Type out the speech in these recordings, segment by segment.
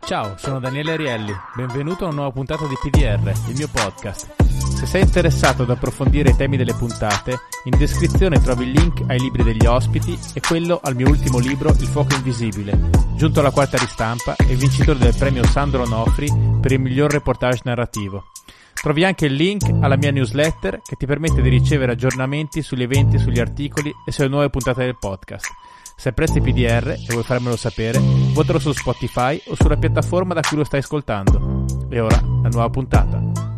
Ciao, sono Daniele Arielli, benvenuto a una nuova puntata di PDR, il mio podcast. Se sei interessato ad approfondire i temi delle puntate, in descrizione trovi il link ai libri degli ospiti e quello al mio ultimo libro Il fuoco invisibile, giunto alla quarta ristampa e vincitore del premio Sandro Onofri per il miglior reportage narrativo. Trovi anche il link alla mia newsletter che ti permette di ricevere aggiornamenti sugli eventi, sugli articoli e sulle nuove puntate del podcast. Se apprezzi PDR e vuoi farmelo sapere, votalo su Spotify o sulla piattaforma da cui lo stai ascoltando. E ora, la nuova puntata.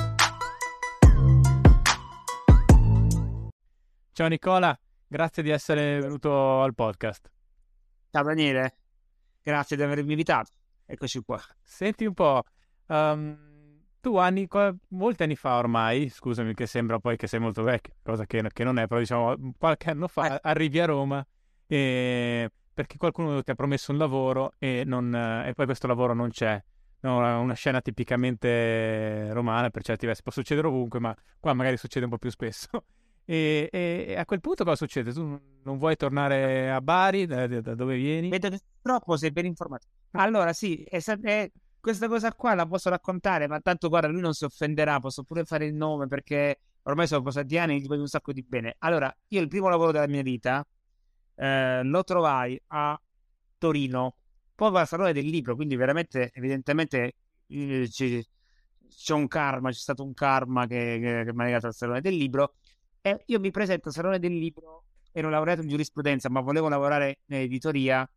Ciao Nicola, grazie di essere venuto al podcast. Ciao Daniele, grazie di avermi invitato. Eccoci qua. Senti un po', tu molti anni fa ormai, scusami che sembra poi che sei molto vecchio, cosa che non è, però diciamo qualche anno fa arrivi a Roma perché qualcuno ti ha promesso un lavoro e poi questo lavoro non c'è. No, una scena tipicamente romana per certi versi, può succedere ovunque, ma qua magari succede un po' più spesso. E a quel punto cosa succede? Tu non vuoi tornare a Bari, da dove vieni? Vedo che purtroppo sei ben informato. Allora sì, questa cosa qua la posso raccontare, ma tanto guarda, lui non si offenderà, posso pure fare il nome perché ormai sono passati anni e gli voglio un sacco di bene. Allora, io il primo lavoro della mia vita lo trovai a Torino, poi al Salone del Libro, quindi veramente, evidentemente c'è un karma, c'è stato un karma che mi ha legato al Salone del Libro. E io mi presento al Salone del Libro, ero laureato in giurisprudenza, ma volevo lavorare in editoria.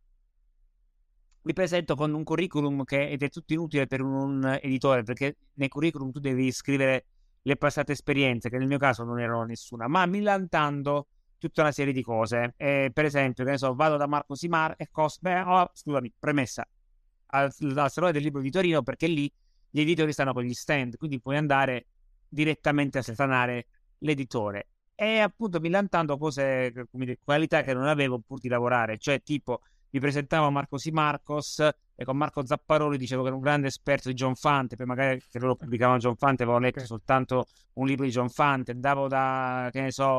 Mi presento con un curriculum ed è tutto inutile per un editore, perché nel curriculum tu devi scrivere le passate esperienze, che nel mio caso non erano nessuna, ma millantando tutta una serie di cose. Per esempio, che ne so, vado da Marco Simar e scusami, premessa, al Salone del Libro di Torino, perché lì gli editori stanno con gli stand, quindi puoi andare direttamente a stanare l'editore. E appunto millantando cose, come dire, qualità che non avevo pur di lavorare, cioè tipo mi presentavo a Marco Simarcos e con Marco Zapparoli dicevo che era un grande esperto di John Fante, poi magari che loro pubblicavano John Fante avevo letto soltanto un libro di John Fante, andavo da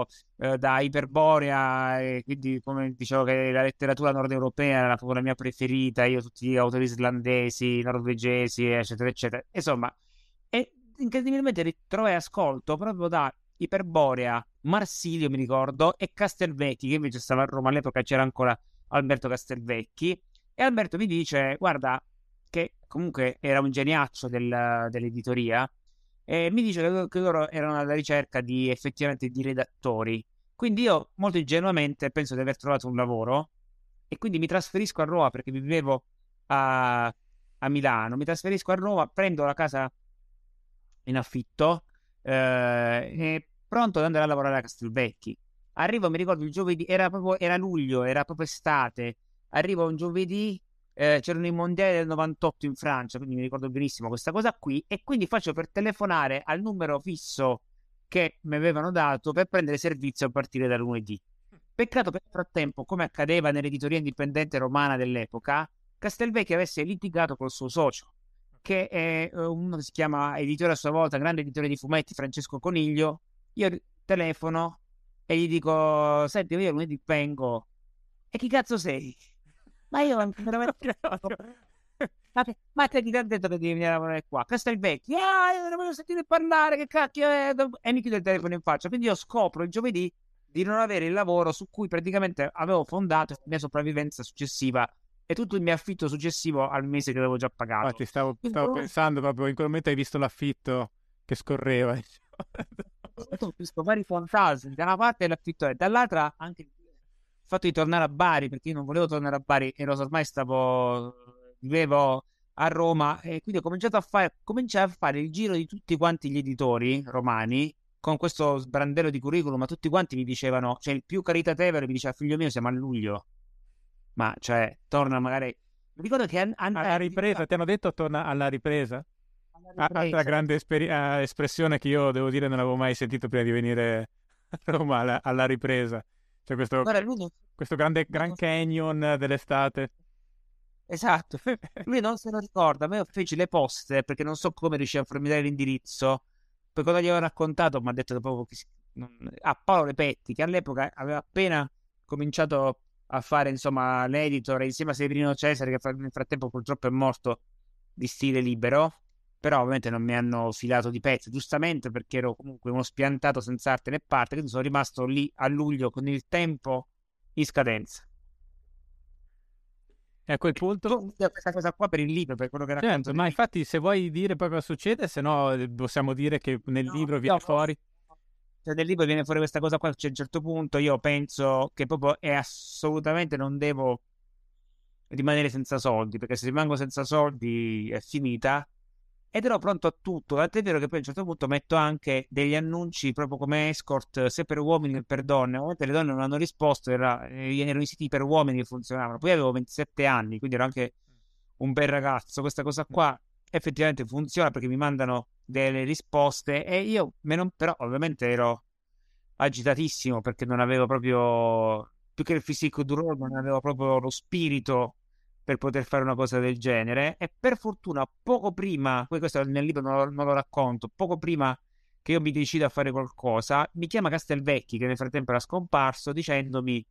Iperborea, e quindi come dicevo che la letteratura nord europea era proprio la mia preferita, io tutti gli autori islandesi, norvegesi, eccetera eccetera, insomma, e incredibilmente ritrovai ascolto proprio da Iperborea, Marsilio mi ricordo, e Castelvecchi, che invece stava a Roma all'epoca, c'era ancora Alberto Castelvecchi, e Alberto mi dice, guarda, che comunque era un geniaccio dell'editoria, e mi dice che loro erano alla ricerca effettivamente di redattori. Quindi io molto ingenuamente penso di aver trovato un lavoro e quindi mi trasferisco a Roma perché vivevo a Milano, mi trasferisco a Roma, prendo la casa in affitto e pronto ad andare a lavorare a Castelvecchi. Arrivo, mi ricordo il giovedì, era luglio, era proprio estate. Arrivo un giovedì, c'erano i mondiali del 98 in Francia, quindi mi ricordo benissimo questa cosa qui. E quindi faccio per telefonare al numero fisso che mi avevano dato per prendere servizio a partire da lunedì. Peccato per il frattempo, come accadeva nell'editoria indipendente romana dell'epoca, Castelvecchi avesse litigato col suo socio, che è uno che si chiama editore a sua volta, grande editore di fumetti, Francesco Coniglio. Io telefono e gli dico, senti, io lunedì vengo. E chi cazzo sei? Ma io veramente... Ma te chi ti ha detto che devi venire a lavorare qua? Castelvecchi, io non voglio sentire parlare, che cacchio è? E mi chiude il telefono in faccia. Quindi io scopro il giovedì di non avere il lavoro su cui praticamente avevo fondato la mia sopravvivenza successiva e tutto il mio affitto successivo al mese che avevo già pagato. Infatti stavo pensando proprio, in quel momento hai visto l'affitto che scorreva. Ho visto vari fantasmi, da una parte l'affitto e dall'altra anche il fatto di tornare a Bari, perché io non volevo tornare a Bari, ormai vivevo a Roma e quindi cominciai a fare il giro di tutti quanti gli editori romani con questo sbrandello di curriculum, ma tutti quanti mi dicevano, cioè il più caritatevole mi diceva, figlio mio, siamo a luglio, ma cioè torna magari, mi ricordo che alla ripresa, ti hanno detto torna alla ripresa? Altra grande espressione che io devo dire non avevo mai sentito prima di venire a Roma, alla ripresa. Cioè questo grande Grand Canyon dell'estate. Esatto, lui non se lo ricorda, ma io feci le poste perché non so come riuscì a farmi dare l'indirizzo. Poi quando gli avevo raccontato mi ha detto proprio a Paolo Repetti, che all'epoca aveva appena cominciato a fare insomma l'editor insieme a Severino Cesare, che nel frattempo purtroppo è morto di stile libero, però ovviamente non mi hanno filato di pezzo, giustamente perché ero comunque uno spiantato senza arte né parte, quindi sono rimasto lì a luglio con il tempo in scadenza. E a quel punto, Questa cosa qua per il libro, per quello che racconto certo, nel ma libro. infatti se vuoi dire poi cosa succede, se no possiamo dire che nel libro viene fuori. Cioè, nel libro viene fuori questa cosa qua, cioè, a un certo punto io penso che proprio è assolutamente non devo rimanere senza soldi, perché se rimango senza soldi è finita. Ed ero pronto a tutto, tant'è vero che poi a un certo punto metto anche degli annunci proprio come escort, sia per uomini che per donne. Ovviamente le donne non hanno risposto, erano i siti per uomini che funzionavano. Poi avevo 27 anni, quindi ero anche un bel ragazzo. Questa cosa qua effettivamente funziona perché mi mandano delle risposte e io, però ovviamente ero agitatissimo perché non avevo proprio, più che il physique du role, non avevo proprio lo spirito per poter fare una cosa del genere. E per fortuna, poco prima, poi questo nel libro non lo racconto, poco prima che io mi decida a fare qualcosa, mi chiama Castelvecchi, che nel frattempo era scomparso, dicendomi: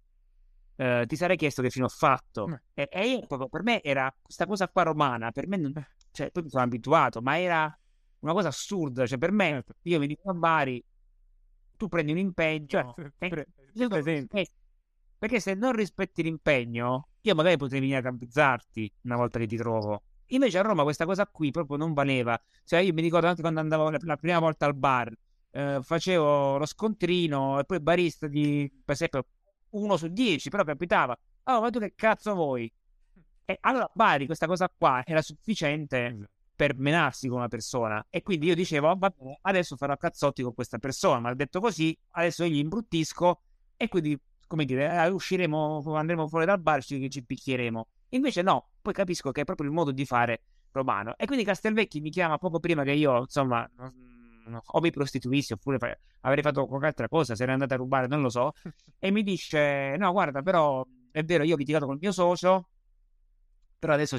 ti sarei chiesto che fine ho fatto. E io, proprio, per me era questa cosa qua romana, per me, cioè, poi mi sono abituato, ma era una cosa assurda. Cioè, per me, Certo. io mi dico a Bari, tu prendi un impegno Cioè, e io lo presente. rispetto. Perché se non rispetti l'impegno, io magari potrei venire a campizzarti una volta che ti trovo. Invece a Roma questa cosa qui proprio non valeva. Cioè, io mi ricordo anche quando andavo la prima volta al bar, facevo lo scontrino e poi il barista per esempio, 1 su 10, però capitava. Oh, ma tu che cazzo vuoi? E allora a Bari questa cosa qua era sufficiente per menarsi con una persona. E quindi io dicevo: "Oh, va bene, adesso farò cazzotti con questa persona. Ma ha detto così, adesso io gli imbruttisco e quindi, come dire, usciremo, andremo fuori dal bar e ci picchieremo. Invece no, poi capisco che è proprio il modo di fare romano. E quindi Castelvecchi mi chiama poco prima che io, insomma, o mi prostituissi oppure avrei fatto qualche altra cosa, se era andata a rubare, non lo so. E mi dice: no, guarda, però è vero, io ho litigato col mio socio, però adesso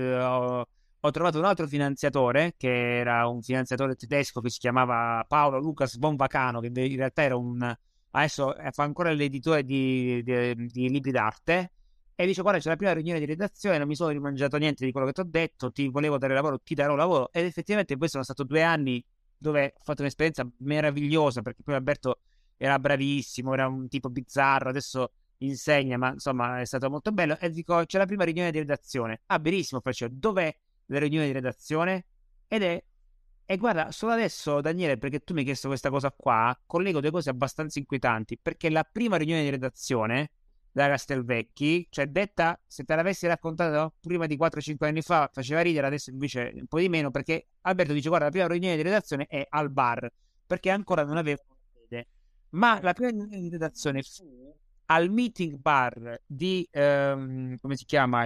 ho trovato un altro finanziatore, che era un finanziatore tedesco che si chiamava Paolo Lucas von Vacano, che in realtà era adesso fa ancora l'editore di libri d'arte. E dice: guarda, c'è la prima riunione di redazione, non mi sono rimangiato niente di quello che ti ho detto, ti volevo dare lavoro, ti darò lavoro. Ed effettivamente poi sono stato 2 anni dove ho fatto un'esperienza meravigliosa, perché poi Alberto era bravissimo, era un tipo bizzarro, adesso insegna, ma insomma è stato molto bello. E dico: c'è la prima riunione di redazione. Ah, benissimo, faccio: dov'è la riunione di redazione? Ed è e guarda, solo adesso, Daniele, perché tu mi hai chiesto questa cosa qua, collego due cose abbastanza inquietanti, perché la prima riunione di redazione da Castelvecchi, cioè detta, se te l'avessi raccontata prima di 4-5 anni fa, faceva ridere, adesso invece un po' di meno, perché Alberto dice: guarda, la prima riunione di redazione è al bar, perché ancora non avevo sede. Ma la prima riunione di redazione fu al meeting bar come si chiama?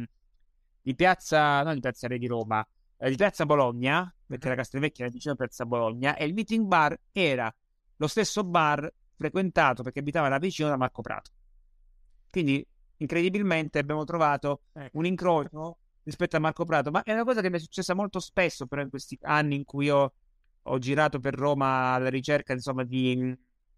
Di piazza, non di Piazza Re di Roma, di Piazza Bologna, perché la Castelvecchia era vicino a Piazza Bologna, e il meeting bar era lo stesso bar frequentato perché abitava là vicino da Marco Prato. Quindi, incredibilmente, abbiamo trovato un incrocio rispetto a Marco Prato, ma è una cosa che mi è successa molto spesso, però, in questi anni in cui ho girato per Roma alla ricerca, insomma, di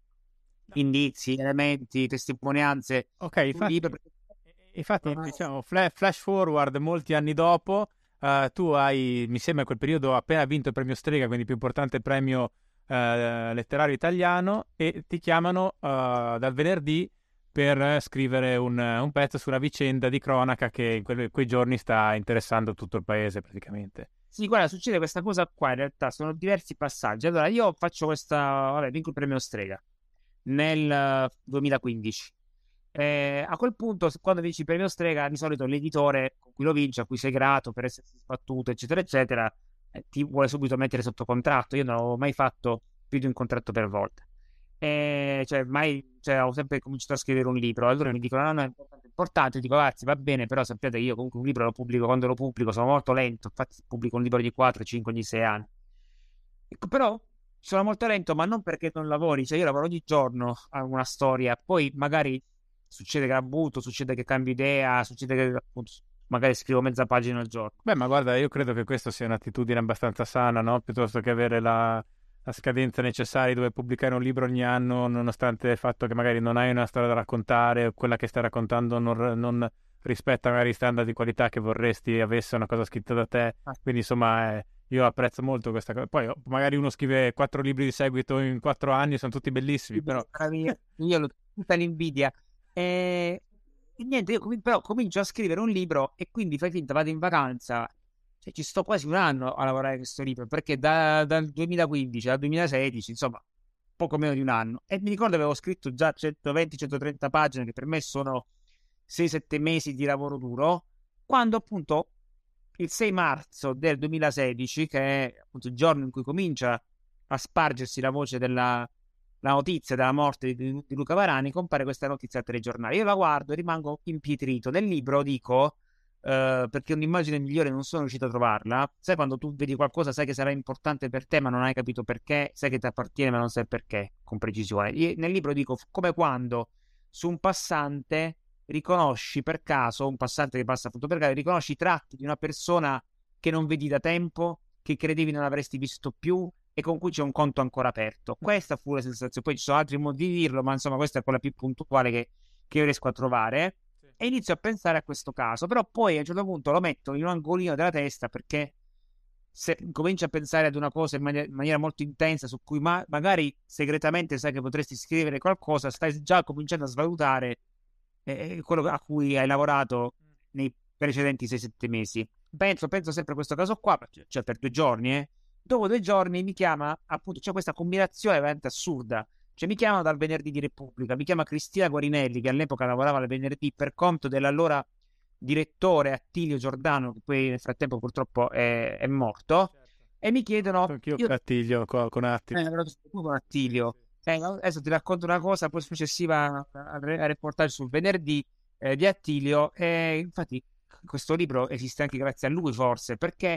indizi, elementi, testimonianze Ok, sul libro. infatti diciamo, flash forward molti anni dopo, tu hai, mi sembra in quel periodo, appena vinto il premio Strega, quindi il più importante premio letterario italiano, e ti chiamano dal venerdì per scrivere un pezzo su una vicenda di cronaca che in quei giorni sta interessando tutto il paese praticamente. Sì, guarda, succede questa cosa qua, in realtà sono diversi passaggi. Allora, io faccio vabbè, vinco il premio Strega nel 2015. A quel punto, quando vinci il premio Strega, di solito l'editore con cui lo vinci, a cui sei grato per essersi sbattuto, eccetera, eccetera, ti vuole subito mettere sotto contratto. Io non ho mai fatto più di un contratto per volta. Cioè, mai, cioè, ho sempre cominciato a scrivere un libro. Allora mi dicono: no, no, è importante, importante. Io dico: ragazzi, va bene, però sappiate che io comunque un libro lo pubblico quando lo pubblico, sono molto lento. Infatti, pubblico un libro di 4, 5, ogni 6 anni. Ecco, però sono molto lento, ma non perché non lavori. Cioè, io lavoro ogni giorno a una storia, poi magari succede che la butto, succede che cambio idea, succede che appunto, magari scrivo mezza pagina al giorno. Beh, ma guarda, io credo che questa sia un'attitudine abbastanza sana, no? Piuttosto che avere la scadenza necessaria dove pubblicare un libro ogni anno, nonostante il fatto che magari non hai una storia da raccontare, o quella che stai raccontando non rispetto a magari i standard di qualità che vorresti avesse una cosa scritta da te. Quindi insomma io apprezzo molto questa cosa. Poi magari uno scrive 4 libri di seguito in 4 anni, sono tutti bellissimi, però... Io ho tutta l'invidia. E niente, io però comincio a scrivere un libro e quindi fai finta, vado in vacanza. Cioè, ci sto quasi un anno a lavorare a questo libro, perché dal 2015 al 2016, insomma, poco meno di un anno. E mi ricordo che avevo scritto già 120-130 pagine, che per me sono 6-7 mesi di lavoro duro, quando appunto il 6 marzo del 2016, che è appunto il giorno in cui comincia a spargersi la voce della la notizia della morte di Luca Varani, compare questa notizia al telegiornale. Io la guardo e rimango impietrito. Nel libro dico, perché un'immagine migliore non sono riuscito a trovarla, sai quando tu vedi qualcosa, sai che sarà importante per te, ma non hai capito perché, sai che ti appartiene, ma non sai perché, con precisione. Nel libro dico, come quando su un passante riconosci per caso, un passante che passa appunto per caso, riconosci i tratti di una persona che non vedi da tempo, che credevi non avresti visto più, e con cui c'è un conto ancora aperto. Questa fu la sensazione. Poi ci sono altri modi di dirlo, ma insomma questa è quella più puntuale che io riesco a trovare. Sì. E inizio a pensare a questo caso, però poi a un certo punto lo metto in un angolino della testa, perché se cominci a pensare ad una cosa in maniera molto intensa, su cui magari segretamente sai che potresti scrivere qualcosa, stai già cominciando a svalutare quello a cui hai lavorato nei precedenti 6-7 mesi. Penso sempre a questo caso qua, cioè per 2 giorni, Dopo 2 giorni mi chiama, appunto, c'è questa combinazione veramente assurda. Cioè mi chiamano dal Venerdì di Repubblica, mi chiama Cristina Guarinelli, che all'epoca lavorava al Venerdì per conto dell'allora direttore Attilio Giordano, che poi nel frattempo purtroppo è morto, certo. E mi chiedono... Anch'io con Attilio, con Attilio. Con Attilio. Adesso ti racconto una cosa, poi successiva al reportage sul Venerdì di Attilio, e infatti questo libro esiste anche grazie a lui forse, perché...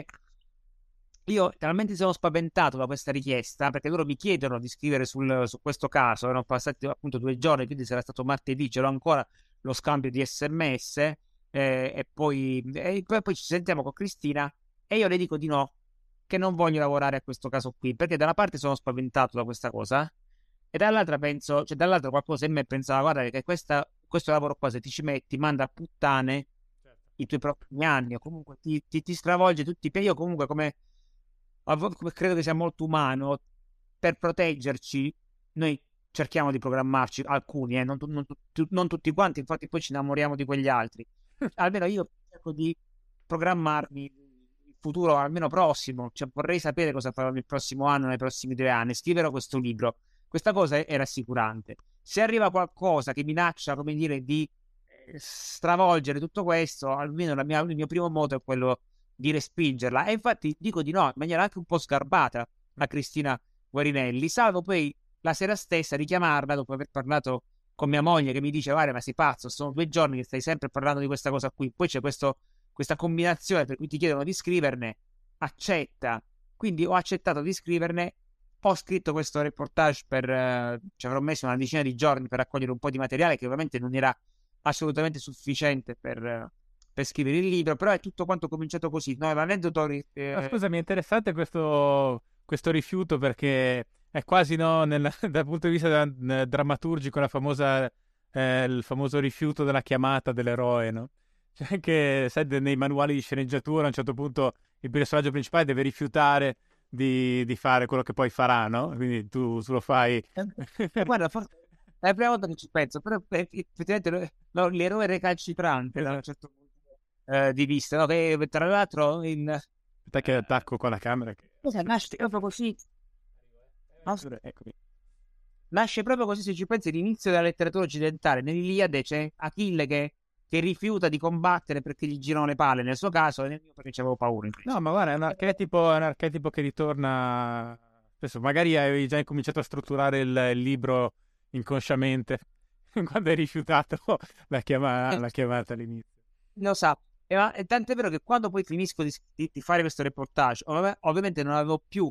Io talmente sono spaventato da questa richiesta, perché loro mi chiedono di scrivere su questo caso, erano passati appunto 2 giorni, quindi sarà stato martedì, ce l'ho ancora lo scambio di SMS, e poi ci sentiamo con Cristina e io le dico di no, che non voglio lavorare a questo caso qui, perché da una parte sono spaventato da questa cosa e dall'altra penso, cioè dall'altra qualcosa in me pensava, guarda che questo lavoro qua se ti ci metti manda a puttane i tuoi prossimi anni, o comunque ti stravolge tutti, io comunque come credo che sia molto umano, per proteggerci noi cerchiamo di programmarci, alcuni, non tutti quanti, infatti poi ci innamoriamo di quegli altri. Almeno io cerco di programmarmi il futuro almeno prossimo, cioè vorrei sapere cosa farò nel prossimo anno, nei prossimi 2 anni, scriverò questo libro. Questa cosa è rassicurante. Se arriva qualcosa che minaccia, come dire, di stravolgere tutto questo, almeno il mio primo moto è quello di respingerla, e infatti dico di no in maniera anche un po' sgarbata a Cristina Guarinelli, salvo poi la sera stessa richiamarla dopo aver parlato con mia moglie, che mi dice: guarda, ma sei pazzo, sono 2 giorni che stai sempre parlando di questa cosa qui, poi c'è questa combinazione per cui ti chiedono di scriverne, accetta. Quindi ho accettato di scriverne, ho scritto questo reportage ci avrò messo una decina di giorni per raccogliere un po' di materiale, che ovviamente non era assolutamente sufficiente per scrivere il libro, però è tutto quanto cominciato così. No, l'aneddoto... Scusami, è interessante questo rifiuto, perché è quasi, no, dal punto di vista drammaturgico, il famoso rifiuto della chiamata dell'eroe, no? Cioè anche, sai, nei manuali di sceneggiatura a un certo punto il personaggio principale deve rifiutare di fare quello che poi farà, no? Quindi tu lo fai... Guarda, forse è la prima volta che ci penso, però effettivamente l'eroe recalcitrante da un certo punto di vista, no? Che tra l'altro aspetta che attacco con la camera. Nasce proprio così. Eccomi. Nasce proprio così, se ci pensi, l'inizio della letteratura occidentale. Nell'Iliade c'è Achille che rifiuta di combattere perché gli girano le palle, nel suo caso, e nel mio perché c'avevo paura. No, ma guarda, è un archetipo che ritorna spesso. Magari avevi già incominciato a strutturare il libro inconsciamente quando hai rifiutato la chiamata all'inizio. Lo sa. E tant'è vero che quando poi finisco di fare questo reportage, ovviamente non avevo più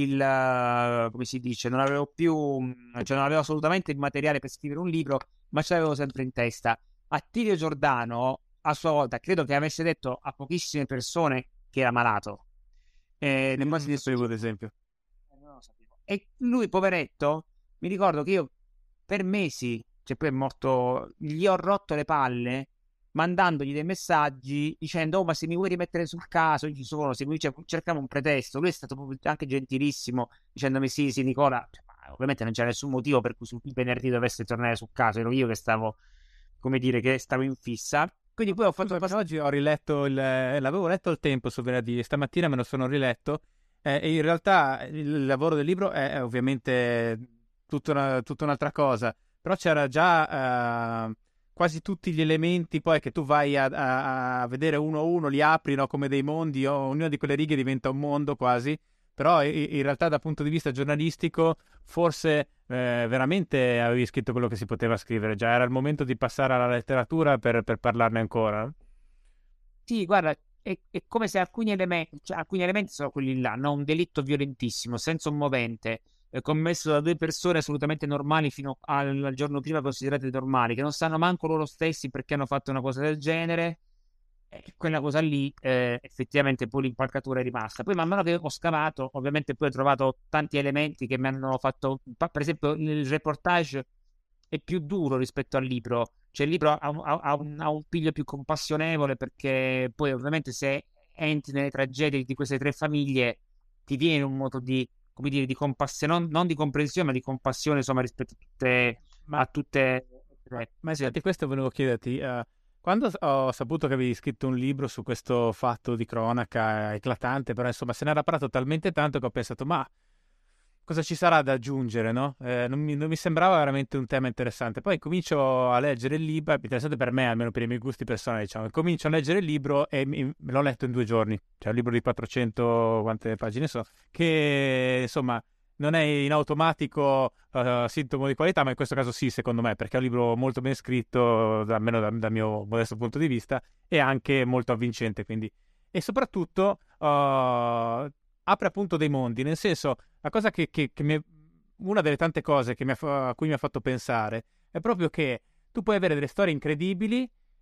come si dice, non avevo assolutamente il materiale per scrivere un libro, ma ce l'avevo sempre in testa. Attilio Giordano, a sua volta, credo che avesse detto a pochissime persone che era malato. Non lo sapevo, ad esempio. Non lo sapevo. E lui, poveretto, mi ricordo che io per mesi, cioè poi è morto, gli ho rotto le palle, mandandogli dei messaggi dicendo: oh, ma se mi vuoi rimettere sul caso, io ci sono, se mi cerchiamo un pretesto. Lui è stato proprio anche gentilissimo dicendomi: sì, sì, Nicola. Cioè, ma ovviamente non c'era nessun motivo per cui il venerdì dovesse tornare sul caso, ero io che stavo, come dire, che stavo in fissa. Quindi poi ho fatto Oggi ho riletto l'avevo letto il Tempo sul venerdì, stamattina me lo sono riletto, e in realtà il lavoro del libro è ovviamente tutta un'altra cosa, però c'era già quasi tutti gli elementi poi che tu vai a vedere uno a uno, li apri, no, come dei mondi, ognuna di quelle righe diventa un mondo quasi, però in realtà dal punto di vista giornalistico forse veramente avevi scritto quello che si poteva scrivere, già era il momento di passare alla letteratura per parlarne ancora. Sì, guarda, è come se alcuni elementi sono quelli là, no? Un delitto violentissimo, senza un movente, commesso da due persone assolutamente normali fino al giorno prima considerate normali, che non sanno manco loro stessi perché hanno fatto una cosa del genere. Quella cosa lì, effettivamente poi l'impalcatura è rimasta. Poi man mano che ho scavato, ovviamente poi ho trovato tanti elementi che mi hanno fatto, per esempio il reportage è più duro rispetto al libro, cioè il libro ha un piglio più compassionevole, perché poi ovviamente se entri nelle tragedie di queste tre famiglie ti viene un modo di, come dire, di compassione, non di comprensione, ma di compassione, insomma, rispetto Ma, a tutte. ma Sì. infatti questo volevo chiederti, quando ho saputo che avevi scritto un libro su questo fatto di cronaca eclatante, però insomma se ne era parlato talmente tanto che ho pensato, ma cosa ci sarà da aggiungere, no? Non mi sembrava veramente un tema interessante. Poi comincio a leggere il libro, è interessante per me, almeno per i miei gusti personali, diciamo. Comincio a leggere il libro e me l'ho letto in 2 giorni. Cioè un libro di 400, quante pagine so, che insomma non è in automatico sintomo di qualità, ma in questo caso sì, secondo me, perché è un libro molto ben scritto, almeno dal mio modesto punto di vista, e anche molto avvincente, quindi. E soprattutto apre appunto dei mondi, nel senso, la cosa una delle tante cose a cui mi ha fatto pensare è proprio che tu puoi avere delle storie incredibili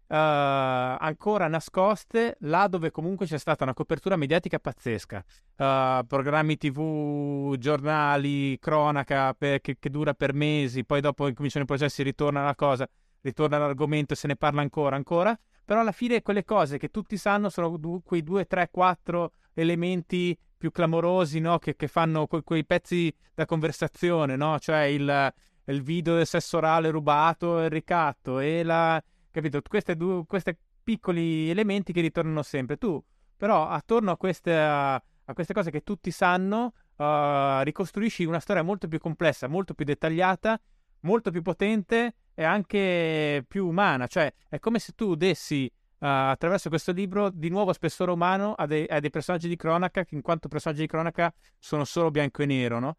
ancora nascoste là dove comunque c'è stata una copertura mediatica pazzesca. Programmi TV, giornali, cronaca che dura per mesi, poi dopo incominciano i processi, ritorna la cosa, ritorna l'argomento e se ne parla ancora. Però alla fine quelle cose che tutti sanno sono quei 2, 3, 4 elementi più clamorosi, no? Che fanno quei pezzi da conversazione, no? Cioè il video del sesso orale rubato, il ricatto e capito? Questi piccoli elementi che ritornano sempre. Tu, però, attorno a queste cose che tutti sanno, ricostruisci una storia molto più complessa, molto più dettagliata, molto più potente e anche più umana. Cioè, è come se tu dessi attraverso questo libro di nuovo spessore umano a dei personaggi di cronaca che in quanto personaggi di cronaca sono solo bianco e nero, no?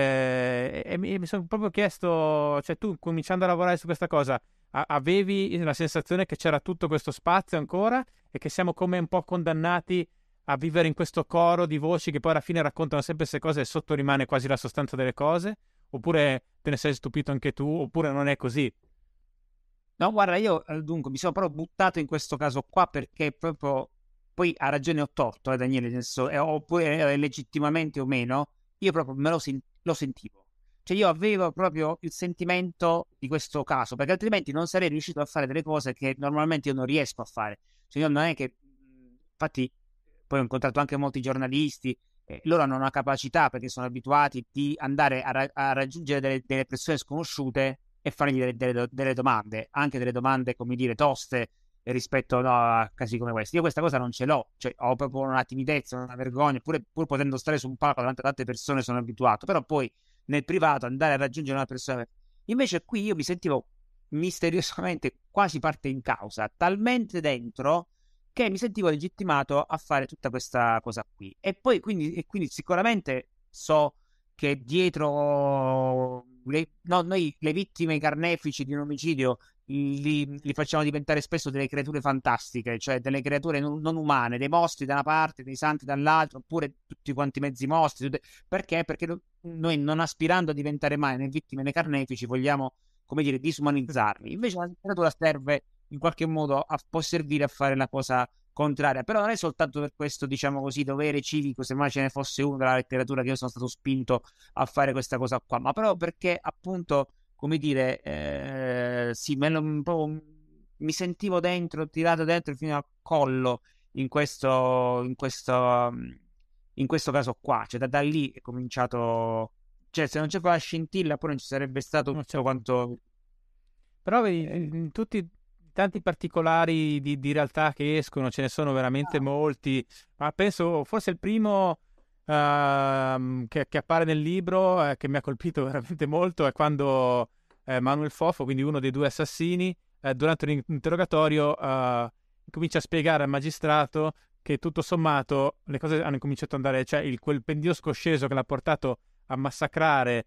E mi sono proprio chiesto, cioè tu cominciando a lavorare su questa cosa, avevi la sensazione che c'era tutto questo spazio ancora e che siamo come un po' condannati a vivere in questo coro di voci che poi alla fine raccontano sempre queste cose e sotto rimane quasi la sostanza delle cose? Oppure te ne sei stupito anche tu? Oppure non è così? No, guarda, io dunque mi sono proprio buttato in questo caso qua perché proprio poi ha ragione o torto, Daniele, nel senso, oppure legittimamente o meno, io proprio lo sentivo. Cioè io avevo proprio il sentimento di questo caso, perché altrimenti non sarei riuscito a fare delle cose che normalmente io non riesco a fare. Cioè io non è che, infatti, poi ho incontrato anche molti giornalisti, loro hanno una capacità, perché sono abituati, di andare a raggiungere delle persone sconosciute e fargli delle domande, anche delle domande, come dire, toste rispetto, no, a casi come questi. Io questa cosa non ce l'ho, cioè ho proprio una timidezza, una vergogna, pur potendo stare su un palco davanti a tante persone sono abituato, però poi nel privato andare a raggiungere una persona. Invece qui io mi sentivo misteriosamente quasi parte in causa, talmente dentro che mi sentivo legittimato a fare tutta questa cosa qui. E poi quindi sicuramente so che dietro noi le vittime, i carnefici di un omicidio li facciamo diventare spesso delle creature fantastiche, cioè delle creature non umane, dei mostri da una parte, dei santi dall'altra, oppure tutti quanti mezzi mostri. Perché? Perché noi, non aspirando a diventare mai né vittime né carnefici, vogliamo, come dire, disumanizzarli. Invece la letteratura serve in qualche modo, può servire a fare la cosa contraria, però non è soltanto per questo, diciamo così, dovere civico, se mai ce ne fosse uno della letteratura, che io sono stato spinto a fare questa cosa qua, ma proprio perché appunto, come dire, sì, mi sentivo tirato dentro fino al collo in questo caso qua. Cioè, da lì è cominciato. Cioè, se non c'è quella scintilla, poi non ci sarebbe stato No, tutto certo. quanto. Però vedi, in tutti tanti particolari di realtà che escono, ce ne sono veramente molti, ma penso forse il primo che appare nel libro, che mi ha colpito veramente molto, è quando Manuel Fofo, quindi uno dei due assassini, durante un interrogatorio comincia a spiegare al magistrato che tutto sommato le cose hanno cominciato ad andare, cioè quel pendio scosceso che l'ha portato a massacrare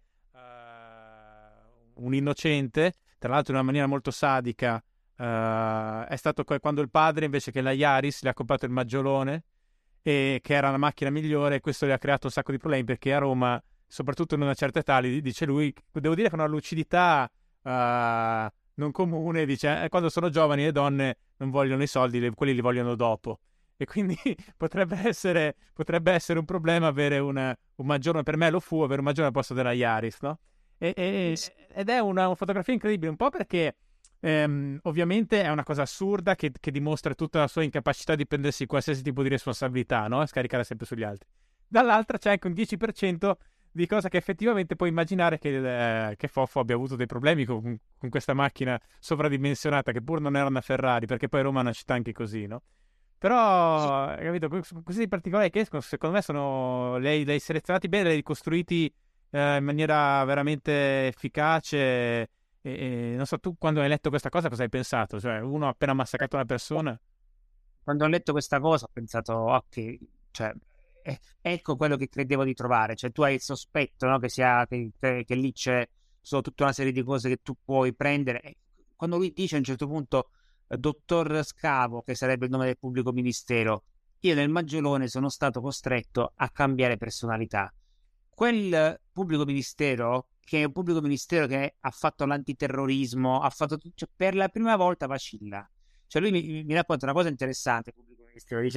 un innocente, tra l'altro in una maniera molto sadica, è stato quando il padre, invece che la Yaris, le ha comprato il Maggiolone, e che era la macchina migliore, e questo gli ha creato un sacco di problemi, perché a Roma, soprattutto in una certa età, dice lui, devo dire che una lucidità non comune, dice, quando sono giovani le donne non vogliono i soldi, quelli li vogliono dopo. E quindi potrebbe essere un problema avere un Maggiolone, per me lo fu, avere un Maggiolone al posto della Yaris, no? Ed è una fotografia incredibile, un po' perché ovviamente è una cosa assurda che dimostra tutta la sua incapacità di prendersi qualsiasi tipo di responsabilità, no? E scaricare sempre sugli altri. Dall'altra c'è anche un 10% di cosa che effettivamente puoi immaginare che Fofo abbia avuto dei problemi con questa macchina sovradimensionata, che pur non era una Ferrari, perché poi Roma è una città anche così, no? Però, hai capito, questi particolari che escono, secondo me li hai selezionati bene, li hai ricostruiti in maniera veramente efficace. Non so, tu quando hai letto questa cosa cosa hai pensato? Cioè, uno ha appena massacrato una persona? Quando ho letto questa cosa ho pensato, ok, cioè, ecco quello che credevo di trovare. Cioè, tu hai il sospetto, no, che lì c'è solo tutta una serie di cose che tu puoi prendere. E quando lui dice a un certo punto, dottor Scavo, che sarebbe il nome del pubblico ministero, io nel Maggiolone sono stato costretto a cambiare personalità. Quel pubblico ministero, che è un pubblico ministero che ha fatto l'antiterrorismo, ha fatto tutto, cioè, per la prima volta vacilla. Cioè lui mi racconta una cosa interessante, il pubblico ministero, dice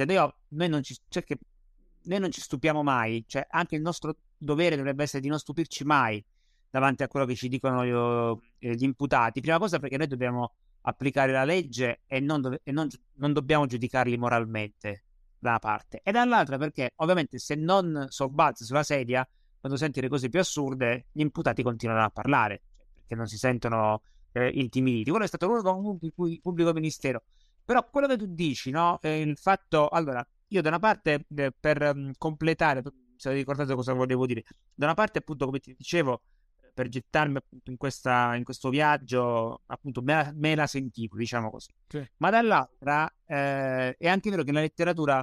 noi non ci stupiamo mai, cioè anche il nostro dovere dovrebbe essere di non stupirci mai davanti a quello che ci dicono gli imputati. Prima cosa perché noi dobbiamo applicare la legge e non dobbiamo giudicarli moralmente, da una parte, e dall'altra perché ovviamente se non sobbalzi sulla sedia, quando senti le cose più assurde, gli imputati continuano a parlare, cioè, perché non si sentono intimiditi. Quello è stato l'unico pubblico ministero. Però quello che tu dici, no? Il fatto, allora, io da una parte, per completare, se hai ricordato cosa volevo dire, da una parte, appunto, come ti dicevo, per gettarmi appunto in questo viaggio, appunto, me la sentivo, diciamo così. Sì. Ma dall'altra, è anche vero che la letteratura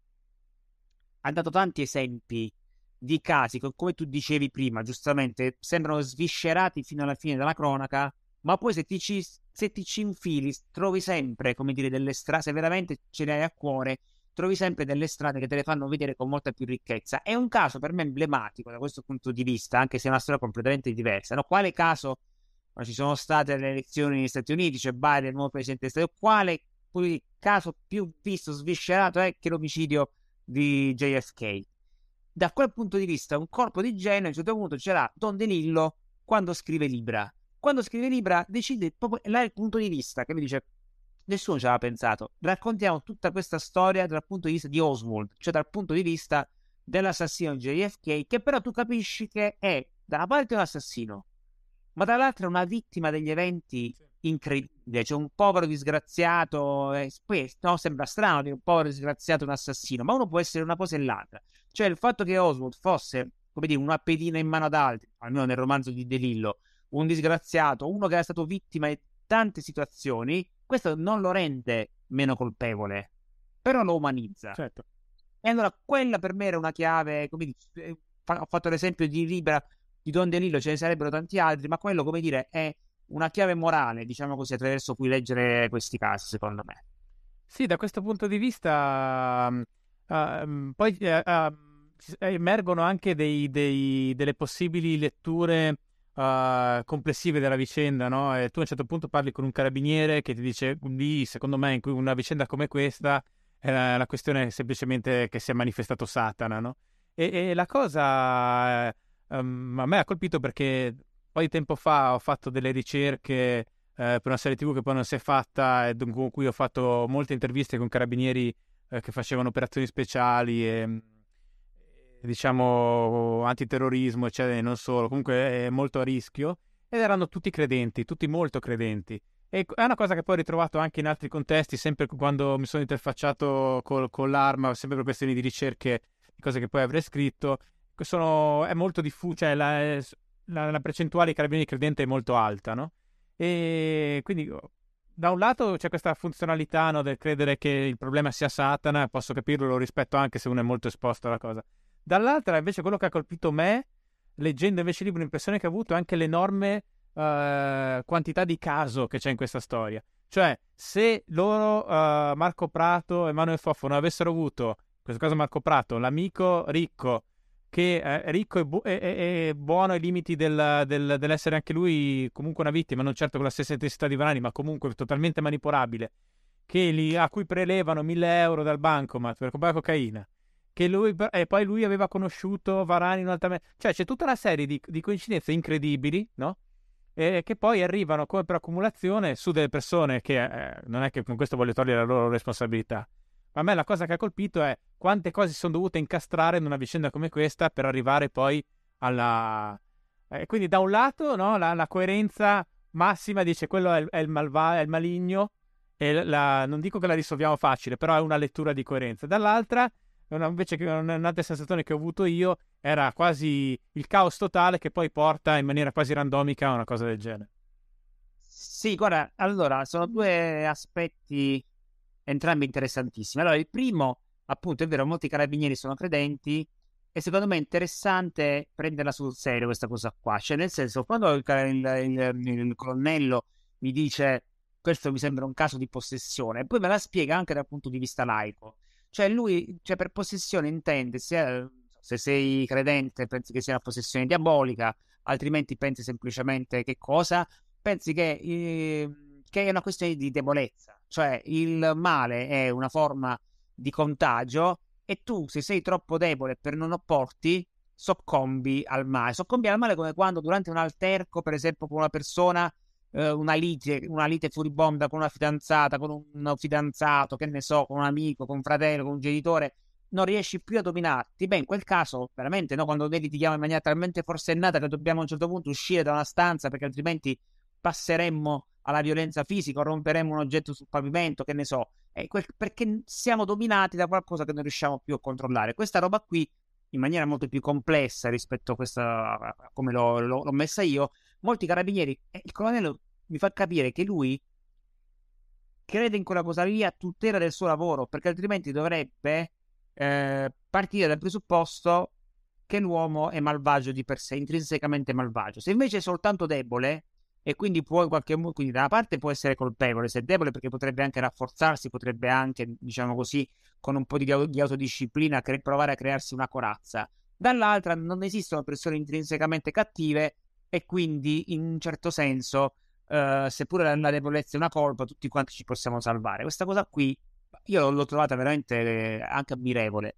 ha dato tanti esempi di casi che, come tu dicevi prima, giustamente, sembrano sviscerati fino alla fine della cronaca, ma poi se ti ci infili, trovi sempre, come dire, delle strade, se veramente ce le hai a cuore, trovi sempre delle strade che te le fanno vedere con molta più ricchezza. È un caso per me emblematico da questo punto di vista, anche se è una storia completamente diversa. No? Quale caso, ma ci sono state le elezioni negli Stati Uniti, c'è Biden, il nuovo presidente degli Stati Uniti, quale poi, caso più visto, sviscerato è che l'omicidio di JFK. Da quel punto di vista, un corpo di genio, a un certo punto c'era Don DeLillo quando scrive Libra. Quando scrive Libra decide proprio, là è il punto di vista che mi dice, nessuno ci aveva pensato. Raccontiamo tutta questa storia dal punto di vista di Oswald, cioè dal punto di vista dell'assassino JFK, che però tu capisci che è da una parte un assassino, ma dall'altra una vittima degli eventi incredibile, cioè un povero disgraziato, poi no, sembra strano dire un povero disgraziato un assassino, ma uno può essere una cosa e l'altra. Cioè il fatto che Oswald fosse, come dire, una pedina in mano ad altri, almeno nel romanzo di De Lillo, un disgraziato, uno che era stato vittima di tante situazioni, questo non lo rende meno colpevole, però lo umanizza. Certo. E allora quella per me era una chiave, come dici, ho fatto l'esempio di Libra, di Don DeLillo, ce ne sarebbero tanti altri, ma quello, come dire, è una chiave morale, diciamo così, attraverso cui leggere questi casi, secondo me. Sì, da questo punto di vista, poi emergono anche delle possibili letture complessive della vicenda, no? E tu a un certo punto parli con un carabiniere che ti dice, lì, secondo me, in cui una vicenda come questa è la questione semplicemente che si è manifestato Satana, no? E la cosa a me ha colpito perché un po' di tempo fa ho fatto delle ricerche per una serie TV che poi non si è fatta, e con cui ho fatto molte interviste con carabinieri che facevano operazioni speciali e diciamo antiterrorismo, eccetera, e non solo, comunque è molto a rischio, ed erano tutti credenti, tutti molto credenti. E è una cosa che poi ho ritrovato anche in altri contesti, sempre quando mi sono interfacciato con l'arma, sempre per questioni di ricerche, di cose che poi avrei scritto. È molto diffuso, cioè la percentuale di carabinieri credente è molto alta, no? E quindi da un lato c'è questa funzionalità, no, del credere che il problema sia Satana, posso capirlo, lo rispetto anche se uno è molto esposto alla cosa. Dall'altra invece quello che ha colpito me, leggendo invece il libro, l'impressione che ho avuto è anche l'enorme quantità di caso che c'è in questa storia. Cioè, se loro, Marco Prato e Manuel Fofo, non avessero avuto, in questo caso Marco Prato, l'amico ricco, che è ricco e buono ai limiti dell'essere anche lui comunque una vittima, non certo con la stessa intensità di Vanani, ma comunque totalmente manipolabile, a cui prelevano 1.000 euro dal bancomat per comprare cocaina, e poi lui aveva conosciuto Varani in un'altra... Cioè c'è tutta una serie di coincidenze incredibili, no? Che poi arrivano come per accumulazione su delle persone che non è che con questo voglio togliere la loro responsabilità. Ma a me la cosa che ha colpito è quante cose si sono dovute incastrare in una vicenda come questa per arrivare poi alla... quindi da un lato, no, la coerenza massima dice quello è è il maligno, e non dico che la risolviamo facile, però è una lettura di coerenza. Dall'altra, invece che un'altra sensazione che ho avuto io era quasi il caos totale che poi porta in maniera quasi randomica a una cosa del genere. Sì, guarda, allora, sono due aspetti entrambi interessantissimi. Allora, il primo, appunto, è vero, molti carabinieri sono credenti e secondo me è interessante prenderla sul serio questa cosa qua. Cioè, nel senso, quando il colonnello mi dice questo mi sembra un caso di possessione, poi me la spiega anche dal punto di vista laico. Cioè, lui, cioè, per possessione intende, se sei credente, pensi che sia una possessione diabolica, altrimenti pensi semplicemente che cosa? Pensi che è una questione di debolezza, cioè il male è una forma di contagio e tu, se sei troppo debole per non opporti, soccombi al male. Soccombi al male come quando durante un alterco, per esempio, con una persona, una lite furibonda con una fidanzata, con un fidanzato, che ne so, con un amico, con un fratello, con un genitore, non riesci più a dominarti. Beh, in quel caso, veramente, no, quando vedi ti chiama in maniera talmente forsennata che dobbiamo a un certo punto uscire da una stanza perché altrimenti passeremmo alla violenza fisica o romperemmo un oggetto sul pavimento, che ne so, perché siamo dominati da qualcosa che non riusciamo più a controllare. Questa roba qui, in maniera molto più complessa rispetto a questa, come l'ho messa io, molti carabinieri, il colonnello mi fa capire che lui crede in quella cosa lì a tutela del suo lavoro, perché altrimenti dovrebbe partire dal presupposto che l'uomo è malvagio di per sé, intrinsecamente malvagio. Se invece è soltanto debole, e quindi può in qualche modo, quindi da una parte può essere colpevole, se è debole perché potrebbe anche rafforzarsi, potrebbe anche, diciamo così, con un po' di autodisciplina provare a crearsi una corazza. Dall'altra non esistono persone intrinsecamente cattive e quindi in un certo senso, seppure la debolezza è una colpa, tutti quanti ci possiamo salvare. Questa cosa qui io l'ho trovata veramente anche ammirevole.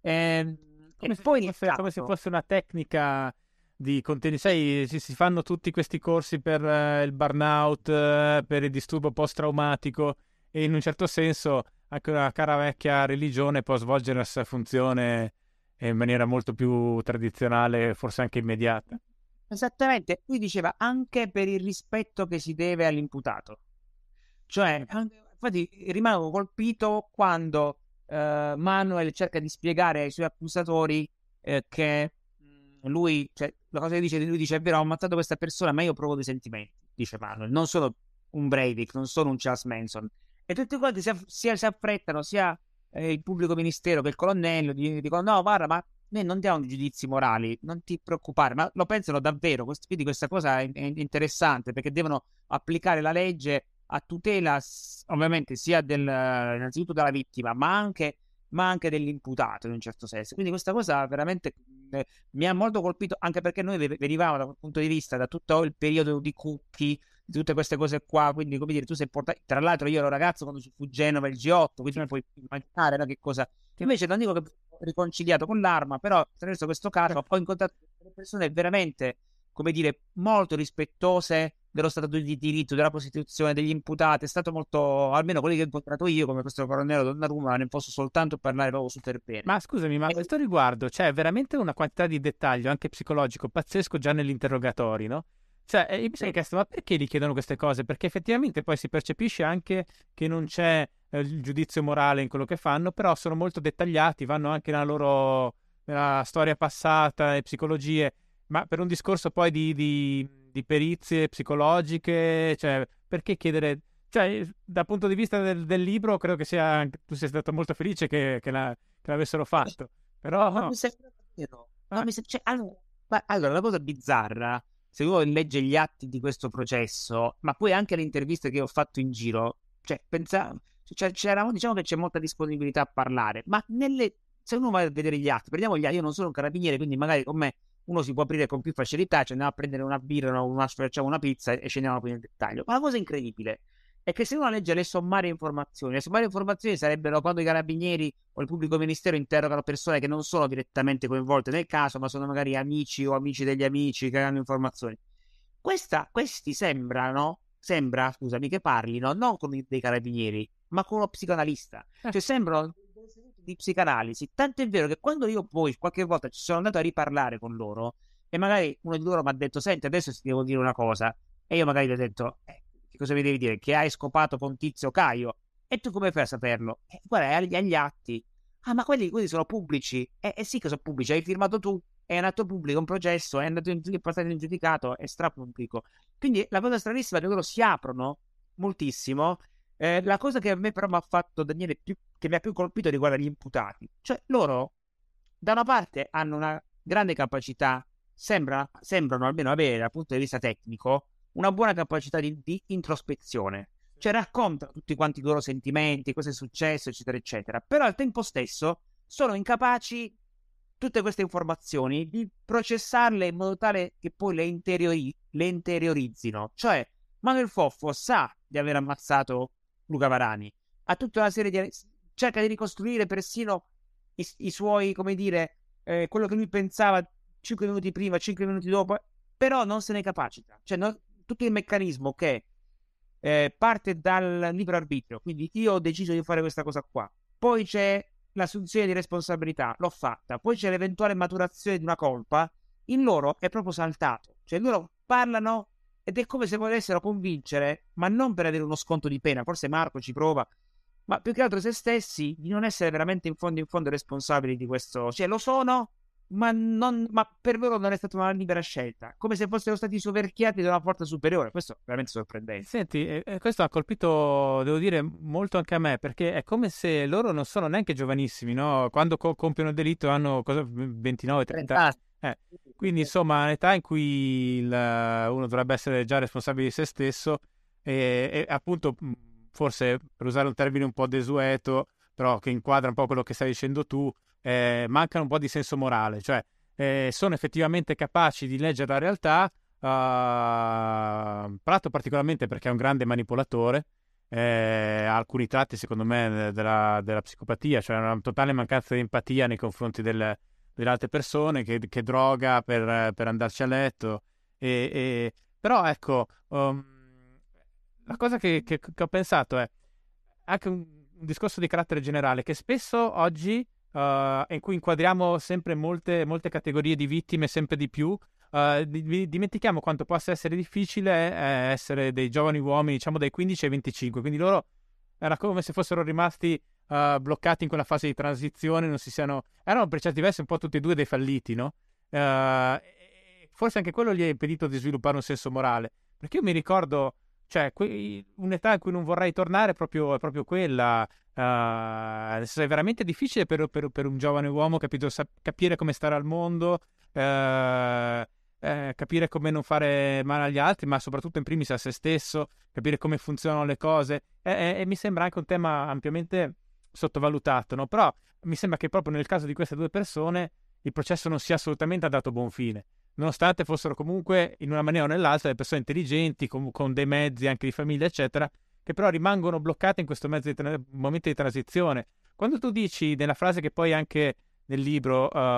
E poi Come se fosse una tecnica di contenuti. Sai, si fanno tutti questi corsi per il burnout, per il disturbo post-traumatico, e in un certo senso anche una cara vecchia religione può svolgere la sua funzione in maniera molto più tradizionale, forse anche immediata. esattamente, lui diceva anche per il rispetto che si deve all'imputato. Cioè, infatti rimango colpito quando Manuel cerca di spiegare ai suoi accusatori che lui, cioè, la cosa che dice, lui dice è vero, ho ammazzato questa persona, ma io provo dei sentimenti, dice Manuel, non sono un Breivik, non sono un Charles Manson. E tutti quanti si affrettano, sia il pubblico ministero che il colonnello, dicono no, guarda, ma noi non diamo giudizi morali, non ti preoccupare, ma lo pensano davvero, quindi questa cosa è interessante perché devono applicare la legge a tutela ovviamente sia innanzitutto della vittima, ma anche dell'imputato in un certo senso. Quindi questa cosa veramente mi ha molto colpito, anche perché noi venivamo da quel punto di vista da tutto il periodo di Cucchi, di tutte queste cose qua, quindi come dire, tu sei portato, tra l'altro io ero ragazzo quando ci fu Genova il G8, quindi puoi immaginare, no, che cosa, invece non dico che ho riconciliato con l'arma, però attraverso questo caso ho incontrato delle persone veramente, come dire, molto rispettose dello Stato di diritto, della Costituzione, degli imputati. È stato molto, almeno quelli che ho incontrato io, come questo colonnello Donnarumma, ne posso soltanto parlare proprio super bene. Ma scusami, ma a questo riguardo c'è veramente una quantità di dettaglio, anche psicologico, pazzesco già negli interrogatori, no? Cioè, io mi sono chiesto, ma perché gli chiedono queste cose? Perché effettivamente poi si percepisce anche che non c'è il giudizio morale in quello che fanno, però sono molto dettagliati, vanno anche nella storia passata e psicologie, ma per un discorso poi di perizie psicologiche, cioè, perché chiedere... Cioè, dal punto di vista del libro, credo che tu sia stato molto felice che l'avessero fatto. Però... Ma mi sembra vero. No, cioè, allora, la cosa bizzarra, se uno legge gli atti di questo processo, ma poi anche le interviste che ho fatto in giro, cioè, diciamo che c'è molta disponibilità a parlare, ma se uno va a vedere gli atti, prendiamo gli atti, io non sono un carabiniere, quindi magari con me uno si può aprire con più facilità, cioè andiamo a prendere una birra, facciamo una pizza e scendiamo poi nel dettaglio. Ma la cosa incredibile è che se uno legge le sommarie informazioni sarebbero quando i carabinieri o il pubblico ministero interrogano persone che non sono direttamente coinvolte nel caso, ma sono magari amici o amici degli amici che hanno informazioni. Questi sembra, scusami, che parlino non con dei carabinieri, ma con uno psicoanalista. Cioè sembrano di psicanalisi. Tanto è vero che quando io poi qualche volta ci sono andato a riparlare con loro e magari uno di loro mi ha detto, senti, adesso ti devo dire una cosa, e io magari gli ho detto, che cosa mi devi dire? Che hai scopato con Tizio Caio? E tu come fai a saperlo? Guarda, agli atti. Ah, ma quelli sono pubblici. Sì che sono pubblici, hai firmato tu, è un atto pubblico, un processo, è passato in giudicato, è strapubblico. Quindi la cosa stranissima è che loro si aprono moltissimo. La cosa che a me però mi ha fatto, Daniele, che mi ha più colpito riguarda gli imputati. Cioè, loro, da una parte, hanno una grande capacità, sembrano almeno avere, dal punto di vista tecnico, una buona capacità di introspezione. Cioè, raccontano tutti quanti i loro sentimenti, cosa è successo, eccetera, eccetera. Però al tempo stesso sono incapaci tutte queste informazioni di processarle in modo tale che poi le interiorizzino. Cioè, Manuel Foffo sa di aver ammazzato Luca Varani, ha tutta una serie di... cerca di ricostruire persino i suoi, come dire, quello che lui pensava 5 minuti prima, 5 minuti dopo, però non se ne capacita. Cioè, tutto il meccanismo che parte dal libero arbitrio, quindi io ho deciso di fare questa cosa qua, poi c'è l'assunzione di responsabilità, l'ho fatta, poi c'è l'eventuale maturazione di una colpa, in loro è proprio saltato. Cioè, loro parlano ed è come se volessero convincere, ma non per avere uno sconto di pena, forse Marco ci prova, ma più che altro se stessi, di non essere veramente in fondo responsabili di questo. Cioè, lo sono, ma per loro non è stata una libera scelta, come se fossero stati soverchiati da una forza superiore. Questo è veramente sorprendente. Senti, questo ha colpito, devo dire, molto anche a me, perché è come se loro non sono neanche giovanissimi, no? Quando compiono il delitto hanno 29, 30. Quindi insomma, un'età in cui uno dovrebbe essere già responsabile di se stesso e appunto, forse per usare un termine un po' desueto, però che inquadra un po' quello che stai dicendo tu, mancano un po' di senso morale, cioè sono effettivamente capaci di leggere la realtà. Prato particolarmente perché è un grande manipolatore, ha alcuni tratti secondo me della psicopatia, cioè una totale mancanza di empatia nei confronti delle altre persone, che droga per andarci a letto però ecco, la cosa che ho pensato è anche un discorso di carattere generale, che spesso oggi in cui inquadriamo sempre molte categorie di vittime, sempre di più, dimentichiamo quanto possa essere difficile essere dei giovani uomini, diciamo dai 15 ai 25, quindi loro era come se fossero rimasti bloccati in quella fase di transizione, erano per certi versi un po' tutti e due dei falliti, no? Forse anche quello gli ha impedito di sviluppare un senso morale, perché io mi ricordo, cioè, un'età in cui non vorrei tornare è proprio quella. È veramente difficile per un giovane uomo, capito, capire come stare al mondo, capire come non fare male agli altri, ma soprattutto in primis a se stesso, capire come funzionano le cose. E mi sembra anche un tema ampiamente sottovalutato, no? Però mi sembra che proprio nel caso di queste due persone il processo non sia assolutamente andato a buon fine, nonostante fossero comunque in una maniera o nell'altra delle persone intelligenti, con dei mezzi anche di famiglia, eccetera, che però rimangono bloccate in questo momento di transizione. Quando tu dici nella frase che poi anche nel libro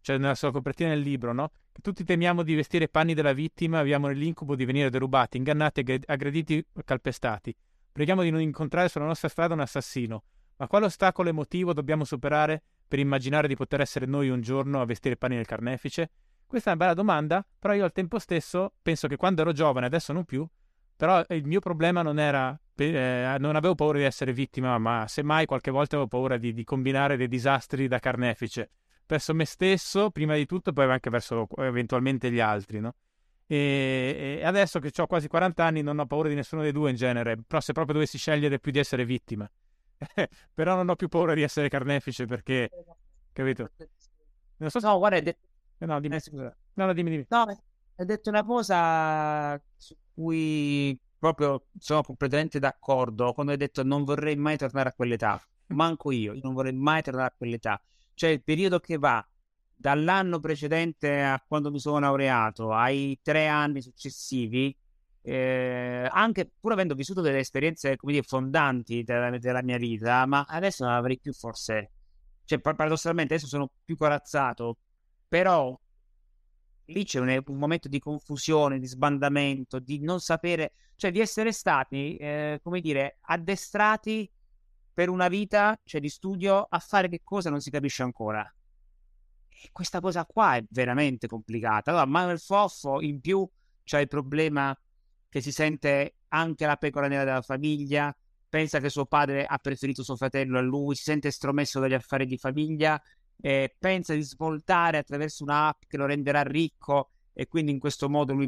cioè nella sua copertina del libro, no? Che tutti temiamo di vestire i panni della vittima, abbiamo l'incubo di venire derubati, ingannati, aggrediti, calpestati. Preghiamo di non incontrare sulla nostra strada un assassino. Ma quale ostacolo emotivo dobbiamo superare per immaginare di poter essere noi un giorno a vestire i panni del carnefice? Questa è una bella domanda, però io al tempo stesso penso che quando ero giovane, adesso non più, però il mio problema non era, non avevo paura di essere vittima, ma semmai qualche volta avevo paura di combinare dei disastri da carnefice, verso me stesso prima di tutto, e poi anche verso eventualmente gli altri, no? E adesso che ho quasi 40 anni non ho paura di nessuno dei due in genere, però se proprio dovessi scegliere più di essere vittima, però non ho più paura di essere carnefice perché, capito? Non so se... No, guarda, hai detto... No, dimmi. scusa. No, dimmi. No, hai detto una cosa su cui proprio sono completamente d'accordo quando hai detto non vorrei mai tornare a quell'età. Manco io non vorrei mai tornare a quell'età. Cioè il periodo che va dall'anno precedente a quando mi sono laureato ai 3 anni successivi, anche pur avendo vissuto delle esperienze, come dire, fondanti della mia vita, ma adesso non avrei più forse, cioè paradossalmente adesso sono più corazzato, però lì c'è un momento di confusione, di sbandamento, di non sapere, cioè di essere stati, come dire, addestrati per una vita, cioè di studio, a fare che cosa non si capisce ancora. E questa cosa qua è veramente complicata. Allora, Manuel Foffo in più c'ha il problema che si sente anche la pecora nera della famiglia, pensa che suo padre ha preferito suo fratello a lui, si sente estromesso dagli affari di famiglia, pensa di svoltare attraverso un'app che lo renderà ricco e quindi in questo modo lui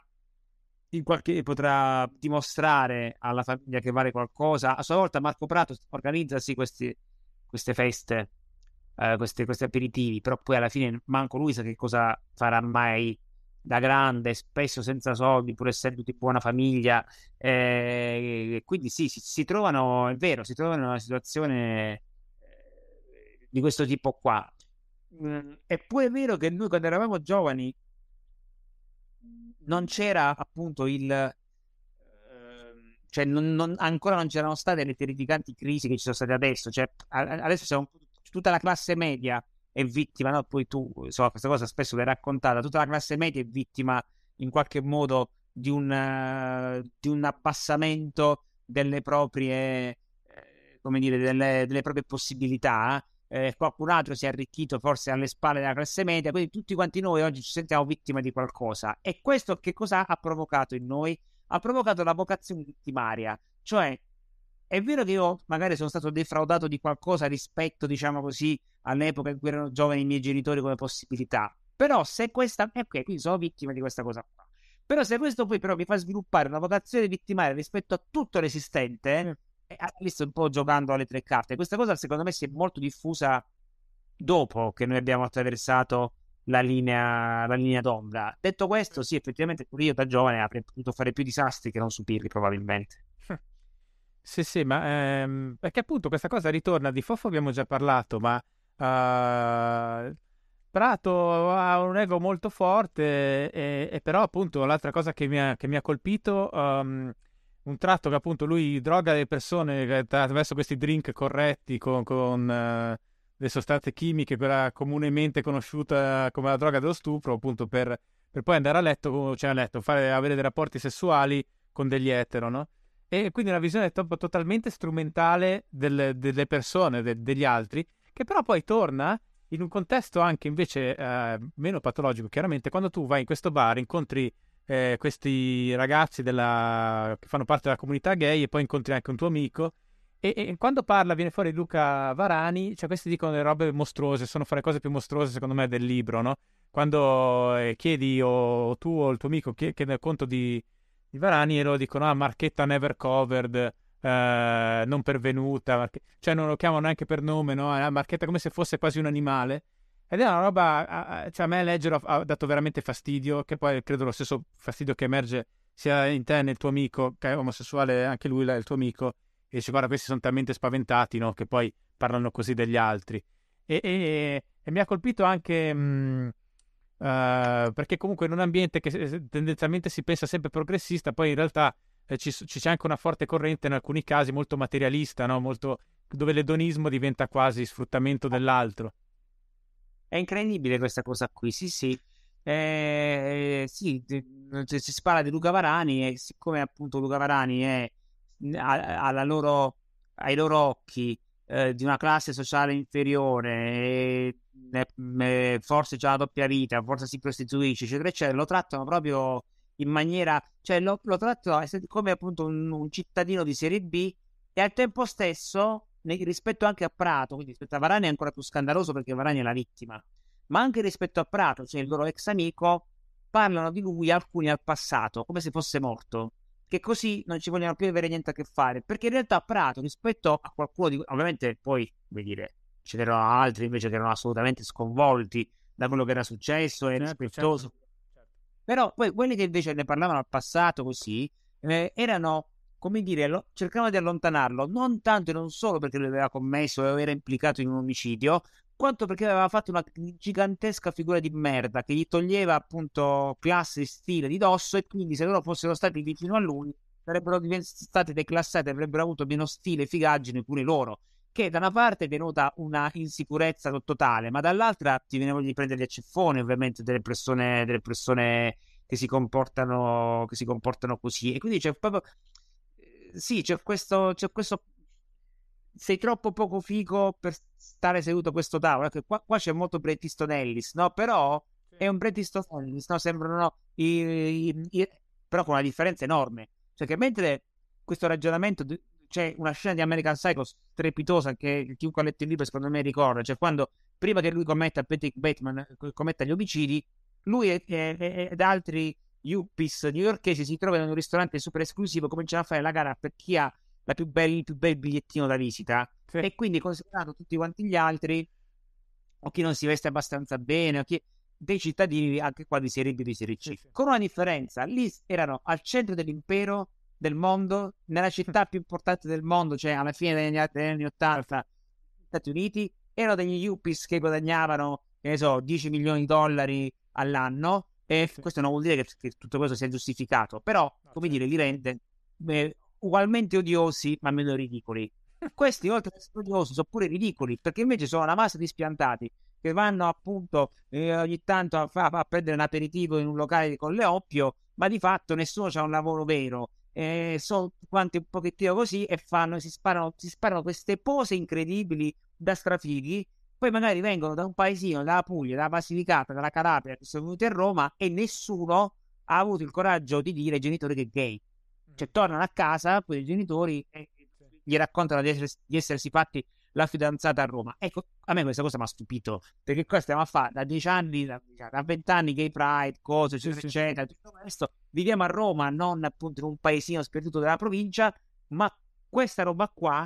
potrà dimostrare alla famiglia che vale qualcosa. A sua volta Marco Prato organizza sì queste feste, questi aperitivi, però poi alla fine manco lui sa che cosa farà mai da grande, spesso senza soldi, pur essendo di buona famiglia. Quindi sì, si trovano, è vero, si trovano in una situazione di questo tipo qua. Eppure è vero che noi quando eravamo giovani non c'era appunto cioè ancora non c'erano state le terrificanti crisi che ci sono state adesso. Cioè, adesso siamo tutta la classe media è vittima, no? Poi tu, insomma, questa cosa spesso l'hai raccontata, tutta la classe media è vittima in qualche modo di un abbassamento delle proprie, come dire, delle proprie possibilità. Qualcun altro si è arricchito forse alle spalle della classe media, quindi tutti quanti noi oggi ci sentiamo vittime di qualcosa. E questo che cosa ha provocato in noi? Ha provocato la vocazione vittimaria, cioè è vero che io magari sono stato defraudato di qualcosa rispetto, diciamo così, all'epoca in cui erano giovani i miei genitori come possibilità, però se questa, ok, quindi sono vittima di questa cosa qua, però se questo poi però mi fa sviluppare una vocazione vittimaria rispetto a tutto l'esistente, lì sto un po' giocando alle tre carte. Questa cosa secondo me si è molto diffusa dopo che noi abbiamo attraversato la linea d'ombra. Detto questo, sì, effettivamente pure io da giovane avrei potuto fare più disastri che non subirli probabilmente. Sì, ma perché appunto questa cosa ritorna, di Fofo abbiamo già parlato, ma Prato ha un ego molto forte e però appunto l'altra cosa che mi ha colpito, un tratto che appunto lui droga le persone attraverso questi drink corretti con le sostanze chimiche, quella comunemente conosciuta come la droga dello stupro, appunto per poi andare a letto, cioè a letto, avere dei rapporti sessuali con degli etero, no? E quindi una visione totalmente strumentale delle persone, degli altri, che però poi torna in un contesto anche invece meno patologico. Chiaramente quando tu vai in questo bar incontri questi ragazzi che fanno parte della comunità gay e poi incontri anche un tuo amico e quando parla viene fuori Luca Varani, cioè questi dicono delle robe mostruose, sono fra le cose più mostruose secondo me del libro, no? Quando chiedi o tu o il tuo amico chiede conto di Varani e loro dicono Marchetta never covered, non pervenuta, cioè non lo chiamano neanche per nome, no? Marchetta come se fosse quasi un animale. Ed è una roba, cioè a me leggerlo ha dato veramente fastidio, che poi credo lo stesso fastidio che emerge sia in te nel tuo amico, che è omosessuale anche lui, il tuo amico, e dice guarda questi sono talmente spaventati, no? Che poi parlano così degli altri. E mi ha colpito anche... perché comunque in un ambiente che tendenzialmente si pensa sempre progressista, poi in realtà c'è anche una forte corrente in alcuni casi molto materialista, no? Molto, dove l'edonismo diventa quasi sfruttamento dell'altro. È incredibile questa cosa qui, sì, sì. Sì, si parla di Luca Varani e siccome appunto Luca Varani è ai loro occhi di una classe sociale inferiore, forse c'ha la doppia vita, forse si prostituisce, eccetera, eccetera, lo trattano proprio in maniera, cioè lo trattano come appunto un cittadino di serie B e al tempo stesso, rispetto anche a Prato, quindi rispetto a Varani è ancora più scandaloso perché Varani è la vittima, ma anche rispetto a Prato, cioè il loro ex amico, parlano di lui alcuni al passato, come se fosse morto, che così non ci vogliono più avere niente a che fare, perché in realtà Prato rispetto a qualcuno di... ovviamente poi, come dire, ce n'erano altri invece che erano assolutamente sconvolti da quello che era successo e rispettoso. Certo. Però poi quelli che invece ne parlavano al passato così, erano, come dire, cercavano di allontanarlo, non tanto e non solo perché lui aveva commesso o era implicato in un omicidio, quanto perché aveva fatto una gigantesca figura di merda che gli toglieva appunto classe e stile di dosso e quindi se loro fossero stati vicino a lui sarebbero state declassate, avrebbero avuto meno stile e figaggine pure loro, che da una parte denota una insicurezza totale, ma dall'altra ti viene voglia di prendere gli acceffoni ovviamente delle persone che si comportano così e quindi c'è proprio sì, c'è questo sei troppo poco figo per stare seduto a questo tavolo. Ecco, qua c'è molto Bret Easton Ellis, no? Però è un Bret Easton Ellis, no? Sembrano no? Però con una differenza enorme. Cioè che mentre questo ragionamento c'è una scena di American Psycho strepitosa che chiunque ha letto il libro secondo me ricorda, cioè quando prima che lui commetta Patrick Bateman commetta gli omicidi, lui ed altri yuppies newyorkesi si trovano in un ristorante super esclusivo, cominciano a fare la gara per chi ha il più bel bigliettino da visita Sì. e quindi considerato tutti quanti gli altri o chi non si veste abbastanza bene o chi dei cittadini anche qua di serie B di serie C, Sì. con una differenza: lì erano al centro dell'impero del mondo, nella città più importante del mondo, cioè alla fine degli anni 80 Stati Uniti, erano degli yuppies che guadagnavano, che ne so, 10 milioni di dollari all'anno e questo non vuol dire che tutto questo sia giustificato, però come dire li rende ugualmente odiosi ma meno ridicoli. Questi oltre ad essere odiosi sono pure ridicoli perché invece sono una massa di spiantati che vanno appunto ogni tanto a prendere un aperitivo in un locale con le oppio, ma di fatto nessuno ha un lavoro vero, sono quanti un pochettino così e si sparano queste pose incredibili da strafighi. Poi magari vengono da un paesino, dalla Puglia, dalla Basilicata, dalla Calabria, che sono venuti a Roma e nessuno ha avuto il coraggio di dire ai genitori che è gay. Cioè tornano a casa poi i genitori e gli raccontano di essersi fatti la fidanzata a Roma. Ecco, a me questa cosa mi ha stupito, perché qua stiamo a fare da 10 anni, da 20 anni gay pride, cose, eccetera, eccetera. Tutto questo. Viviamo a Roma, non appunto in un paesino sperduto della provincia, ma questa roba qua,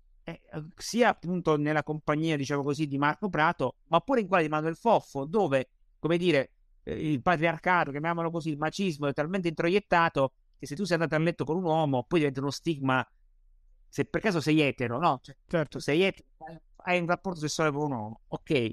sia appunto nella compagnia, diciamo così, di Marco Prato, ma pure in quella di Manuel Foffo, dove, come dire, il patriarcato, chiamiamolo così, il macismo è talmente introiettato che se tu sei andato a letto con un uomo, poi diventa uno stigma se per caso sei etero, no? Cioè, Certo. sei etero, hai un rapporto sessuale con un uomo, ok,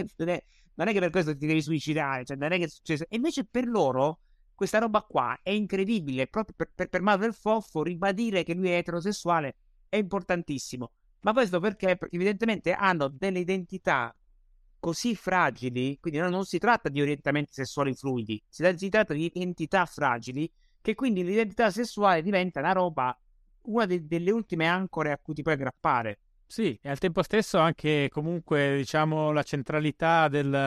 non è che per questo ti devi suicidare, cioè non è che succede. E invece per loro questa roba qua è incredibile, proprio per Mauro del Foffo ribadire che lui è eterosessuale è importantissimo. Ma questo perché? Perché evidentemente hanno delle identità così fragili, quindi non si tratta di orientamenti sessuali fluidi, si tratta di identità fragili, che quindi l'identità sessuale diventa una roba una delle ultime ancore a cui ti puoi aggrappare. Sì, e al tempo stesso anche comunque diciamo la centralità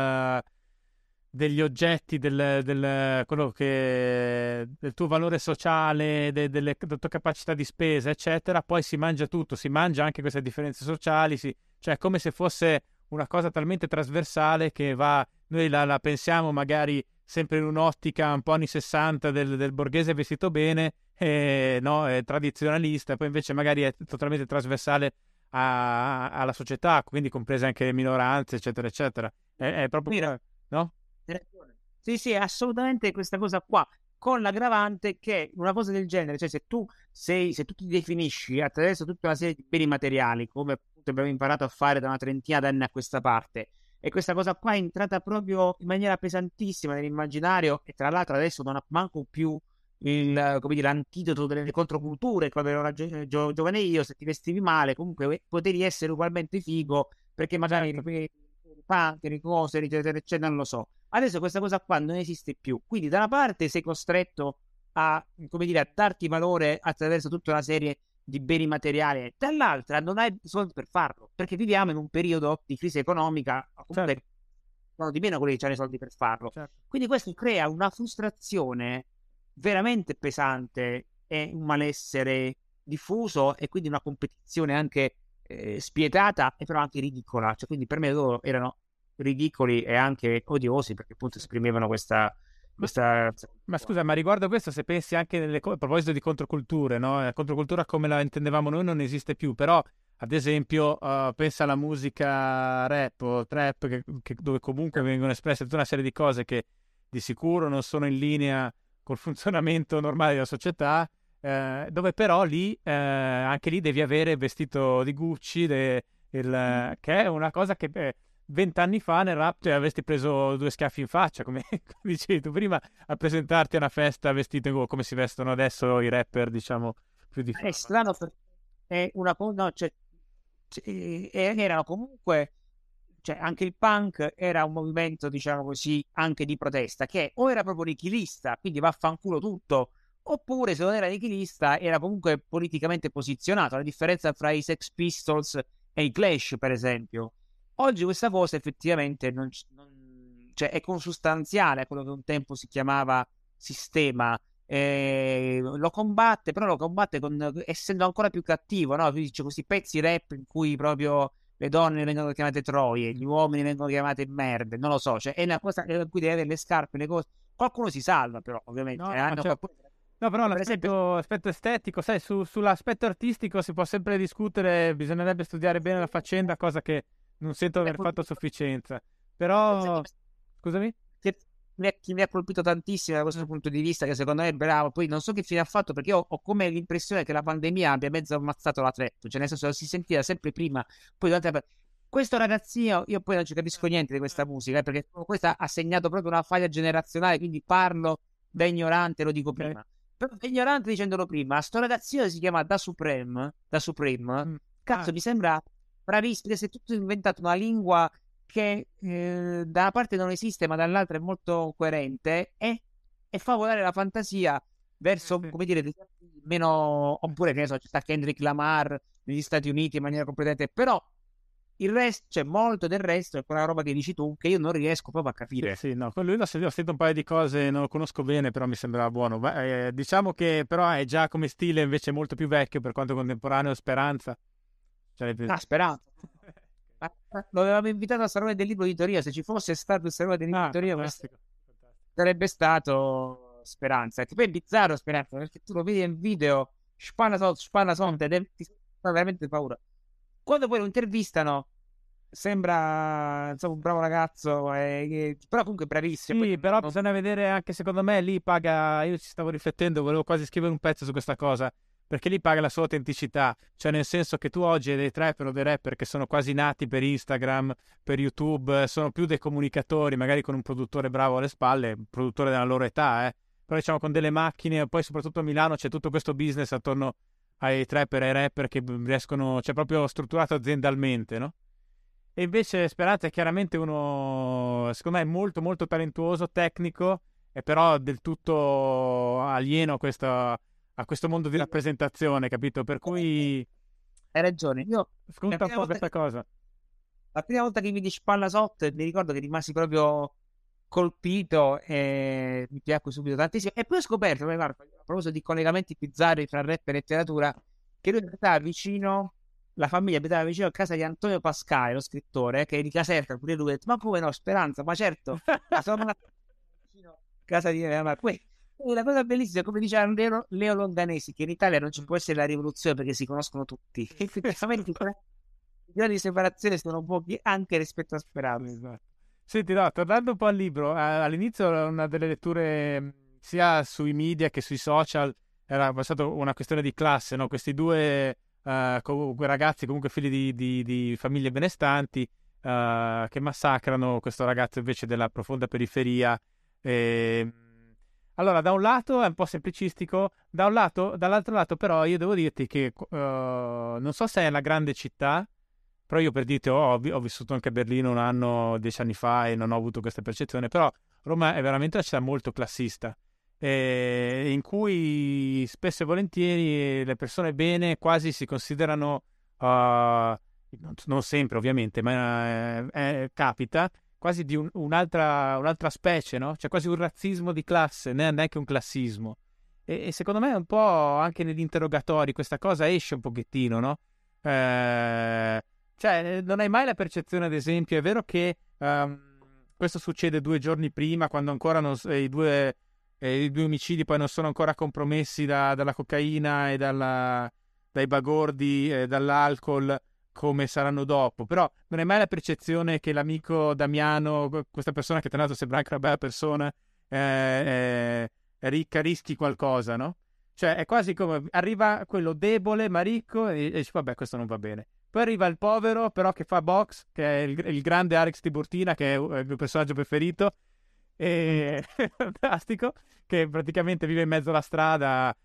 degli oggetti, quello del tuo valore sociale, della tua capacità di spesa, eccetera, poi si mangia tutto, si mangia anche queste differenze sociali, cioè è come se fosse una cosa talmente trasversale che noi la pensiamo magari sempre in un'ottica un po' anni 60 del borghese vestito bene, no, è tradizionalista, poi invece magari è totalmente trasversale alla società, quindi comprese anche le minoranze, eccetera, eccetera. È proprio, no? Sì, sì, assolutamente questa cosa qua, con l'aggravante che una cosa del genere, cioè se tu ti definisci attraverso tutta una serie di beni materiali, come appunto abbiamo imparato a fare da una trentina d'anni a questa parte, e questa cosa qua è entrata proprio in maniera pesantissima nell'immaginario, e tra l'altro adesso non ha manco più come dire, l'antidoto delle controculture, quando ero giovane io, se ti vestivi male, comunque potevi essere ugualmente figo, perché magari punk, le cose, eccetera, eccetera, non lo so. Adesso questa cosa qua non esiste più. Quindi da una parte sei costretto a, come dire, a darti valore attraverso tutta una serie di beni materiali, dall'altra non hai soldi per farlo, perché viviamo in un periodo di crisi economica, comunque Certo, sono di meno quelli che hanno i soldi per farlo. certo. Quindi questo crea una frustrazione veramente pesante e un malessere diffuso e quindi una competizione anche spietata e però anche ridicola. Cioè, quindi per me loro erano ridicoli e anche odiosi perché appunto esprimevano Ma, questa... ma scusa, ma riguardo a questo, se pensi anche a proposito di controculture, no? La controcultura come la intendevamo noi non esiste più, però ad esempio pensa alla musica rap o trap dove comunque vengono espresse tutta una serie di cose che di sicuro non sono in linea col funzionamento normale della società, dove però lì anche lì devi avere il vestito di Gucci, che è una cosa che 20 anni fa nel rap avresti preso 2 schiaffi in faccia, come dicevi tu prima, a presentarti a una festa vestito come si vestono adesso i rapper, diciamo, più di È fama. strano perché è una cosa... No, erano comunque... Cioè, anche il punk era un movimento, diciamo così, anche di protesta, che o era proprio nichilista, quindi vaffanculo tutto, oppure se non era nichilista era comunque politicamente posizionato, la differenza fra i Sex Pistols e i Clash, per esempio. Oggi questa cosa effettivamente cioè, è consustanziale a quello che un tempo si chiamava sistema. Lo combatte, però lo combatte essendo ancora più cattivo, no? Quindi c'è questi pezzi rap in cui proprio le donne vengono chiamate troie, gli uomini vengono chiamati merde, non lo so, cioè è una cosa in cui devi avere le scarpe, le cose. Qualcuno si salva, però, ovviamente. No, no, ma certo. Qualcuno... No, però Per esempio, l'aspetto estetico, sai, sull'aspetto artistico si può sempre discutere, bisognerebbe studiare bene la faccenda, cosa che non sento aver fatto a sufficienza. Però, scusami? chi mi ha colpito tantissimo da questo punto di vista, che secondo me è bravo. Poi non so che fine ha fatto, perché io ho come l'impressione che la pandemia abbia mezzo ammazzato la trap, cioè nel senso si sentiva sempre prima, poi questo ragazzino, io poi non ci capisco niente di questa musica, perché questa ha segnato proprio una faglia generazionale, quindi parlo da ignorante, lo dico Ok. prima. Però da ignorante dicendolo prima, sto ragazzino si chiama Da Supreme, Mm. cazzo Ah, mi sembra bravissimo, perché si è tutto inventato una lingua che da una parte non esiste, ma dall'altra è molto coerente e fa volare la fantasia sì, verso, sì. come dire, meno, oppure che ne so, ci sta Kendrick Lamar negli Stati Uniti in maniera completamente, però il resto, c'è molto del resto, è quella roba che dici tu, che io non riesco proprio a Sì, capire. sì, no, con lui ho sentito un paio di cose, non lo conosco bene, però mi sembrava buono. Diciamo che però è già come stile invece molto più vecchio per quanto contemporaneo, Speranza. Cioè, Ah, Speranza. Lo avevamo invitato al Salone del Libro di Torino, se ci fosse stato il Salone del Libro di Torino, questo fantastico. Fantastico. sarebbe stato Speranza. Che poi è bizzarro Speranza, perché tu lo vedi nel video, spanna sonte, ed ti fa veramente paura. Quando poi lo intervistano, sembra insomma un bravo ragazzo, però comunque bravissimo. Poi Sì, però bisogna vedere anche secondo me lì paga, io ci stavo riflettendo, volevo quasi scrivere un pezzo su questa cosa, perché lì paga la sua autenticità, cioè nel senso che tu oggi hai dei trapper o dei rapper che sono quasi nati per Instagram, per YouTube, sono più dei comunicatori, magari con un produttore bravo alle spalle, un produttore della loro età, però diciamo con delle macchine, e poi soprattutto a Milano c'è tutto questo business attorno ai trapper e ai rapper che riescono, cioè proprio strutturato aziendalmente, no? E invece Speranza è chiaramente uno, secondo me, molto molto talentuoso, tecnico, e però del tutto alieno a questo mondo di rappresentazione, capito? Per cui hai ragione. Io la sconta un prima po' volta questa cosa. La prima volta che vidi Spalla Sotto, mi ricordo che rimasi proprio colpito e mi piacque subito tantissimo. E poi ho scoperto, guarda, a proposito di collegamenti bizzarri tra rap e letteratura, che lui abitava vicino, la famiglia abitava vicino a casa di Antonio Pascale, lo scrittore, che è di Caserta, pure lui. Ha detto, ma come no, Speranza, ma certo, la sua mamma vicino a casa di mia mamma. Poi, la cosa bellissima, come diceva Leo Longanesi, che in Italia non ci può essere la rivoluzione perché si conoscono tutti. Effettivamente, i gradi di separazione sono pochi anche rispetto a Speranza. Esatto. Senti, no, tornando un po' al libro, all'inizio era una delle letture sia sui media che sui social, era stata una questione di classe, no? Questi due ragazzi, comunque figli di famiglie benestanti, che massacrano questo ragazzo invece della profonda periferia. E, allora, da un lato è un po' semplicistico, dall'altro lato però io devo dirti che non so se è una grande città, Però io per dirti, ho vissuto anche a Berlino un anno, 10 anni fa, e non ho avuto questa percezione, però Roma è veramente una città molto classista, in cui spesso e volentieri le persone bene quasi si considerano, non sempre ovviamente, ma capita, quasi di un'altra specie, no? C'è quasi un razzismo di classe, neanche un classismo. E secondo me un po' anche negli interrogatori questa cosa esce un pochettino, no? Cioè, non hai mai la percezione, ad esempio, è vero che questo succede 2 giorni prima, quando ancora i due omicidi poi non sono ancora compromessi dalla cocaina e dai bagordi, dall'alcol, come saranno dopo. Però non hai mai la percezione che l'amico Damiano, questa persona che tra l'altro sembra anche una bella persona, è ricca, rischi qualcosa, no? Cioè, è quasi come arriva quello debole ma ricco e dici, vabbè, questo non va bene. Poi arriva il povero, però, che fa box, che è il grande Alex Tiburtina, che è il mio personaggio preferito, e fantastico, che praticamente vive in mezzo alla strada,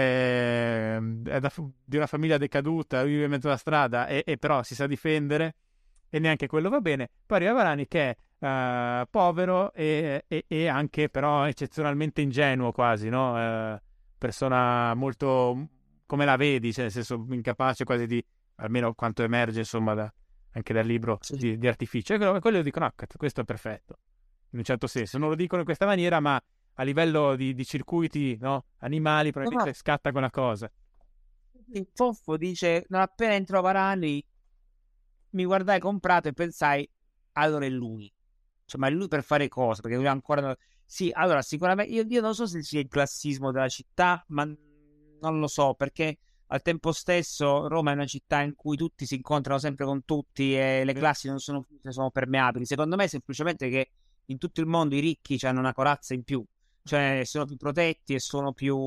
di una famiglia decaduta, vive in mezzo alla strada, e però si sa difendere, e neanche quello va bene. Poi arriva Varani, che è povero e anche però eccezionalmente ingenuo quasi, no? Persona molto, come la vedi, cioè nel senso incapace quasi di, almeno quanto emerge insomma anche dal libro, Sì. di artificio. E quello dicono, questo è perfetto, in un certo senso. Non lo dicono in questa maniera, ma a livello di circuiti, no? Animali, No, no, probabilmente scatta quella cosa. il Foffo dice, non appena entrò Varani, mi guardai comprato e pensai, allora è lui. Cioè, ma è lui per fare cosa? Perché lui ancora sì, allora sicuramente io non so se sia il classismo della città, ma non lo so, perché al tempo stesso Roma è una città in cui tutti si incontrano sempre con tutti e le classi non sono, sono permeabili. Secondo me è semplicemente che in tutto il mondo i ricchi hanno una corazza in più, cioè sono più protetti e sono più...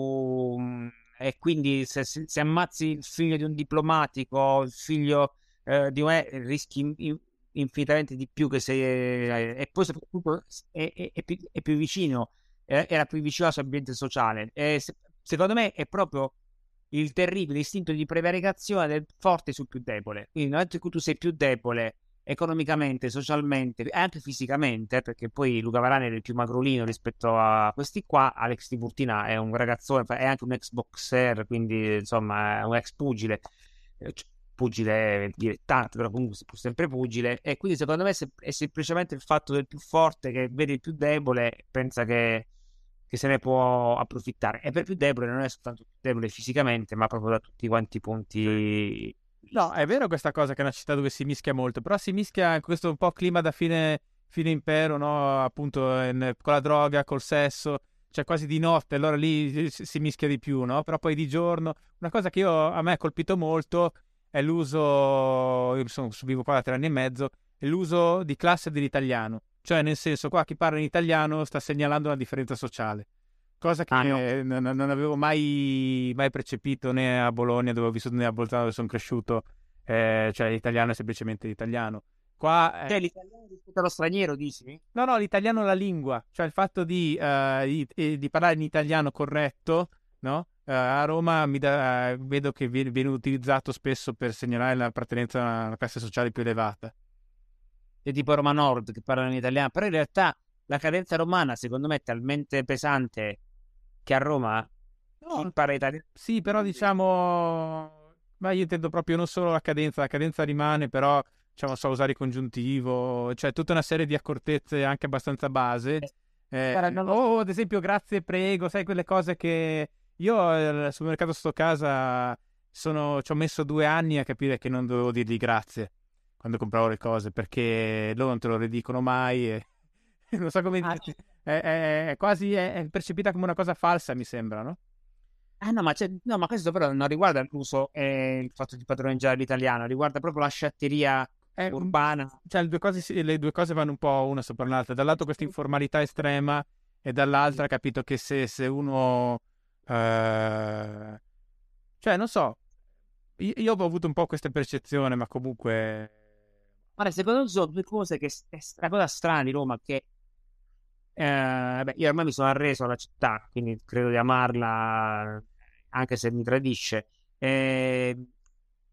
e quindi se ammazzi il figlio di un diplomatico, il figlio di un rischi infinitamente di più che se e poi soprattutto è più vicino, era più vicino al suo ambiente sociale. Secondo me è proprio il terribile istinto di prevaricazione del forte sul più debole. Quindi nel momento in cui tu sei più debole economicamente, socialmente e anche fisicamente, perché poi Luca Varane era il più magrolino rispetto a questi qua, Alex Tiburtina è un ragazzone, è anche un ex boxer, quindi insomma è un ex pugile, pugile dilettante, però comunque pur sempre pugile, e quindi secondo me è semplicemente il fatto del più forte che vede il più debole e pensa che se ne può approfittare. E per più debole non è soltanto più debole fisicamente, ma proprio da tutti quanti i punti di No, è vista. vero questa cosa che è una città dove si mischia molto, però si mischia in questo un po' clima da fine impero, no? Appunto con la droga, col sesso, cioè quasi di notte, allora lì si mischia di più, no? Però poi di giorno. Una cosa che a me ha colpito molto è l'uso, vivo qua da 3 anni e mezzo, è l'uso di classe dell'italiano. Cioè, nel senso, qua chi parla in italiano sta segnalando una differenza sociale. Cosa Ah no, che non avevo mai percepito né a Bologna, dove ho vissuto, né a Bolzano, dove sono cresciuto. Cioè, l'italiano è semplicemente l'italiano. Qua, cioè l'italiano rispetto allo straniero, dici? no, no, l'italiano è la lingua, cioè il fatto di parlare in italiano corretto, no? A Roma vedo che viene utilizzato spesso per segnalare l'appartenenza a una classe sociale più elevata. C'è tipo Roma Nord che parlano in italiano, però in realtà la cadenza romana secondo me è talmente pesante che a Roma chi No, parla italiano sì, però diciamo, ma io intendo proprio non solo la cadenza rimane, però diciamo so usare il congiuntivo, cioè tutta una serie di accortezze anche abbastanza base. guarda, non lo so. O ad esempio grazie, prego, sai quelle cose che io al supermercato sto casa ci ho messo 2 anni a capire che non dovevo dirgli grazie quando compravo le cose, perché loro non te lo ridicono mai e non so come Ah, dirti, è quasi è percepita come una cosa falsa, mi sembra, no? no, no, ma questo però non riguarda l'uso e il fatto di padroneggiare l'italiano, riguarda proprio la sciatteria Eh, mm, urbana. cioè, le due cose vanno un po' una sopra l'altra. Da un lato questa informalità estrema e dall'altra capito che se uno... cioè, non so, io ho avuto un po' questa percezione, ma comunque... Guarda, secondo me sono due cose che è la cosa strana di Roma, che beh, io ormai mi sono arreso alla città, quindi credo di amarla anche se mi tradisce. Eh,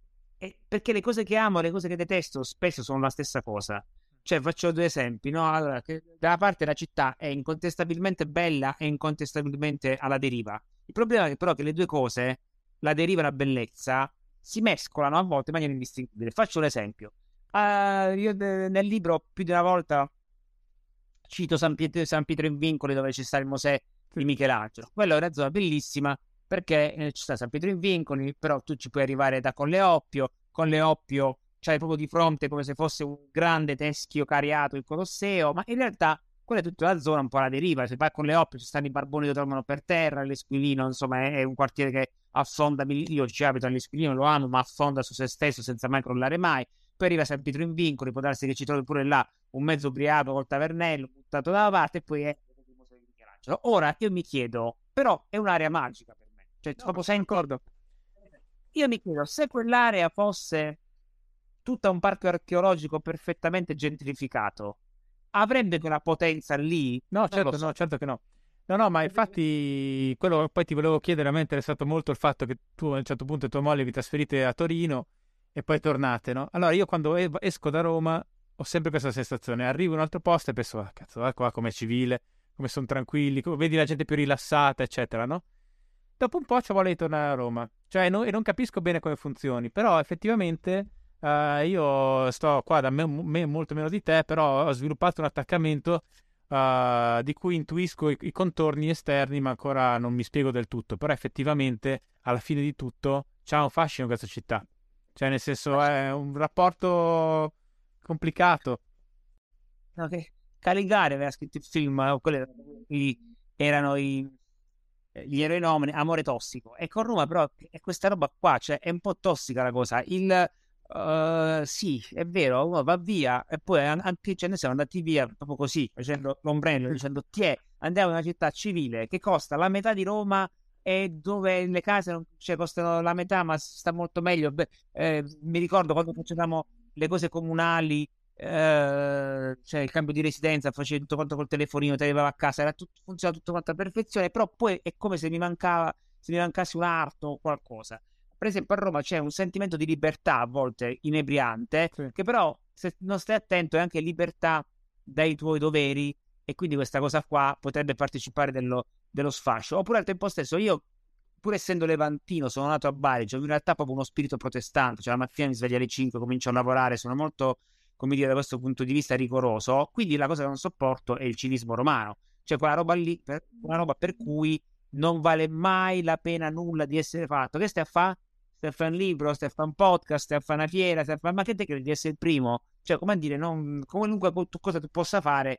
perché le cose che amo e le cose che detesto spesso sono la stessa cosa. Cioè, faccio due esempi, no? Allora, da una parte la città è incontestabilmente bella e incontestabilmente alla deriva. Il problema è però che le due cose, la deriva e la bellezza, si mescolano a volte in maniera indistinguibile. Faccio un esempio. Io nel libro più di una volta cito San Pietro in Vincoli, dove ci sta il Mosè di Michelangelo. Quella è una zona bellissima perché ci sta San Pietro in Vincoli, però tu ci puoi arrivare da Con le Oppio c'hai proprio di fronte come se fosse un grande teschio cariato il Colosseo, ma in realtà quella è tutta la zona un po' alla deriva. Se vai con le Oppio ci stanno i barboni che dormono per terra, l'Esquilino, insomma è un quartiere che affonda, io ci abito all'Esquilino, lo amo, ma affonda su se stesso senza mai crollare mai. Poi arriva San Pietro in Vincoli, può darsi che ci trovi pure là un mezzo ubriaco col tavernello buttato da una parte e poi è il Museo di Michelangelo. Ora io mi chiedo, però è un'area magica per me, cioè No, proprio sono senti, d'accordo. io mi chiedo se quell'area fosse tutta un parco archeologico perfettamente gentrificato, avrebbe quella potenza lì? No, Non lo certo, no, so. certo che no. No, no, ma infatti quello che poi ti volevo chiedere, a me è interessato molto il fatto che tu a un certo punto e tua moglie vi trasferite a Torino e poi tornate, no? Allora io quando esco da Roma ho sempre questa sensazione, arrivo in un altro posto e penso, ah cazzo, guarda qua com'è civile, come sono tranquilli, vedi la gente più rilassata, eccetera, no? Dopo un po' ci vuole tornare a Roma, cioè e non capisco bene come funzioni, però effettivamente io sto qua da me molto meno di te, però ho sviluppato un attaccamento di cui intuisco i contorni esterni, ma ancora non mi spiego del tutto. Però effettivamente, alla fine di tutto, c'ha un fascino questa città. Cioè, nel senso, è un rapporto complicato. No, che Caligari aveva scritto il film, erano gli eroi nomadi, Amore tossico. E con Roma però è questa roba qua, cioè è un po' tossica la cosa. Sì, è vero, uno va via e poi anche cioè, noi siamo andati via proprio così, facendo l'ombrello, dicendo andiamo in una città civile che costa la metà di Roma e dove le case cioè, costano la metà, ma sta molto meglio. Beh, mi ricordo quando facevamo le cose comunali, cioè il cambio di residenza, facevi tutto quanto col telefonino, ti arrivava a casa, funzionava tutto quanto a perfezione, però poi è come se se mi mancasse un arto o qualcosa. Per esempio a Roma c'è un sentimento di libertà a volte inebriante, Sì. che però se non stai attento è anche libertà dai tuoi doveri e quindi questa cosa qua potrebbe partecipare dello sfascio. Oppure al tempo stesso io, pur essendo levantino, sono nato a Bari, cioè in realtà proprio uno spirito protestante, cioè la mattina mi sveglio alle 5, comincio a lavorare, sono molto, come dire, da questo punto di vista rigoroso, quindi la cosa che non sopporto è il civismo romano, cioè quella roba lì, una roba per cui non vale mai la pena nulla di essere fatto. Che stai a fare? Stai a fare un libro, stai a fare un podcast, stai a fare una fiera, ma che te credi di essere il primo? Cioè, come a dire, qualunque cosa tu possa fare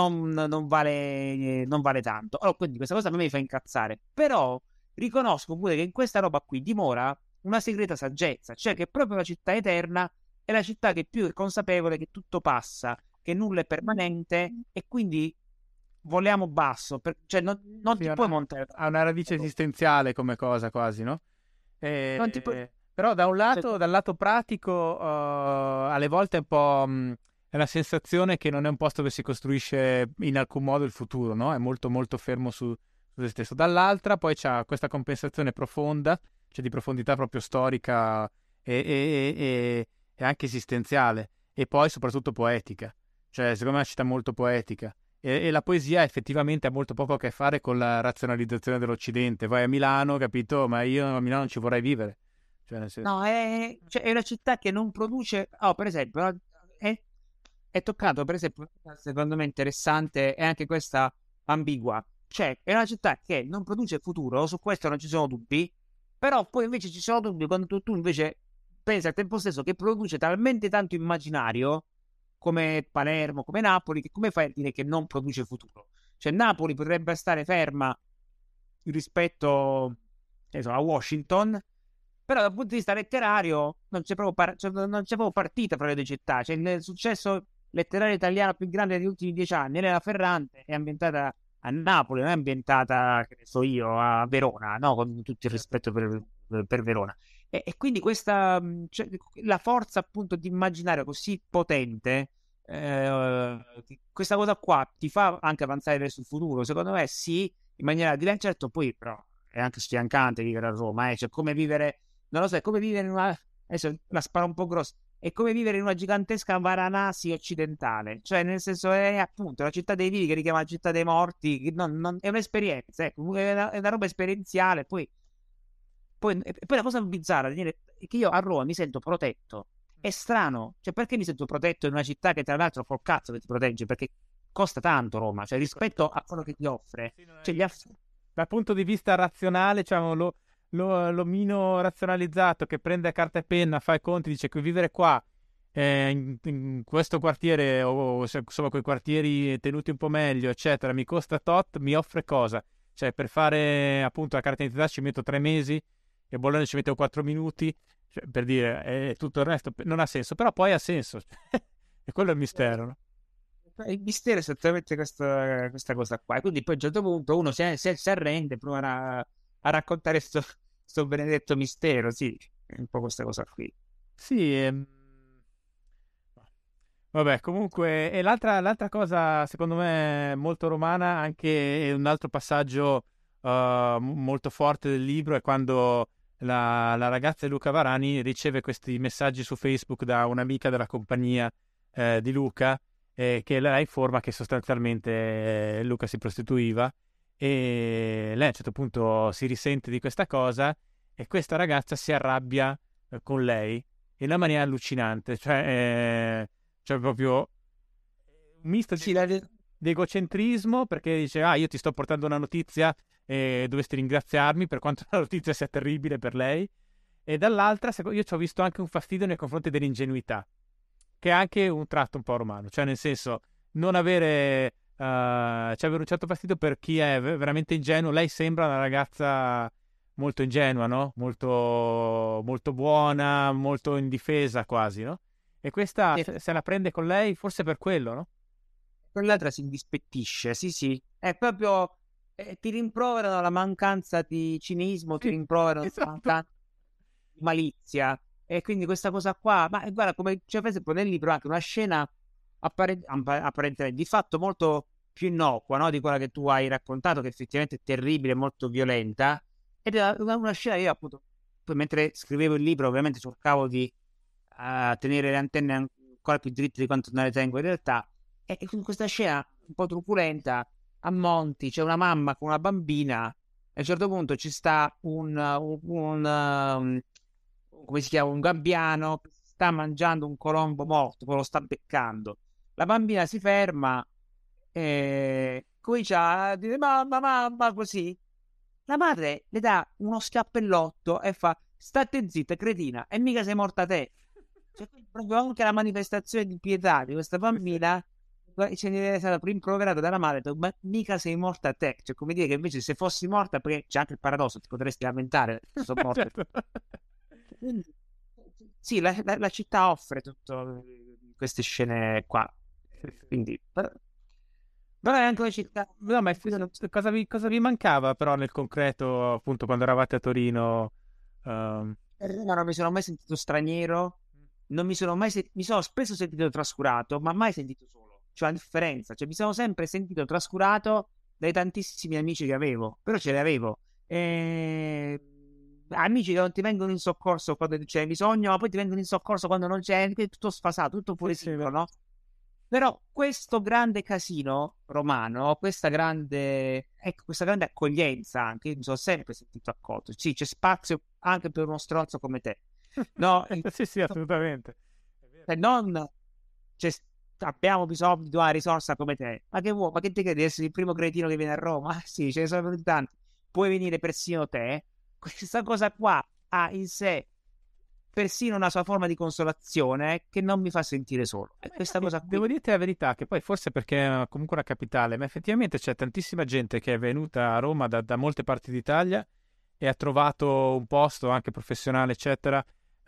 non vale tanto. Allora, quindi questa cosa a me mi fa incazzare. Però riconosco pure che in questa roba qui dimora una segreta saggezza, cioè che proprio la città eterna è la città che più è consapevole che tutto passa, che nulla è permanente e quindi voliamo basso, cioè non Sì, ti puoi montare. ha una radice esistenziale come cosa quasi, no? Non ti puoi. Però da un Cioè, lato, dal lato pratico, alle volte è un po' è la sensazione che non è un posto dove si costruisce in alcun modo il futuro, no? È molto molto fermo su se stesso. Dall'altra poi c'ha questa compensazione profonda, cioè di profondità proprio storica e anche esistenziale, e poi soprattutto poetica. Cioè, secondo me è una città molto poetica. E la poesia effettivamente ha molto poco a che fare con la razionalizzazione dell'Occidente. Vai a Milano, capito? Ma io a Milano non ci vorrei vivere. Cioè, nel senso... no, è una città che non produce. Oh, per esempio, no, è toccato, per esempio, secondo me interessante, è anche questa ambigua. Cioè, è una città che non produce futuro, su questo non ci sono dubbi, però poi invece ci sono dubbi quando tu invece pensi al tempo stesso che produce talmente tanto immaginario come Palermo, come Napoli, che come fai a dire che non produce futuro? Cioè, Napoli potrebbe stare ferma rispetto, che so, a Washington, però dal punto di vista letterario non c'è proprio, non c'è proprio partita fra le due città. Cioè, il successo letterario italiano più grande degli ultimi 10 anni, Elena Ferrante, è ambientata a Napoli, non è ambientata, che ne so io, a Verona, no? Con tutto il rispetto per Verona. E quindi questa, cioè, la forza appunto di immaginario così potente, questa cosa qua ti fa anche avanzare verso il futuro. Secondo me sì, in maniera diversa, certo, poi però è anche sfiancante vivere a Roma, cioè come vivere, non lo so, è come vivere adesso la sparo un po' grossa, è come vivere in una gigantesca Varanasi occidentale, cioè nel senso è appunto la città dei vivi che richiama la città dei morti, che è un'esperienza, ecco, è una roba esperienziale, e poi la cosa bizzarra di dire è che io a Roma mi sento protetto. È strano, cioè perché mi sento protetto in una città che tra l'altro col cazzo che ti protegge, perché costa tanto Roma, cioè rispetto a quello che ti offre, cioè dal punto di vista razionale, diciamo, l'omino razionalizzato che prende carta e penna, fa i conti, dice che vivere qua in questo quartiere o insomma quei quartieri tenuti un po' meglio, eccetera, mi costa tot, mi offre cosa? Cioè per fare appunto la carta d'identità ci metto 3 mesi e Bologna ci metto 4 minuti, cioè, per dire, tutto il resto non ha senso, però poi ha senso. E quello è il mistero, no? il mistero è esattamente questa cosa qua. E quindi poi a un certo punto uno si arrende, prova a raccontare sto benedetto mistero, sì, è un po' questa cosa qui. Sì, vabbè, comunque, e l'altra cosa, secondo me, molto romana, anche un altro passaggio molto forte del libro, è quando la ragazza di Luca Varani riceve questi messaggi su Facebook da un'amica della compagnia di Luca, che la informa che sostanzialmente Luca si prostituiva, e lei a un certo punto si risente di questa cosa e questa ragazza si arrabbia con lei in una maniera allucinante, cioè proprio un misto Sì, di egocentrismo, perché dice, io ti sto portando una notizia e dovresti ringraziarmi per quanto la notizia sia terribile per lei, e dall'altra io ci ho visto anche un fastidio nei confronti dell'ingenuità, che è anche un tratto un po' romano, cioè nel senso non avere, cioè avere un certo fastidio per chi è veramente ingenuo. Lei sembra una ragazza molto ingenua, no? Molto, molto buona, molto indifesa quasi, no? E questa sì, se la prende con lei forse per quello, no? quell'altra si indispettisce, sì, sì, è proprio ti rimproverano la mancanza di cinismo, ti Sì, rimproverano la esatto. mancanza di malizia, e quindi questa cosa qua, ma guarda, come c'è per esempio nel libro anche una scena apparentemente di fatto molto più innocua, no? Di quella che tu hai raccontato, che effettivamente è terribile, molto violenta, ed è una scena che io appunto, poi mentre scrivevo il libro ovviamente cercavo di tenere le antenne ancora più dritte di quanto non le tengo in realtà. E con questa scena un po' truculenta a Monti c'è una mamma con una bambina. A un certo punto ci sta come si chiama? Un gabbiano che sta mangiando un colombo morto, poi lo sta beccando. La bambina si ferma e comincia a dire mamma, mamma, così. La madre le dà uno scappellotto e fa state zitta, cretina, e mica sei morta te. Cioè, proprio anche la manifestazione di pietà di questa bambina è stata rimproverata dalla madre, ha detto, ma mica sei morta te. Cioè, come dire che invece se fossi morta, perché c'è anche il paradosso, ti potresti lamentare, sono morta. Certo. Quindi, sì, la città offre tutte queste scene qua. Sì, sì. Quindi, però è anche una città. No, ma cosa vi mancava però nel concreto, appunto, quando eravate a Torino? Ehm, No, non mi sono mai sentito straniero, non mi sono mai mi sono spesso sentito trascurato, ma mai sentito solo. Cioè, la differenza, cioè, mi sono sempre sentito trascurato dai tantissimi amici che avevo, però ce li avevo. Amici che non ti vengono in soccorso quando c'è bisogno, ma poi ti vengono in soccorso quando non c'è, è tutto sfasato, tutto sì, fuori sì, ciclo, no? Però questo grande casino romano, questa grande accoglienza anche, io mi sono sempre sentito accolto. Sì, c'è spazio anche per uno stronzo come te. No, sì, sì, assolutamente. È vero. se non c'è- abbiamo bisogno di una risorsa come te. Ma che vuoi? Ma che ti credi di essere il primo cretino che viene a Roma? Ah, sì, ce ne sono venuti tanti. Puoi venire persino te. Questa cosa qua ha in sé persino una sua forma di consolazione che non mi fa sentire solo. E Ma questa infatti, cosa qui. devo dirti la verità, che poi forse perché è comunque una capitale, ma effettivamente c'è tantissima gente che è venuta a Roma da molte parti d'Italia e ha trovato un posto anche professionale, eccetera.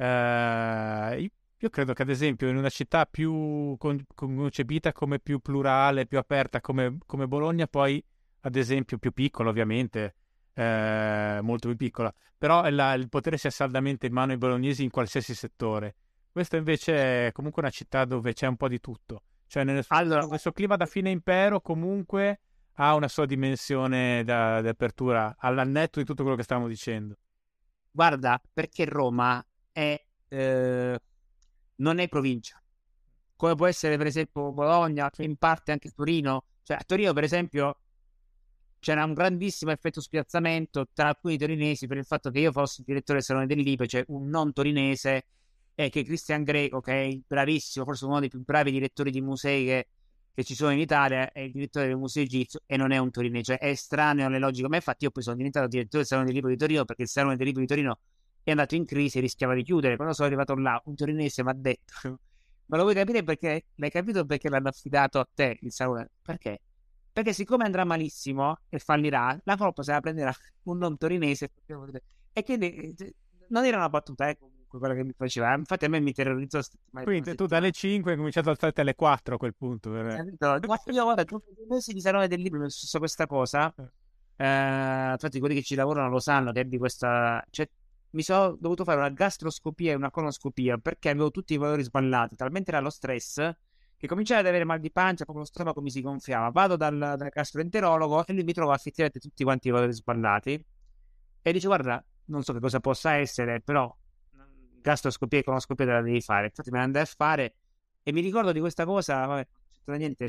Io credo che ad esempio in una città più concepita come più plurale, più aperta come Bologna, poi ad esempio più piccola ovviamente, molto più piccola, però il potere sia saldamente in mano ai bolognesi in qualsiasi settore. Questa invece è comunque una città dove c'è un po' di tutto, cioè Allora, questo clima da fine impero comunque ha una sua dimensione di apertura al netto di tutto quello che stavamo dicendo. guarda, perché Roma è non è provincia, come può essere per esempio Bologna, in parte anche Torino. Cioè a Torino per esempio c'era un grandissimo effetto spiazzamento tra alcuni torinesi per il fatto che io fossi il direttore del Salone del Libro, cioè un non torinese, e che Cristian Greco, che è bravissimo, forse uno dei più bravi direttori di musei che ci sono in Italia, è il direttore del Museo Egizio e non è un torinese, cioè è estraneo alle logiche. Ma infatti io poi sono diventato direttore del Salone del Libro di Torino perché il Salone del Libro di Torino è andato in crisi e rischiava di chiudere. Quando sono arrivato là, un torinese mi ha detto: ma lo vuoi capire perché? L'hai capito perché l'hanno affidato a te il Salone? Perché? Perché siccome andrà malissimo e fallirà, la colpa se la prenderà un non torinese. E quindi non era una battuta, comunque quella che mi faceva. Infatti a me mi terrorizzò. Quindi tu dalle 5 hai cominciato a alzarti alle 4 a quel punto. Io guarda, dopo 2 mesi di Salone del Libro mi è successa questa cosa. Infatti quelli che ci lavorano lo sanno che ebbi questa... Cioè, mi sono dovuto fare una gastroscopia e una colonoscopia perché avevo tutti i valori sballati, talmente era lo stress che cominciai ad avere mal di pancia, proprio lo stomaco mi si gonfiava. Vado dal gastroenterologo e lui mi trova effettivamente tutti quanti i valori sballati e dice: guarda, non so che cosa possa essere, però gastroscopia e colonoscopia te la devi fare. Infatti me la andai a fare e mi ricordo di questa cosa, vabbè, non c'entra niente,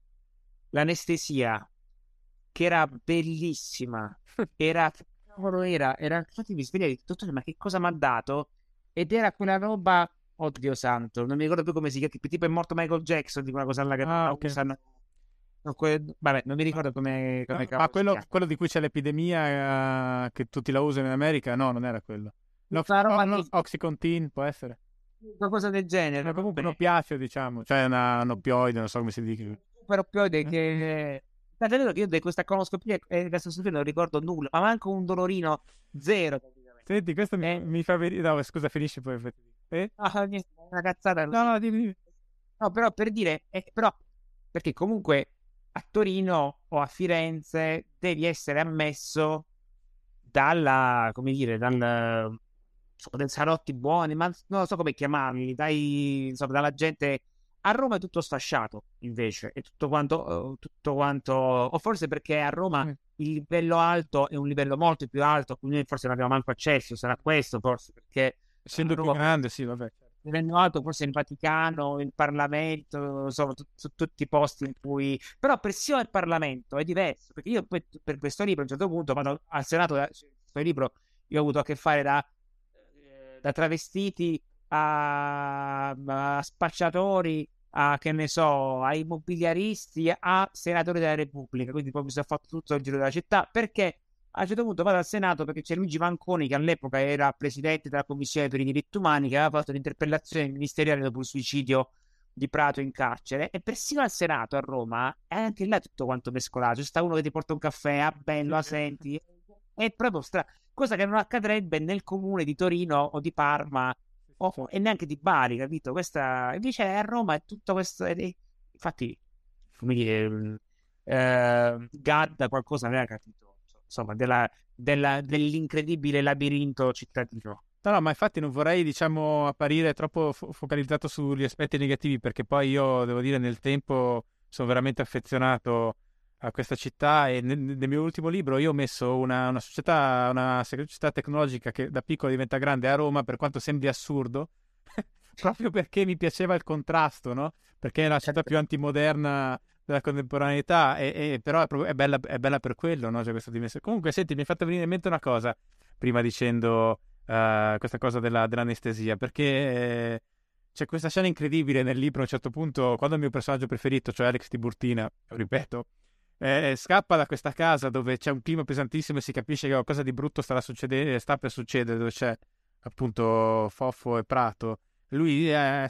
l'anestesia, che era bellissima, era, cavolo, era, infatti mi svegliai e dico: dottore, ma che cosa mi ha dato? Ed era quella roba, oddio santo, non mi ricordo più come si chiama, tipo è morto Michael Jackson di quella cosa là che Ok. usano. No, vabbè, non mi ricordo come Ma cavolo si chiama. quello di cui c'è l'epidemia, che tutti la usano in America, no, non era quello. Una roba No, che Oxycontin può essere. qualcosa del genere, Ma comunque un vabbè. oppiaceo, diciamo, cioè un oppioide, non so come si dice. Super oppioide che... Tant'è vero che io di questa colonoscopia e gastroscopia non ricordo nulla, ma manco un dolorino, zero praticamente. Senti, questo mi fa venire... No, scusa, finisci poi. Niente, una cazzata No, così. no, dimmi. No, però per dire, però, perché comunque a Torino o a Firenze devi essere ammesso come dire, insomma, dai salotti buoni, ma non lo so come chiamarli, insomma, dalla gente. A Roma è tutto sfasciato, invece, è tutto quanto, o forse perché a Roma il livello alto è un livello molto più alto, quindi noi forse non abbiamo manco accesso, sarà questo forse, perché Essendo più grande, sì, vabbè. livello alto forse il Vaticano, il Parlamento, insomma, su tutti i posti in cui... Però persino il Parlamento è diverso, perché io poi per questo libro a un certo punto vado al Senato, questo libro io ho avuto a che fare da travestiti a spacciatori, a che ne so, a immobiliaristi, a senatori della Repubblica, quindi poi mi sono fatto tutto il giro della città, perché a un certo punto vado al Senato perché c'è Luigi Manconi che all'epoca era presidente della Commissione per i diritti umani, che aveva fatto l'interpellazione ministeriale dopo il suicidio di Prato in carcere, e persino al Senato a Roma è anche là tutto quanto mescolato. C'è sta uno che ti porta un caffè, ah bello, ah, senti, è proprio cosa che non accadrebbe nel comune di Torino o di Parma e neanche di Bari, capito? Questa invece a Roma è tutto questo. Infatti, come dire, Gadda qualcosa aveva capito, insomma, dell'incredibile labirinto cittadino. No, ma infatti non vorrei, diciamo, apparire troppo focalizzato sugli aspetti negativi, perché poi io, devo dire, nel tempo sono veramente affezionato a questa città e nel mio ultimo libro io ho messo una società, una società tecnologica che da piccola diventa grande a Roma, per quanto sembri assurdo, proprio perché mi piaceva il contrasto, no? Perché è la città più antimoderna della contemporaneità, però è bella per quello, no? Cioè, questa dimensione. Comunque, senti, mi hai fatto venire in mente una cosa prima dicendo questa cosa dell'anestesia, perché c'è questa scena incredibile nel libro a un certo punto, quando il mio personaggio preferito, cioè Alex Tiburtina, ripeto, scappa da questa casa dove c'è un clima pesantissimo e si capisce che qualcosa di brutto sta per succedere, dove c'è appunto Foffo e Prato. Lui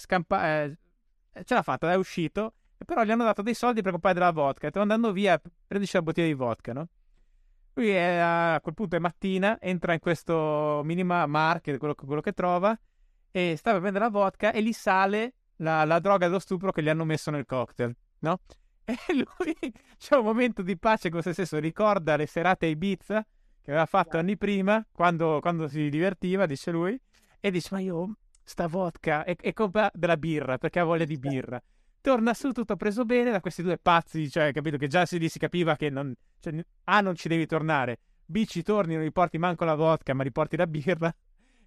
ce l'ha fatta, è uscito, e però gli hanno dato dei soldi per comprare della vodka, e andando via, prendici la bottiglia di vodka, no? Lui a quel punto è mattina, entra in questo minima market, quello che trova, e sta bevendo la vodka e gli sale la droga dello stupro che gli hanno messo nel cocktail, no? E lui c'è un momento di pace con se stesso, ricorda le serate a Ibiza che aveva fatto anni prima, quando si divertiva, dice lui, e dice: ma io sta vodka, e compra della birra perché ha voglia di birra. Torna su tutto preso bene da questi due pazzi, cioè, capito, che già si capiva che non, cioè, A, non ci devi tornare, B, ci torni, non riporti manco la vodka ma riporti la birra,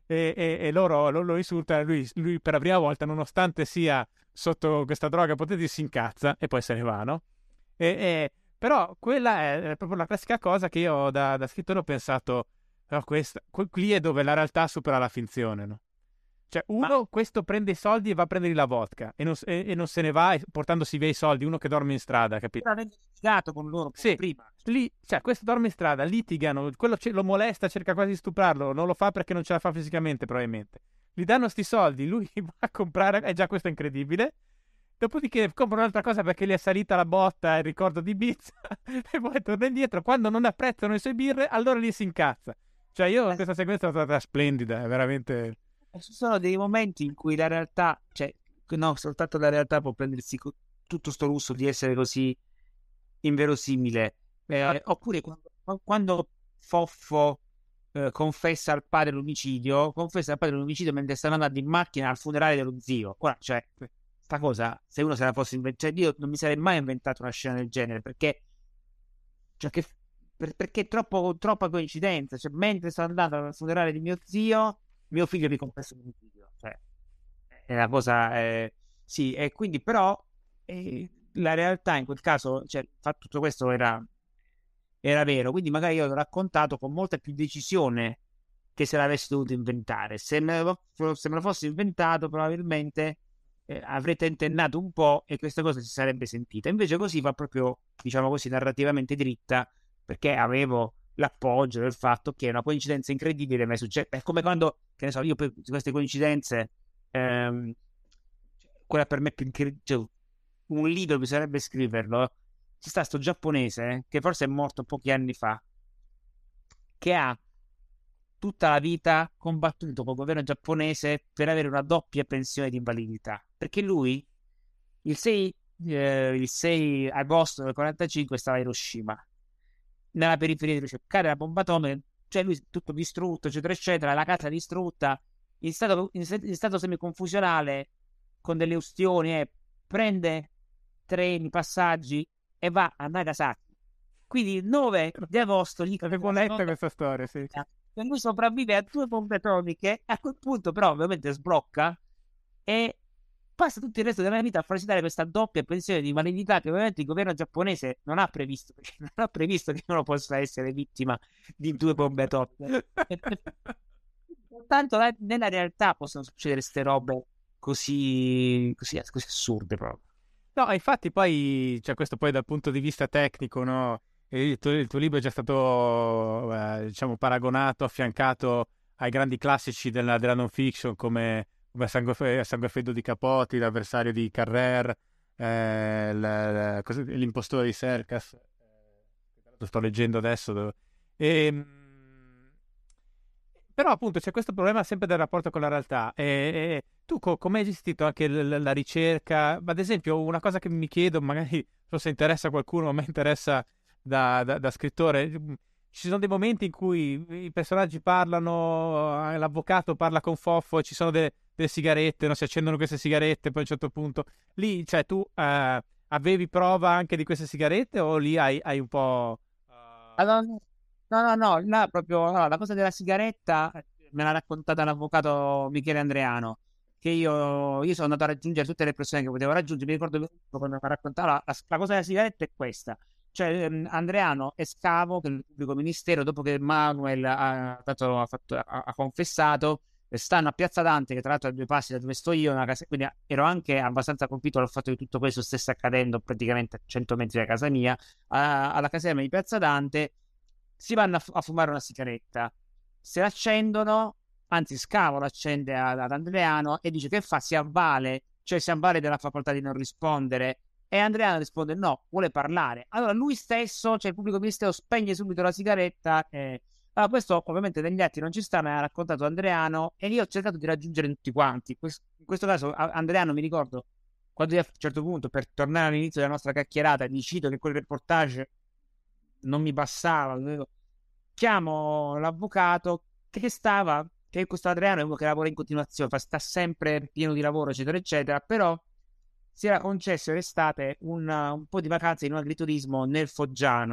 e loro lo insultano. Lui per la prima volta, nonostante sia sotto questa droga potente, si incazza e poi se ne va, no? Però quella è proprio la classica cosa che io da scrittore ho pensato, "Oh, qui è dove la realtà supera la finzione, no? Cioè, questo prende i soldi e va a prenderli la vodka e non se ne va portandosi via i soldi, uno che dorme in strada, capito? Era litigato con loro Sì, prima. lì, cioè, questo dorme in strada, litigano, quello lo molesta, cerca quasi di stuprarlo, non lo fa perché non ce la fa fisicamente, probabilmente. Gli danno sti soldi, lui va a comprare, già questo è incredibile. Dopodiché compra un'altra cosa perché gli è salita la botta, il ricordo di Ibiza, e poi torna indietro. Quando non apprezzano le sue birre, allora lì si incazza. Cioè, io questa sequenza l'ho trovata splendida, è veramente. Ci sono dei momenti in cui la realtà, cioè, no, soltanto la realtà può prendersi tutto sto lusso di essere così inverosimile. Oppure quando Foffo confessa al padre l'omicidio mentre sta andando in macchina al funerale dello zio. Ora, cioè, sta cosa, se uno se la fosse inventata, cioè, io non mi sarei mai inventato una scena del genere perché, cioè, perché è troppa coincidenza. Cioè, mentre sto andando al funerale di mio zio, mio figlio mi confessa l'omicidio. Cioè, è una cosa, sì, e quindi però la realtà in quel caso, cioè, tutto questo era vero, quindi magari io l'ho raccontato con molta più decisione che se l'avessi dovuto inventare. Se me lo fossi inventato, probabilmente avrei tentennato un po' e questa cosa si sarebbe sentita. Invece così va proprio, diciamo così, narrativamente dritta, perché avevo l'appoggio del fatto che è una coincidenza incredibile, ma è successo. È come quando, che ne so, io per queste coincidenze, quella per me più incredibile, cioè, un libro bisognerebbe scriverlo. Ci sta sto giapponese che forse è morto pochi anni fa, che ha tutta la vita combattuto col governo giapponese per avere una doppia pensione di invalidità, perché lui il 6 agosto del 45 stava a Hiroshima, nella periferia di Hiroshima, cade la bomba atomica, cioè lui tutto distrutto, eccetera, eccetera, la casa distrutta, in stato semiconfusionale, con delle ustioni, prende treni, passaggi e va a Nagasaki. Quindi il 9 di agosto gli L'avevo letta questa storia, sì. e lui sopravvive a 2 bombe atomiche. A quel punto, però, ovviamente sbrocca e passa tutto il resto della vita a farsi dare questa doppia pensione di invalidità che ovviamente il governo giapponese non ha previsto, perché non ha previsto che uno possa essere vittima di 2 bombe atomiche. Soltanto nella realtà possono succedere queste robe così assurde proprio. No, infatti poi, cioè questo poi dal punto di vista tecnico, no? Il tuo libro è già stato, diciamo, paragonato, affiancato ai grandi classici della non fiction come Sangue Freddo di Capote, L'avversario di Carrer, L'impostore di Sercas, lo sto leggendo adesso. E, però appunto c'è questo problema sempre del rapporto con la realtà. Tu come hai gestito anche la ricerca? Ad esempio, una cosa che mi chiedo, magari forse interessa a qualcuno, ma a me interessa da scrittore. Ci sono dei momenti in cui i personaggi parlano, l'avvocato parla con Foffo e ci sono delle sigarette, no? Si accendono queste sigarette, poi a un certo punto lì, cioè tu avevi prova anche di queste sigarette o lì hai un po'. Allora, no, là proprio allora, la cosa della sigaretta me l'ha raccontata l'avvocato Michele Andreano, che io sono andato a raggiungere tutte le persone che potevo raggiungere. Mi ricordo quando mi ha raccontato la cosa della sigaretta è questa. Cioè, Andreano e Scavo, che è il pubblico ministero, dopo che Manuel ha confessato, stanno a Piazza Dante, che tra l'altro è a 2 passi da dove sto io, quindi ero anche abbastanza convinto del fatto che tutto questo stesse accadendo praticamente a 100 metri da casa mia, alla caserma di Piazza Dante. Si vanno a fumare una sigaretta, se l'accendono, anzi Scavo l'accende ad Andreano e dice che fa? Si avvale della facoltà di non rispondere. E Andreano risponde no, vuole parlare. Allora lui stesso, cioè il pubblico ministero, spegne subito la sigaretta. Allora, questo ovviamente negli atti non ci sta, ma ha raccontato Andreano e io ho cercato di raggiungere tutti quanti. In questo caso Andreano, mi ricordo, quando io a un certo punto, per tornare all'inizio della nostra chiacchierata, gli cito che quel reportage non mi passava, chiamo l'avvocato che questo Adriano è uno che lavora in continuazione, sta sempre pieno di lavoro, eccetera, eccetera, però si era concesso l'estate un po' di vacanze in un agriturismo nel Foggiano,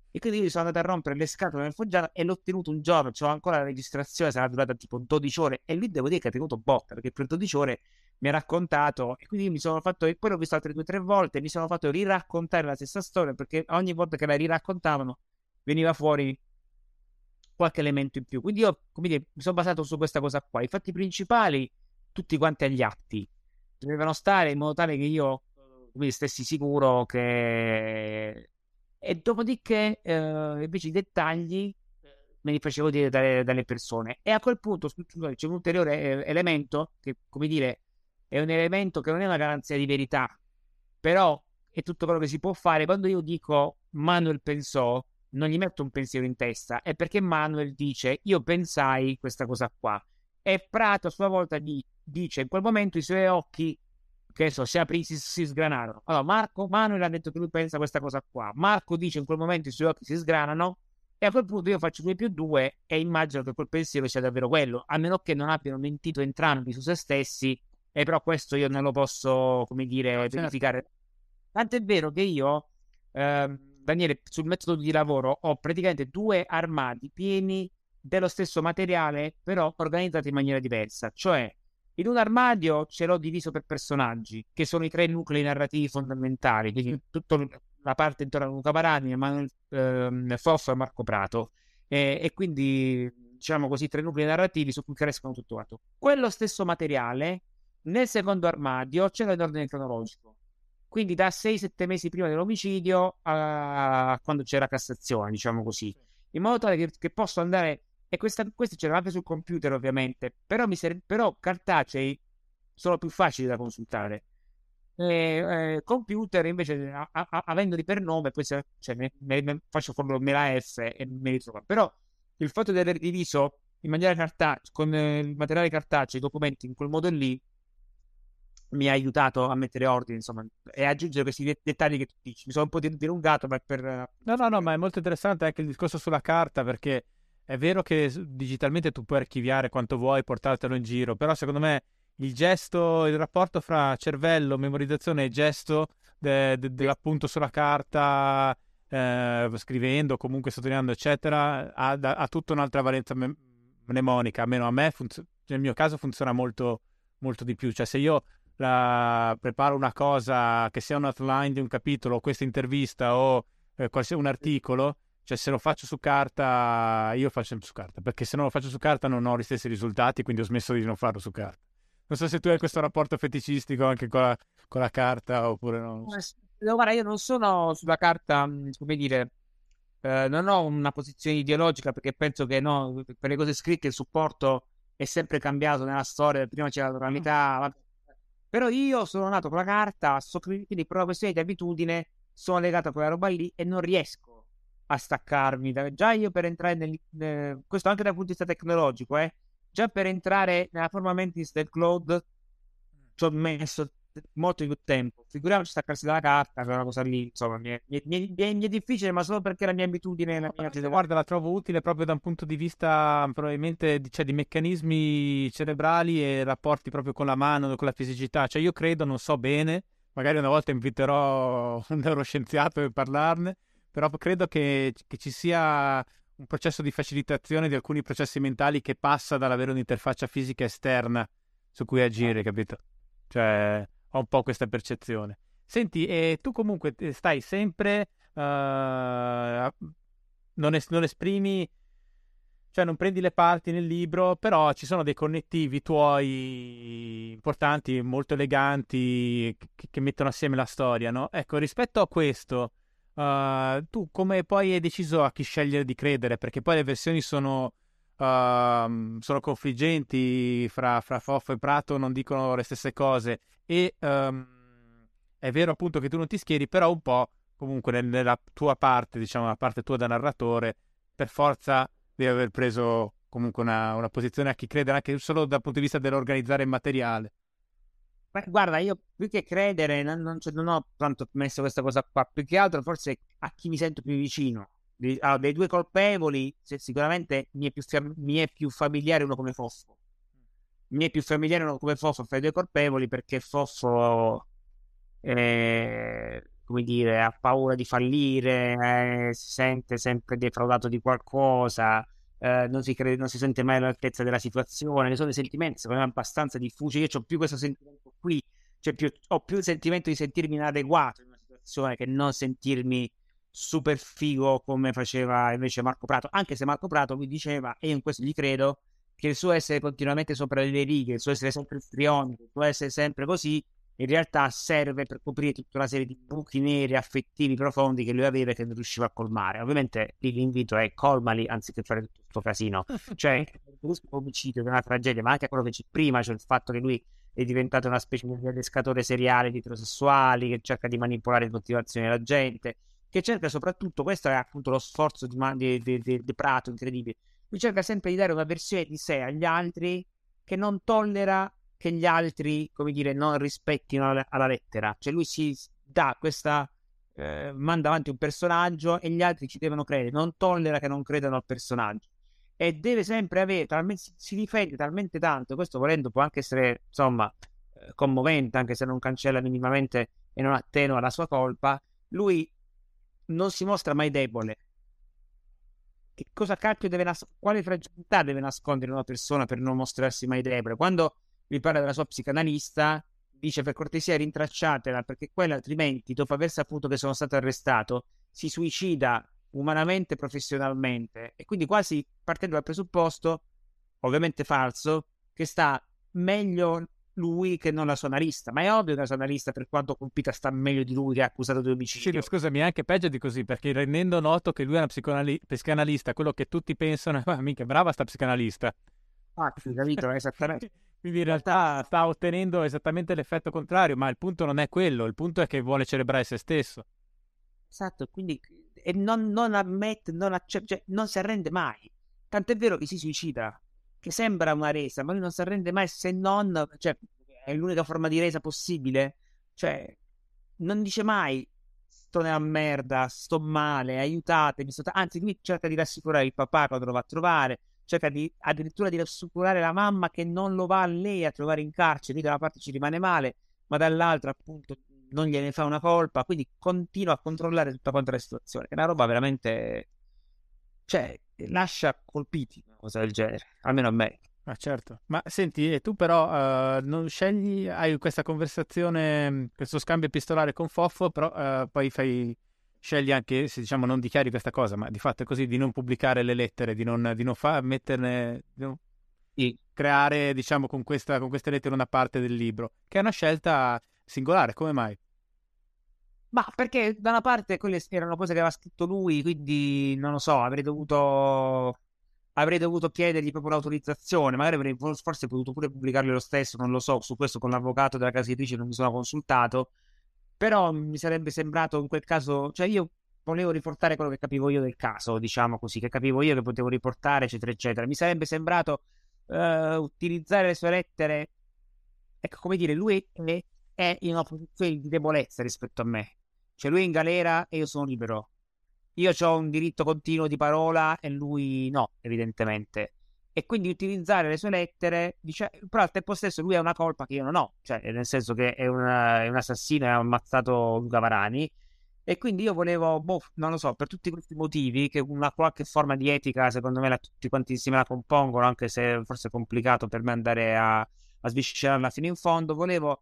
E quindi io sono andato a rompere le scatole nel Foggiano e l'ho tenuto un giorno, c'ho ancora la registrazione, sarà durata tipo 12 ore e lui devo dire che ha tenuto botta, perché per 12 ore mi ha raccontato e quindi io mi sono fatto, e poi l'ho visto altre 2 o 3 volte, mi sono fatto riraccontare la stessa storia perché ogni volta che la riraccontavano veniva fuori qualche elemento in più. Quindi io, come dire, mi sono basato su questa cosa qua. I fatti principali, tutti quanti agli atti, dovevano stare in modo tale che io, come dire, stessi sicuro che... E dopodiché, invece, i dettagli me li facevo dire dalle persone. E a quel punto c'è un ulteriore elemento che, come dire, è un elemento che non è una garanzia di verità, però è tutto quello che si può fare. Quando io dico Manuel pensò, non gli metto un pensiero in testa, è perché Manuel dice io pensai questa cosa qua. E Prato a sua volta dice in quel momento i suoi occhi, che so, si sgranarono. Allora Manuel ha detto che lui pensa questa cosa qua. Marco dice in quel momento i suoi occhi si sgranano. E a quel punto io faccio 2 più 2 e immagino che quel pensiero sia davvero quello, a meno che non abbiano mentito entrambi su se stessi, e però questo io non lo posso, come dire, verificare. Tant'è vero che io, Daniele, sul metodo di lavoro ho praticamente 2 armadi pieni dello stesso materiale, però organizzati in maniera diversa. Cioè, in un armadio ce l'ho diviso per personaggi, che sono i 3 nuclei narrativi fondamentali, quindi tutta la parte intorno a Luca Barani, Emanuele Foff e Marco Prato. E quindi, diciamo così, 3 nuclei narrativi su cui crescono tutto quanto. Quello stesso materiale, nel secondo armadio, ce l'ho in ordine cronologico. Quindi da 6-7 mesi prima dell'omicidio a quando c'era Cassazione, diciamo così, in modo tale che posso andare, e questi c'erano anche sul computer ovviamente, però cartacei sono più facili da consultare. Computer invece, avendoli per nome, poi cioè, faccio me la F e me li trovo. Però il fatto di aver diviso in maniera cartacea, con il materiale cartaceo, i documenti in quel modo lì, mi ha aiutato a mettere ordine, insomma, e aggiungere questi dettagli che tu dici. Mi sono un po' dilungato, ma per... No, ma è molto interessante anche il discorso sulla carta, perché è vero che digitalmente tu puoi archiviare quanto vuoi, portartelo in giro, però secondo me il gesto, il rapporto fra cervello, memorizzazione e gesto dell'appunto sulla carta, scrivendo, comunque sottolineando, eccetera, ha tutta un'altra valenza mnemonica. Almeno a me, nel mio caso, funziona molto, molto di più. Cioè, se io preparo una cosa che sia un outline di un capitolo, o questa intervista o un articolo, cioè se lo faccio su carta, io faccio su carta, perché se non lo faccio su carta non ho gli stessi risultati, quindi ho smesso di non farlo su carta. Non so se tu hai questo rapporto feticistico anche con la carta oppure no. No, guarda, io non sono sulla carta, come dire, non ho una posizione ideologica perché penso che no, per le cose scritte il supporto è sempre cambiato nella storia. Prima c'era l'oralità, vabbè. Però io sono nato con la carta, quindi per una questione di abitudine sono legato a quella roba lì e non riesco a staccarmi. Già io per entrare questo anche dal punto di vista tecnologico, già per entrare nella forma mentis del cloud ci ho messo molto più tempo. Figuriamoci staccarsi dalla carta, che è una cosa lì, insomma, mi è difficile, ma solo perché la mia abitudine, la mia... Guarda, la trovo utile proprio da un punto di vista probabilmente cioè, di meccanismi cerebrali e rapporti proprio con la mano, con la fisicità. Cioè io credo, non so bene, magari una volta inviterò un neuroscienziato per parlarne, però credo che ci sia un processo di facilitazione di alcuni processi mentali che passa dall'avere un'interfaccia fisica esterna su cui agire, capito? Cioè ho un po' questa percezione. Senti, e tu comunque stai sempre non esprimi, cioè non prendi le parti nel libro, però ci sono dei connettivi tuoi importanti, molto eleganti, che mettono assieme la storia, no? Ecco, rispetto a questo, tu come poi hai deciso a chi scegliere di credere? Perché poi le versioni sono confliggenti fra Foff e Prato, non dicono le stesse cose e è vero appunto che tu non ti schieri, però un po' comunque nella tua parte, diciamo, la parte tua da narratore, per forza devi aver preso comunque una posizione a chi crede, anche solo dal punto di vista dell'organizzare il materiale. Beh, guarda, io più che credere non ho tanto messo questa cosa qua, più che altro forse a chi mi sento più vicino. Allora, dei 2 colpevoli, sicuramente mi è più familiare uno come Foffo. Mi è più familiare uno come Foffo fra i 2 colpevoli perché Foffo, come come dire, ha paura di fallire, si sente sempre defraudato di qualcosa, non si sente mai all'altezza della situazione. Ne sono dei sentimenti secondo me abbastanza diffusi. Io ho più questo sentimento qui, cioè ho più il sentimento di sentirmi inadeguato in una situazione che non sentirmi super figo come faceva invece Marco Prato, anche se Marco Prato mi diceva, e io in questo gli credo, che il suo essere continuamente sopra le righe, il suo essere sempre istrionico, il suo essere sempre così, in realtà serve per coprire tutta una serie di buchi neri affettivi profondi che lui aveva e che non riusciva a colmare. Ovviamente lì l'invito è colmali anziché fare tutto questo casino. Cioè, il omicidio che è una tragedia, ma anche quello che c'è prima, cioè il fatto che lui è diventato una specie di adescatore seriale di eterosessuali che cerca di manipolare le motivazioni della gente, che cerca soprattutto, questo è appunto lo sforzo di Prato incredibile, lui cerca sempre di dare una versione di sé agli altri che non tollera che gli altri, come dire, non rispettino alla lettera. Cioè lui si dà questa, manda avanti un personaggio e gli altri ci devono credere, non tollera che non credano al personaggio. E deve sempre avere, si difende talmente tanto, questo volendo può anche essere, insomma, commovente, anche se non cancella minimamente e non attenua la sua colpa. Lui non si mostra mai debole. Che cosa cacchio quale fragilità deve nascondere una persona per non mostrarsi mai debole? Quando vi parla della sua psicanalista, dice per cortesia rintracciatela, perché quella altrimenti, dopo aver saputo che sono stato arrestato, si suicida umanamente e professionalmente. E quindi quasi partendo dal presupposto, ovviamente falso, che sta meglio lui che non la sua analista. Ma è ovvio che la sua analista, per quanto colpita, sta meglio di lui che è accusato di omicidio. Sì, scusami, è anche peggio di così, perché rendendo noto che lui è una psicanalista, quello che tutti pensano è, mica brava sta psicanalista. Ah, sì, capito? Esattamente. Quindi in realtà sta ottenendo esattamente l'effetto contrario, ma il punto non è quello, il punto è che vuole celebrare se stesso. Esatto, quindi e non ammette, non accetta, cioè, non si arrende mai. Tant'è vero che si suicida, che sembra una resa, ma lui non si arrende mai se non, cioè, è l'unica forma di resa possibile. Cioè, non dice mai sto nella merda, sto male, aiutatemi, anzi lui cerca di rassicurare il papà quando lo va a trovare, cerca addirittura di rassicurare la mamma che non lo va a lei a trovare in carcere, lui da una parte ci rimane male, ma dall'altra appunto non gliene fa una colpa, quindi continua a controllare tutta quanta la situazione, che è una roba veramente, cioè, lascia colpiti una cosa del genere, almeno a me. Ma certo, ma senti, e tu però non scegli, hai questa conversazione, questo scambio epistolare con Foffo, però poi scegli anche, se diciamo non dichiari questa cosa, ma di fatto è così, di non pubblicare le lettere, di non metterne, di non Sì. creare, diciamo, con queste lettere una parte del libro, che è una scelta singolare, come mai? Ma perché da una parte quelle erano cose che aveva scritto lui, quindi non lo so, avrei dovuto chiedergli proprio l'autorizzazione, magari avrei forse potuto pure pubblicarle lo stesso, non lo so, su questo con l'avvocato della casa editrice non mi sono consultato, però mi sarebbe sembrato in quel caso, cioè io volevo riportare quello che capivo io del caso, diciamo così, che capivo io che potevo riportare, eccetera, eccetera. Mi sarebbe sembrato utilizzare le sue lettere, ecco, come dire, lui è in una posizione di debolezza rispetto a me, cioè lui è in galera e io sono libero. Io ho un diritto continuo di parola e lui no, evidentemente. E quindi utilizzare le sue lettere, però al tempo stesso lui ha una colpa che io non ho, cioè nel senso che è un assassino e ha ammazzato Luca Varani. E quindi io volevo, non lo so, per tutti questi motivi, che una qualche forma di etica, secondo me, tutti quanti insieme la compongono, anche se forse è complicato per me andare a sviscerarla fino in fondo, volevo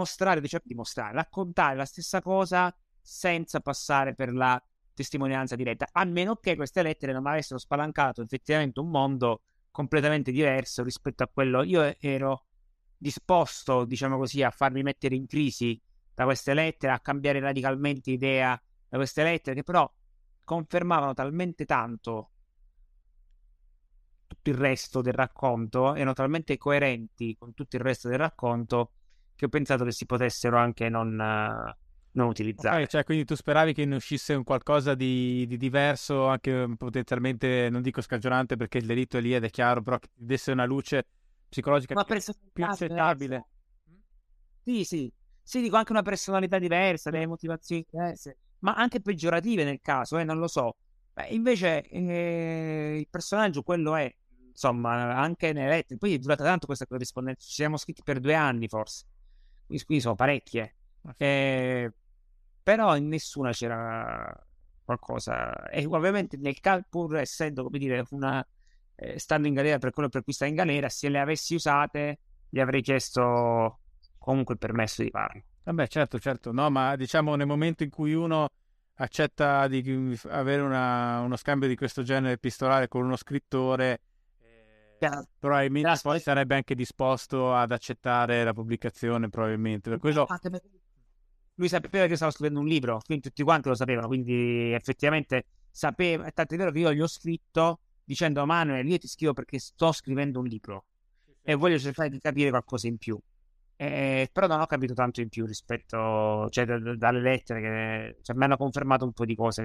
raccontare la stessa cosa senza passare per la testimonianza diretta, a meno che queste lettere non mi avessero spalancato effettivamente un mondo completamente diverso rispetto a quello. Io ero disposto, diciamo così, a farmi mettere in crisi da queste lettere, a cambiare radicalmente idea da queste lettere, che però confermavano talmente tanto tutto il resto del racconto, erano talmente coerenti con tutto il resto del racconto, che ho pensato che si potessero anche non Ok, utilizzare. cioè quindi tu speravi che ne uscisse un qualcosa di diverso, anche potenzialmente, non dico scagionante perché il delitto è lì ed è chiaro, però che ti desse una luce psicologica Una più personalità diversa. accettabile. Sì, sì. Sì, dico anche una personalità diversa, delle motivazioni diverse, ma anche peggiorative nel caso, non lo so. Beh, invece il personaggio quello è, insomma, anche nelle lettere. Poi è durata tanto questa corrispondenza, ci siamo scritti per 2 anni forse, quindi sono parecchie. Ma sì. Eh, però in nessuna c'era qualcosa. E ovviamente nel caso, pur essendo, come dire, stando in galera per quello per cui sta in galera, se le avessi usate gli avrei chiesto comunque il permesso di farlo. Vabbè, certo, no, ma diciamo nel momento in cui uno accetta di avere uno scambio di questo genere epistolare con uno scrittore, probabilmente poi sarebbe anche disposto ad accettare la pubblicazione, probabilmente. Per quello... Lui sapeva che io stavo scrivendo un libro, quindi tutti quanti lo sapevano, quindi effettivamente sapeva, è tanto è vero che io gli ho scritto dicendo: Manuel, io ti scrivo perché sto scrivendo un libro e voglio cercare di capire qualcosa in più. Però non ho capito tanto in più rispetto, cioè, dalle lettere che cioè, mi hanno confermato un po' di cose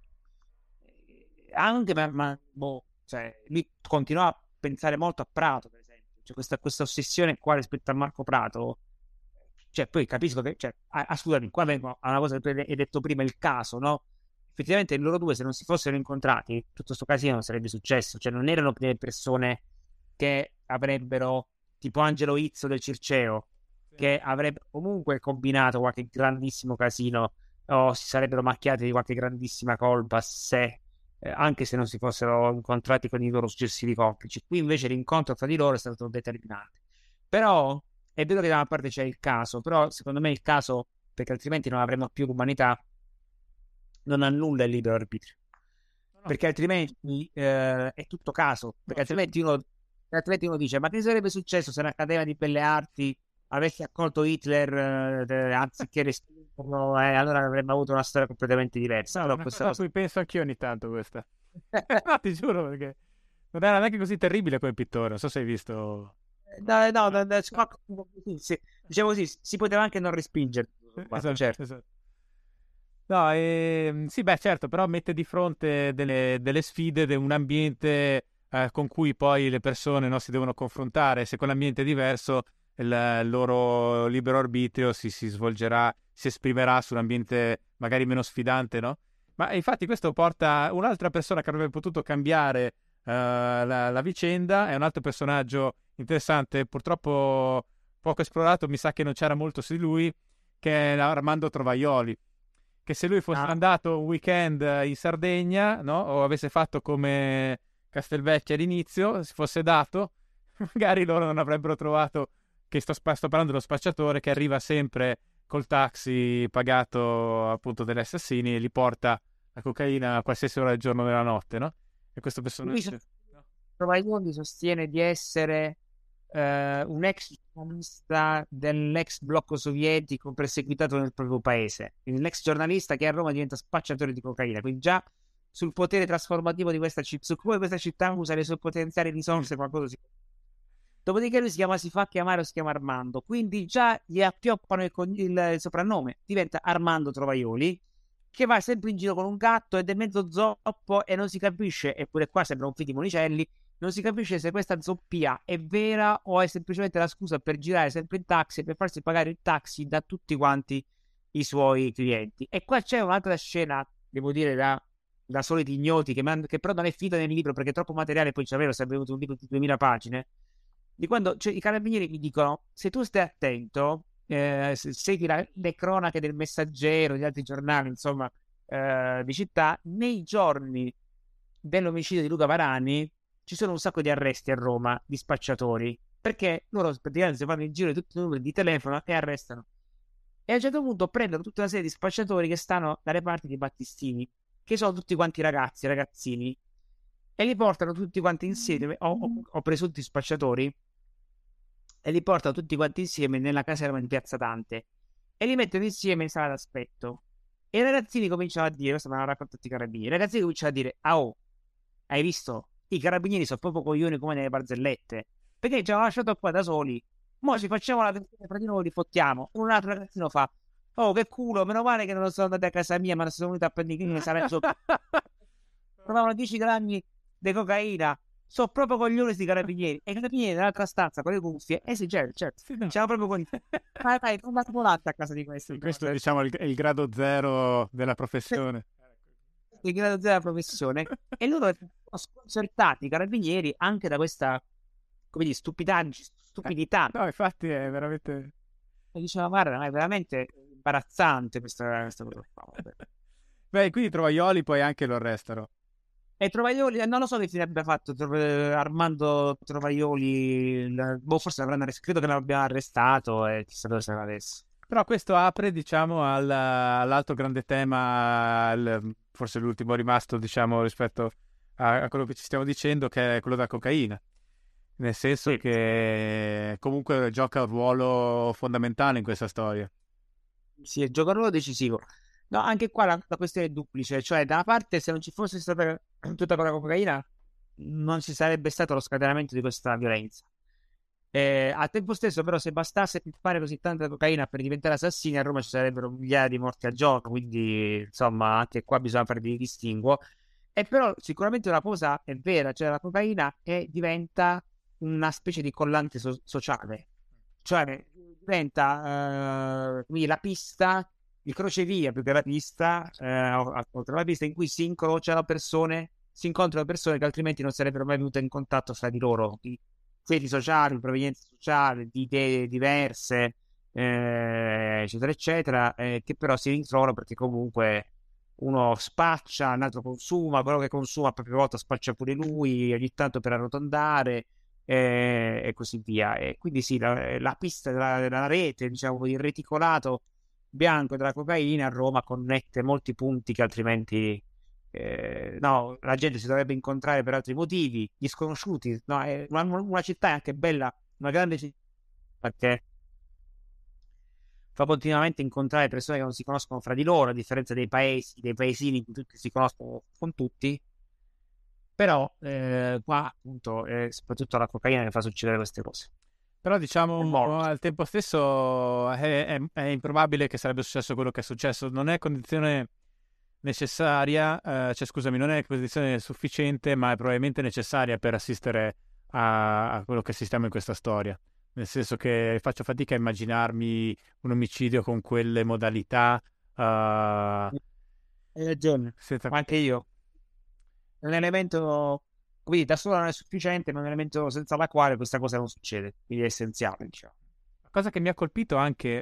anche, boh, cioè, lui continua a pensare molto a Prato, per esempio, cioè, questa ossessione qua rispetto a Marco Prato, cioè, poi capisco che, cioè, scusami, qua vengo a una cosa che tu hai detto prima, il caso, no? Effettivamente loro due, se non si fossero incontrati, tutto questo casino non sarebbe successo, cioè non erano delle persone che avrebbero, tipo Angelo Izzo del Circeo, che avrebbe comunque combinato qualche grandissimo casino o si sarebbero macchiati di qualche grandissima colpa se anche se non si fossero incontrati con i loro successivi complici. Qui invece l'incontro tra di loro è stato determinante. Però è vero che da una parte c'è il caso, però secondo me il caso, perché altrimenti non avremo più l'umanità, non annulla il libero arbitrio. Perché altrimenti è tutto caso. Perché altrimenti uno dice: ma che sarebbe successo se l'Accademia di Belle Arti avesse accolto Hitler anziché respingerlo? Allora avremmo avuto una storia completamente diversa. No, una cosa a cui penso anch'io ogni tanto questa. No, ti giuro, perché non era neanche così terribile come pittore. Non so se hai visto. Diciamo così, si poteva anche non respingere. Esatto, Certo. esatto. No, sì, beh, certo, però mette di fronte delle sfide, un ambiente con cui poi le persone, no, si devono confrontare. Se quell'ambiente è diverso, il loro libero arbitrio si svolgerà, si esprimerà su un ambiente magari meno sfidante, no? Ma infatti questo porta un'altra persona che avrebbe potuto cambiare la vicenda, è un altro personaggio interessante, purtroppo poco esplorato, mi sa che non c'era molto su di lui, che è Armando Trovaioli, che se lui fosse andato un weekend in Sardegna, no? O avesse fatto come Castelvecchio all'inizio, si fosse dato, magari loro non avrebbero trovato, che sto parlando dello spacciatore che arriva sempre col taxi pagato appunto dagli assassini e li porta la cocaina a qualsiasi ora del giorno o della notte, no? E questo personaggio... Trovaioli sostiene di essere un ex giornalista dell'ex blocco sovietico perseguitato nel proprio paese, quindi l'ex giornalista che a Roma diventa spacciatore di cocaina, quindi già sul potere trasformativo di questa città, su come questa città usa le sue potenziali risorse qualcosa si... Dopodiché lui si fa chiamare o si chiama Armando, quindi già gli appioppano il soprannome, diventa Armando Trovaioli, che va sempre in giro con un gatto ed è mezzo zoppo e non si capisce, eppure qua sembra un film di Monicelli, non si capisce se questa zoppia è vera o è semplicemente la scusa per girare sempre in taxi e per farsi pagare il taxi da tutti quanti i suoi clienti. E qua c'è un'altra scena, devo dire, da soliti ignoti, che però non è finita nel libro perché è troppo materiale, poi c'avevo, sarebbe avuto un libro di 2000 pagine, di quando cioè, i carabinieri mi dicono: se tu stai attento, segui le cronache del Messaggero, di altri giornali, insomma, di città, nei giorni dell'omicidio di Luca Varani ci sono un sacco di arresti a Roma di spacciatori, perché loro praticamente si fanno il giro di tutti i numeri di telefono e arrestano. E a un certo punto prendono tutta una serie di spacciatori che stanno dalle parti di Battistini, che sono tutti quanti ragazzini, e li portano tutti quanti insieme, o presunti spacciatori, e li portano tutti quanti insieme nella caserma di Piazza Dante e li mettono insieme in sala d'aspetto. E i ragazzini cominciano a dire, questo me l'hanno raccontato i carabinieri, i ragazzini cominciano a dire: ah, oh, hai visto? I carabinieri sono proprio coglioni come nelle barzellette, perché ci hanno lasciato qua da soli, mo ci facciamo la tensione fra di noi, li fottiamo. Un altro ragazzino fa: oh, che culo, meno male che non sono andati a casa mia, ma sono venuti a prendere che sarebbero provavano 10 grammi di cocaina. Sono proprio coglioni sti carabinieri. E i carabinieri nell'altra stanza con le cuffie. Sì, certo. Sì, no. C'erano proprio con... Dai, non volante a casa di questi. Questo diciamo è il grado zero della professione. Il grado zero della professione. E loro sono sconcertati, i carabinieri, anche da questa, come dire, stupidità. No, infatti è veramente... E diceva: guarda, ma è veramente imbarazzante questa cosa qua. Vabbè. Beh, quindi Trovaioli poi anche lo arrestano. E Trovaioli, non lo so che fine abbia fatto Armando Trovaioli, forse l'avranno arrestato, credo che l'abbiano arrestato e chissà dove sarà adesso. Però questo apre, diciamo, all'altro grande tema, forse l'ultimo rimasto, diciamo, rispetto a quello che ci stiamo dicendo, che è quello della cocaina. Nel senso Sì, che comunque gioca un ruolo fondamentale in questa storia. sì, gioca un ruolo decisivo. No, anche qua la questione è duplice, cioè da una parte se non ci fosse stata tutta quella cocaina non ci sarebbe stato lo scatenamento di questa violenza. Al tempo stesso, però, se bastasse pippare così tanta cocaina per diventare assassini, a Roma ci sarebbero migliaia di morti al giorno. Quindi, insomma, anche qua bisogna fare dei distinguo. E però, sicuramente una cosa è vera: cioè la cocaina diventa una specie di collante sociale, cioè diventa quindi la pista, il crocevia più che la pista, oltre la pista in cui si incrociano persone, si incontrano persone che altrimenti non sarebbero mai venute in contatto fra di loro feti sociali, provenienze sociali, di idee diverse, eccetera, eccetera, che però si ritrovano perché comunque uno spaccia, l'altro consuma, quello che consuma a propria volta spaccia pure lui, ogni tanto per arrotondare e così via. E quindi sì, la pista della rete, diciamo, il reticolato bianco della cocaina a Roma connette molti punti che altrimenti no, la gente si dovrebbe incontrare per altri motivi, gli sconosciuti, no, è una città è anche bella, una grande città perché fa continuamente incontrare persone che non si conoscono fra di loro, a differenza dei paesi, dei paesini in cui tutti si conoscono con tutti, però qua appunto è soprattutto la cocaina che fa succedere queste cose. Però È diciamo morto. al tempo stesso è improbabile che sarebbe successo quello che è successo. Non è condizione necessaria, cioè scusami, non è condizione sufficiente, ma è probabilmente necessaria per assistere a quello che assistiamo in questa storia. Nel senso che faccio fatica a immaginarmi un omicidio con quelle modalità, Hai ragione, senza... ma anche io. È un elemento, quindi da solo non è sufficiente, ma è un elemento senza la quale questa cosa non succede, quindi è essenziale, diciamo. La cosa che mi ha colpito anche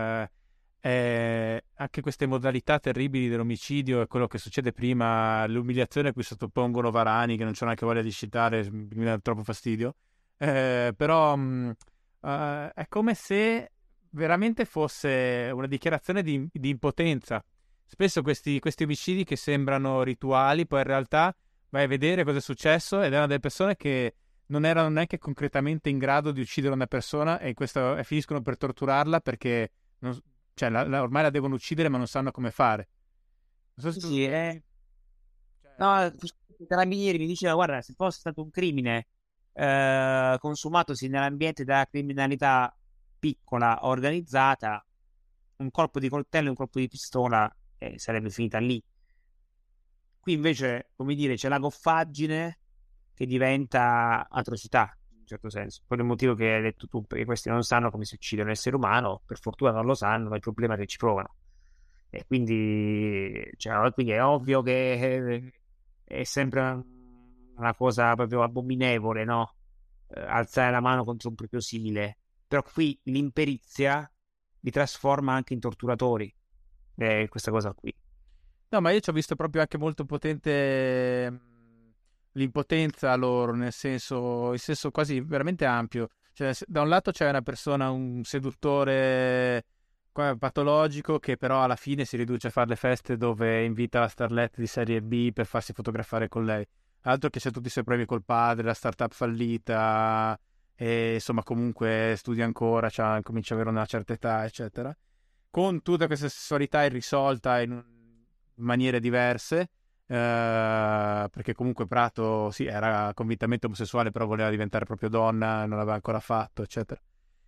è anche queste modalità terribili dell'omicidio e quello che succede prima, l'umiliazione a cui sottopongono Varani, che non c'ho neanche voglia di citare, mi dà troppo fastidio. Però è come se veramente fosse una dichiarazione di impotenza. Spesso questi omicidi che sembrano rituali, poi in realtà vai a vedere cosa è successo ed è una delle persone che non erano neanche concretamente in grado di uccidere una persona e finiscono per torturarla perché cioè, ormai la devono uccidere ma non sanno come fare. Non so se Sì, tu... sì, cioè, no, i carabinieri mi diceva, guarda, se fosse stato un crimine consumatosi nell'ambiente della criminalità piccola, organizzata, un colpo di coltello e un colpo di pistola sarebbe finita lì. Qui invece, come dire, c'è la goffaggine che diventa atrocità, in un certo senso. Per il motivo che hai detto tu, perché questi non sanno come si uccide un essere umano, per fortuna non lo sanno, ma il problema è che ci provano. E quindi, cioè, quindi è ovvio che è sempre una cosa proprio abominevole, no? Alzare la mano contro un proprio simile. Però qui l'imperizia li trasforma anche in torturatori. Questa cosa qui. no, ma io ci ho visto proprio anche molto potente l'impotenza loro, nel senso, in senso quasi veramente ampio. Cioè, da un lato c'è una persona, un seduttore patologico che però alla fine si riduce a fare le feste dove invita la starlet di serie B per farsi fotografare con lei. Altro che c'è tutti i suoi problemi col padre, la startup fallita, e insomma comunque studia ancora, comincia ad avere una certa età, eccetera. Con tutta questa sessualità irrisolta in maniere diverse, perché comunque Prato sì, era convintamente omosessuale, però voleva diventare proprio donna, non l'aveva ancora fatto, eccetera.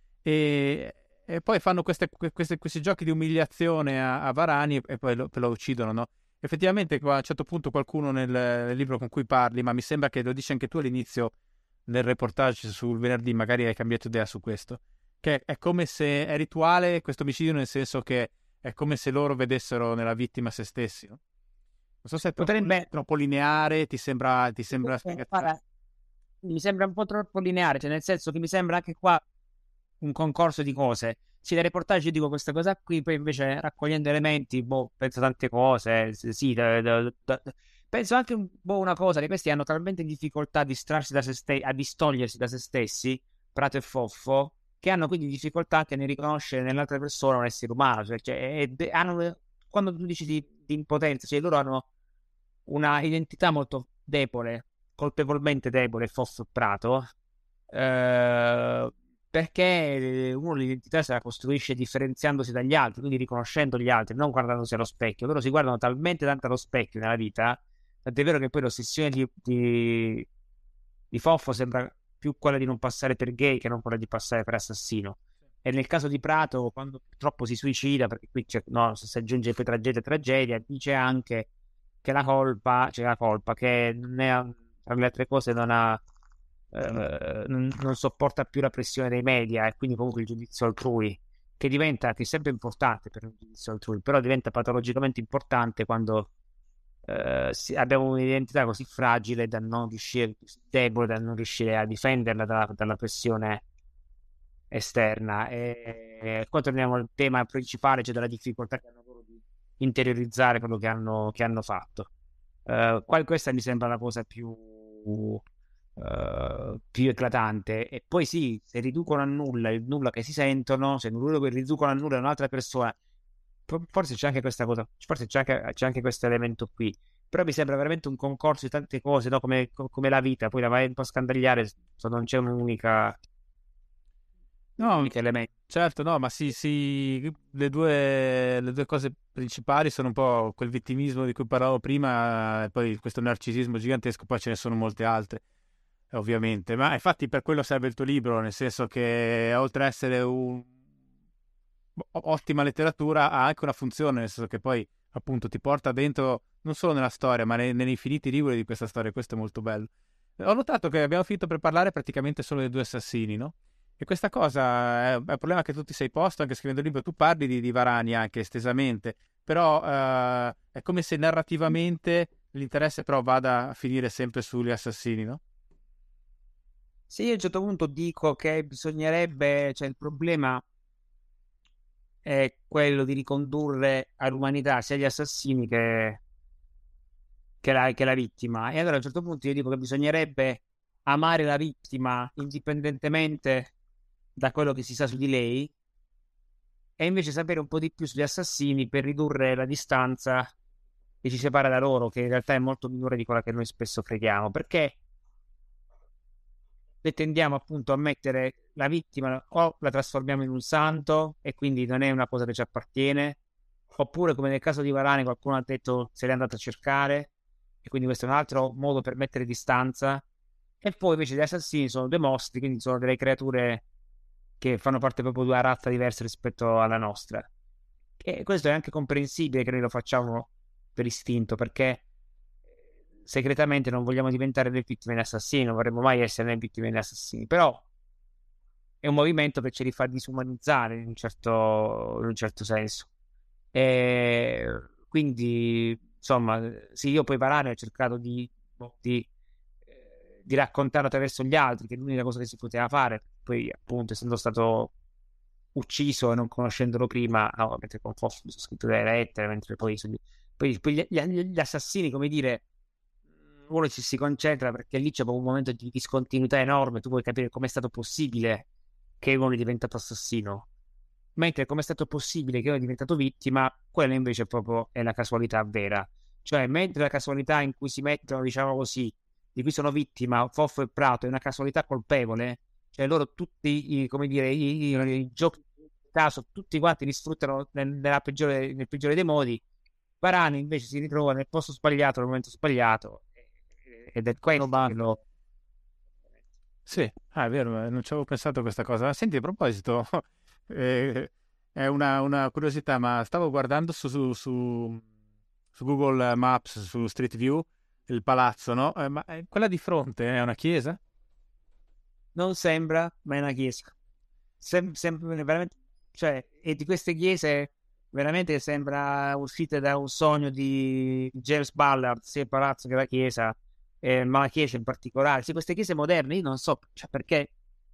E poi fanno questi giochi di umiliazione a Varani e poi lo uccidono, no? Effettivamente a un certo punto qualcuno nel libro con cui parli, ma mi sembra che lo dici anche tu all'inizio del reportage sul venerdì, magari hai cambiato idea su questo, che è come se è rituale questo omicidio nel senso che è come se loro vedessero nella vittima se stessi, no? Non so se è Potrebbe, troppo lineare, ti sembra spiegazione. guarda, mi sembra un po' troppo lineare, cioè nel senso che mi sembra anche qua un concorso di cose. Sì, dai reportage io dico questa cosa qui, poi invece raccogliendo elementi, penso tante cose, sì, penso anche una cosa, che questi hanno talmente difficoltà a distrarsi da se stessi, a distogliersi da se stessi, Prato e Foffo, che hanno quindi difficoltà anche nel riconoscere nell'altra persona un essere umano, quando tu dici di impotenza, cioè loro hanno una identità molto debole, colpevolmente debole, Foffo e Prato, eh, perché uno l'identità se la costruisce differenziandosi dagli altri, quindi riconoscendo gli altri, non guardandosi allo specchio. Loro si guardano talmente tanto allo specchio nella vita, tant'è vero che poi l'ossessione di Foffo sembra più quella di non passare per gay che non quella di passare per assassino. E nel caso di Prato, quando purtroppo si suicida, perché qui no, si aggiunge poi tragedia, tragedia, dice anche che la colpa che non è, tra le altre cose, non sopporta più la pressione dei media e quindi comunque il giudizio altrui, che è sempre importante per il giudizio altrui, però diventa patologicamente importante quando abbiamo un'identità così fragile da non riuscire, così debole da non riuscire a difenderla dalla pressione esterna. E qua torniamo al tema principale, cioè della difficoltà che hanno loro di interiorizzare quello che hanno fatto. Questa mi sembra la cosa più eclatante. E poi sì, se riducono a nulla il nulla che si sentono, se loro riducono a nulla un'altra persona, forse c'è anche questa cosa, forse c'è anche questo elemento qui. Però mi sembra veramente un concorso di tante cose, no? Come la vita, poi la vai un po' a scandagliare, non c'è un No, unico elemento. certo, no, ma sì, le due cose principali sono un po' quel vittimismo di cui parlavo prima e poi questo narcisismo gigantesco, poi ce ne sono molte altre, ovviamente. Ma infatti per quello serve il tuo libro, nel senso che oltre a essere ottima letteratura ha anche una funzione, nel senso che poi appunto ti porta dentro non solo nella storia, ma negli infiniti rivoli di questa storia, questo è molto bello. Ho notato che abbiamo finito per parlare praticamente solo dei due assassini, no? E questa cosa è un problema che tu ti sei posto anche scrivendo il libro. Tu parli di Varani anche estesamente, però è come se narrativamente l'interesse però vada a finire sempre sugli assassini, no? Se io a un certo punto dico che bisognerebbe, cioè il problema è quello di ricondurre all'umanità sia gli assassini che la vittima, e allora a un certo punto io dico che bisognerebbe amare la vittima indipendentemente da quello che si sa su di lei, e invece sapere un po' di più sugli assassini per ridurre la distanza che ci separa da loro, che in realtà è molto minore di quella che noi spesso crediamo, perché noi tendiamo appunto a mettere la vittima, o la trasformiamo in un santo e quindi non è una cosa che ci appartiene, oppure come nel caso di Varane qualcuno ha detto se l'è andata a cercare, e quindi questo è un altro modo per mettere distanza. E poi invece gli assassini sono dei mostri, quindi sono delle creature che fanno parte proprio di una razza diversa rispetto alla nostra. E questo è anche comprensibile che noi lo facciamo per istinto, perché segretamente non vogliamo diventare le vittime di assassini, non vorremmo mai essere le vittime di assassini, però è un movimento che ce li fa disumanizzare in un certo senso. E quindi, insomma, sì, io poi Varane ho cercato di raccontarlo attraverso gli altri, che è l'unica cosa che si poteva fare. Poi, appunto, essendo stato ucciso e non conoscendolo prima, no, mentre con Foff mi sono scritto delle lettere, mentre poi gli assassini, come dire, uno ci si concentra perché lì c'è proprio un momento di discontinuità enorme, tu vuoi capire com'è stato possibile che uno è diventato assassino, mentre com'è stato possibile che uno è diventato vittima, quella invece proprio è la casualità vera. Cioè, mentre la casualità in cui si mettono, diciamo così, di cui sono vittima Foffo e Prato, è una casualità colpevole, cioè loro tutti, come dire, i giochi in caso, tutti quanti li sfruttano nel peggiore dei modi. Varane invece si ritrova nel posto sbagliato, nel momento sbagliato, ed è questo che lo... Sì, è vero, non ci avevo pensato a questa cosa. Senti, a proposito, è una curiosità, ma stavo guardando su Google Maps, su Street View, il palazzo, no? Ma quella di fronte è una chiesa? Non sembra, ma è una chiesa. Veramente, cioè, e di queste chiese veramente sembra uscite da un sogno di James Ballard, sia il palazzo che la chiesa, ma la chiesa in particolare. Sì, queste chiese moderne, io non so, cioè, perché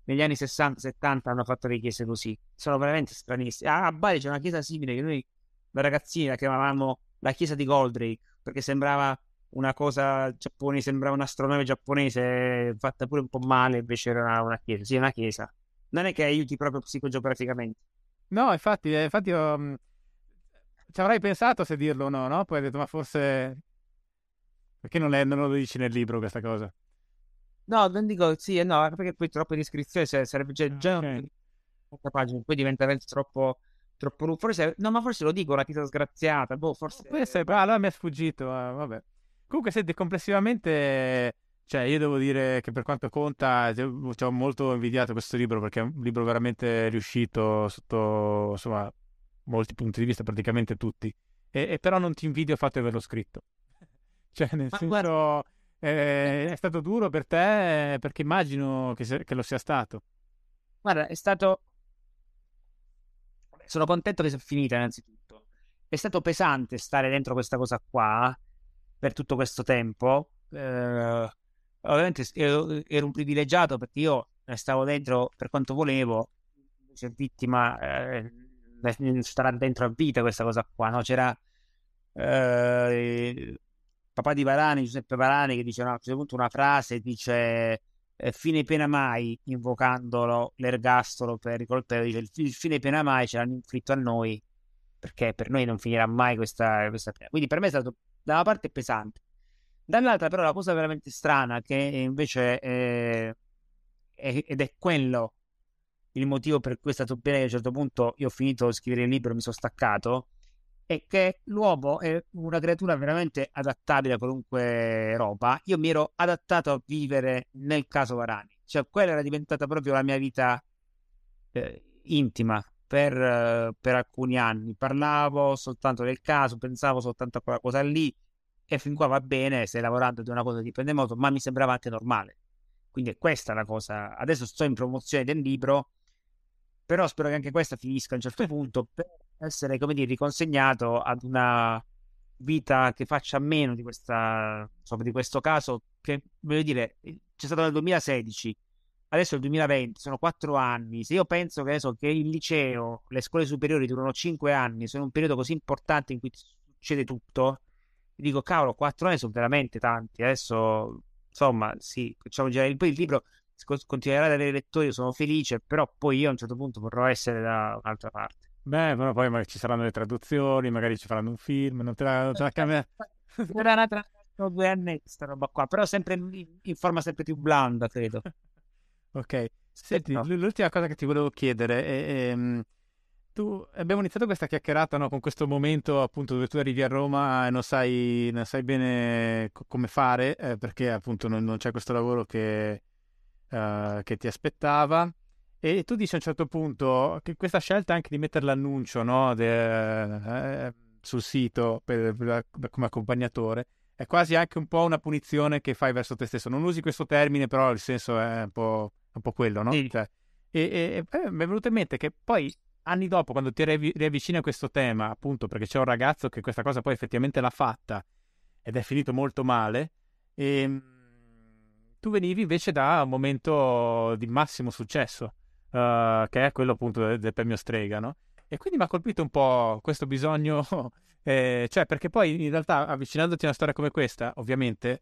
negli anni 60-70 hanno fatto le chiese così. Sono veramente stranissime. A Bari c'è una chiesa simile che noi da ragazzini la chiamavamo la chiesa di Goldrake, perché sembrava una cosa giapponese, sembrava un'astronave giapponese fatta pure un po' male, invece era una chiesa. Sì, è una chiesa. Non è che aiuti proprio psicogeograficamente. No, infatti ci avrei pensato se dirlo o no, no? Poi ho detto, ma forse... Perché non lo dici nel libro questa cosa? No, non dico sì e no, perché poi troppe descrizioni sarebbe già Ok. 30 pagine, poi diventa veramente troppo lungo. Forse, no, ma forse lo dico, una chiesa sgraziata, boh, forse... Allora mi è sfuggito, vabbè. Comunque, senti, complessivamente, cioè, io devo dire che per quanto conta, ci ho molto invidiato questo libro perché è un libro veramente riuscito sotto, insomma, molti punti di vista, praticamente tutti. E però non ti invidio il fatto di averlo scritto. Cioè, nel Ma guarda, senso, è stato duro per te perché immagino che lo sia stato. guarda, è stato... Sono contento che sia finita, innanzitutto. È stato pesante stare dentro questa cosa qua per tutto questo tempo. Ovviamente ero un privilegiato perché io ne stavo dentro per quanto volevo, invece vittima starà dentro a vita questa cosa qua, no? C'era il papà di Varani, Giuseppe Varani, che dice no, a un certo punto una frase, dice fine pena mai, invocandolo l'ergastolo per i colpevoli, dice il fine pena mai ce l'hanno inflitto a noi, perché per noi non finirà mai questa pena. Quindi per me è stato da una parte pesante. Dall'altra, però, la cosa veramente strana, che invece ed è quello il motivo per cui è stato bene che a un certo punto io ho finito di scrivere il libro e mi sono staccato, è che l'uomo è una creatura veramente adattabile a qualunque roba. Io mi ero adattato a vivere nel caso Varani, cioè quella era diventata proprio la mia vita intima per alcuni anni. Parlavo soltanto del caso, pensavo soltanto a quella cosa lì e fin qua va bene, stai lavorando di una cosa che dipende molto, ma mi sembrava anche normale. Quindi è questa la cosa. Adesso sto in promozione del libro, però spero che anche questa finisca a un certo punto per essere, come dire, riconsegnato ad una vita che faccia meno di questa, insomma, di questo caso che, voglio dire, c'è stato nel 2016, adesso è il 2020, sono 4 anni. Se io penso che, adesso, che il liceo, le scuole superiori durano 5 anni, sono un periodo così importante in cui succede tutto, dico, cavolo, 4 anni sono veramente tanti. Adesso, insomma, sì, facciamo girare poi il libro continuerà ad avere lettori, io sono felice, però poi io a un certo punto vorrò essere da un'altra parte. Beh, però poi magari ci saranno le traduzioni, magari ci faranno un film, non te la cambia. Era un'altra 2 anni sta roba qua, però sempre in forma sempre più blanda, credo. Ok, senti, Spero. l'ultima cosa che ti volevo chiedere tu abbiamo iniziato questa chiacchierata, no, con questo momento appunto dove tu arrivi a Roma e non sai bene come fare perché appunto non c'è questo lavoro che ti aspettava e tu dici a un certo punto che questa scelta anche di mettere l'annuncio, no, sul sito come accompagnatore è quasi anche un po' una punizione che fai verso te stesso. Non usi questo termine, però il senso è un po' quello, no? Sì. Cioè, mi è venuto in mente che poi anni dopo, quando ti riavvicini a questo tema, appunto perché c'è un ragazzo che questa cosa poi effettivamente l'ha fatta ed è finito molto male, e tu venivi invece da un momento di massimo successo, che è quello appunto del premio Strega, no? E quindi mi ha colpito un po' questo bisogno, cioè perché poi in realtà avvicinandoti a una storia come questa, ovviamente,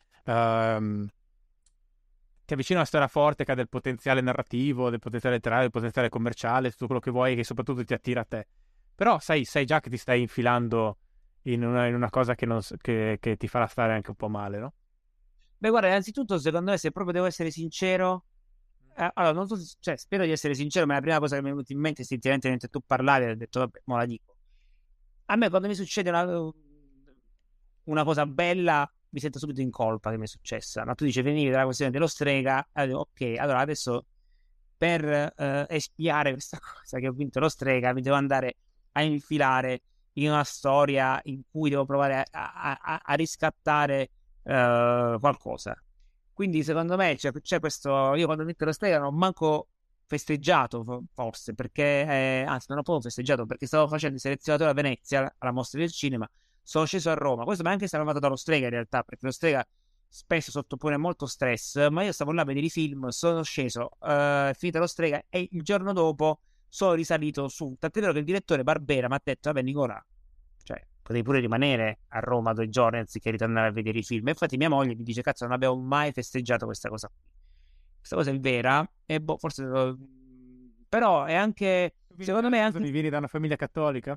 ti avvicina a una storia forte che ha del potenziale narrativo, del potenziale letterario, del potenziale commerciale, tutto quello che vuoi, che soprattutto ti attira a te. Però sai già che ti stai infilando in una cosa che ti farà stare anche un po' male, no? Beh, guarda, innanzitutto, secondo me, se proprio devo essere sincero, allora, non so cioè, spero di essere sincero, ma la prima cosa che mi è venuta in mente istintivamente mentre tu parlavi, ho detto, vabbè, mo la dico. A me quando mi succede una cosa bella, mi sento subito in colpa che mi è successa. Ma tu dici, venivi dalla questione dello strega, allora, ok, allora adesso per espiare questa cosa che ho vinto lo strega, mi devo andare a infilare in una storia in cui devo provare a riscattare qualcosa. Quindi secondo me c'è questo, io quando ho vinto lo strega non ho manco festeggiato forse, perché anzi non ho proprio festeggiato perché stavo facendo il selezionatore a Venezia alla mostra del cinema, sono sceso a Roma, questo mi è anche salvato dallo strega in realtà, perché lo strega spesso sottopone molto stress, ma io stavo là a vedere i film, sono sceso, finita lo strega, e il giorno dopo sono risalito su. Tant'è vero che il direttore Barbera mi ha detto: vabbè, Nicola, cioè, potevi pure rimanere a Roma 2 giorni anziché ritornare a vedere i film. E infatti mia moglie mi dice: cazzo, non abbiamo mai festeggiato questa cosa qui. Questa cosa è vera, e boh, forse... però è anche, secondo me, anche... Vieni da una famiglia cattolica?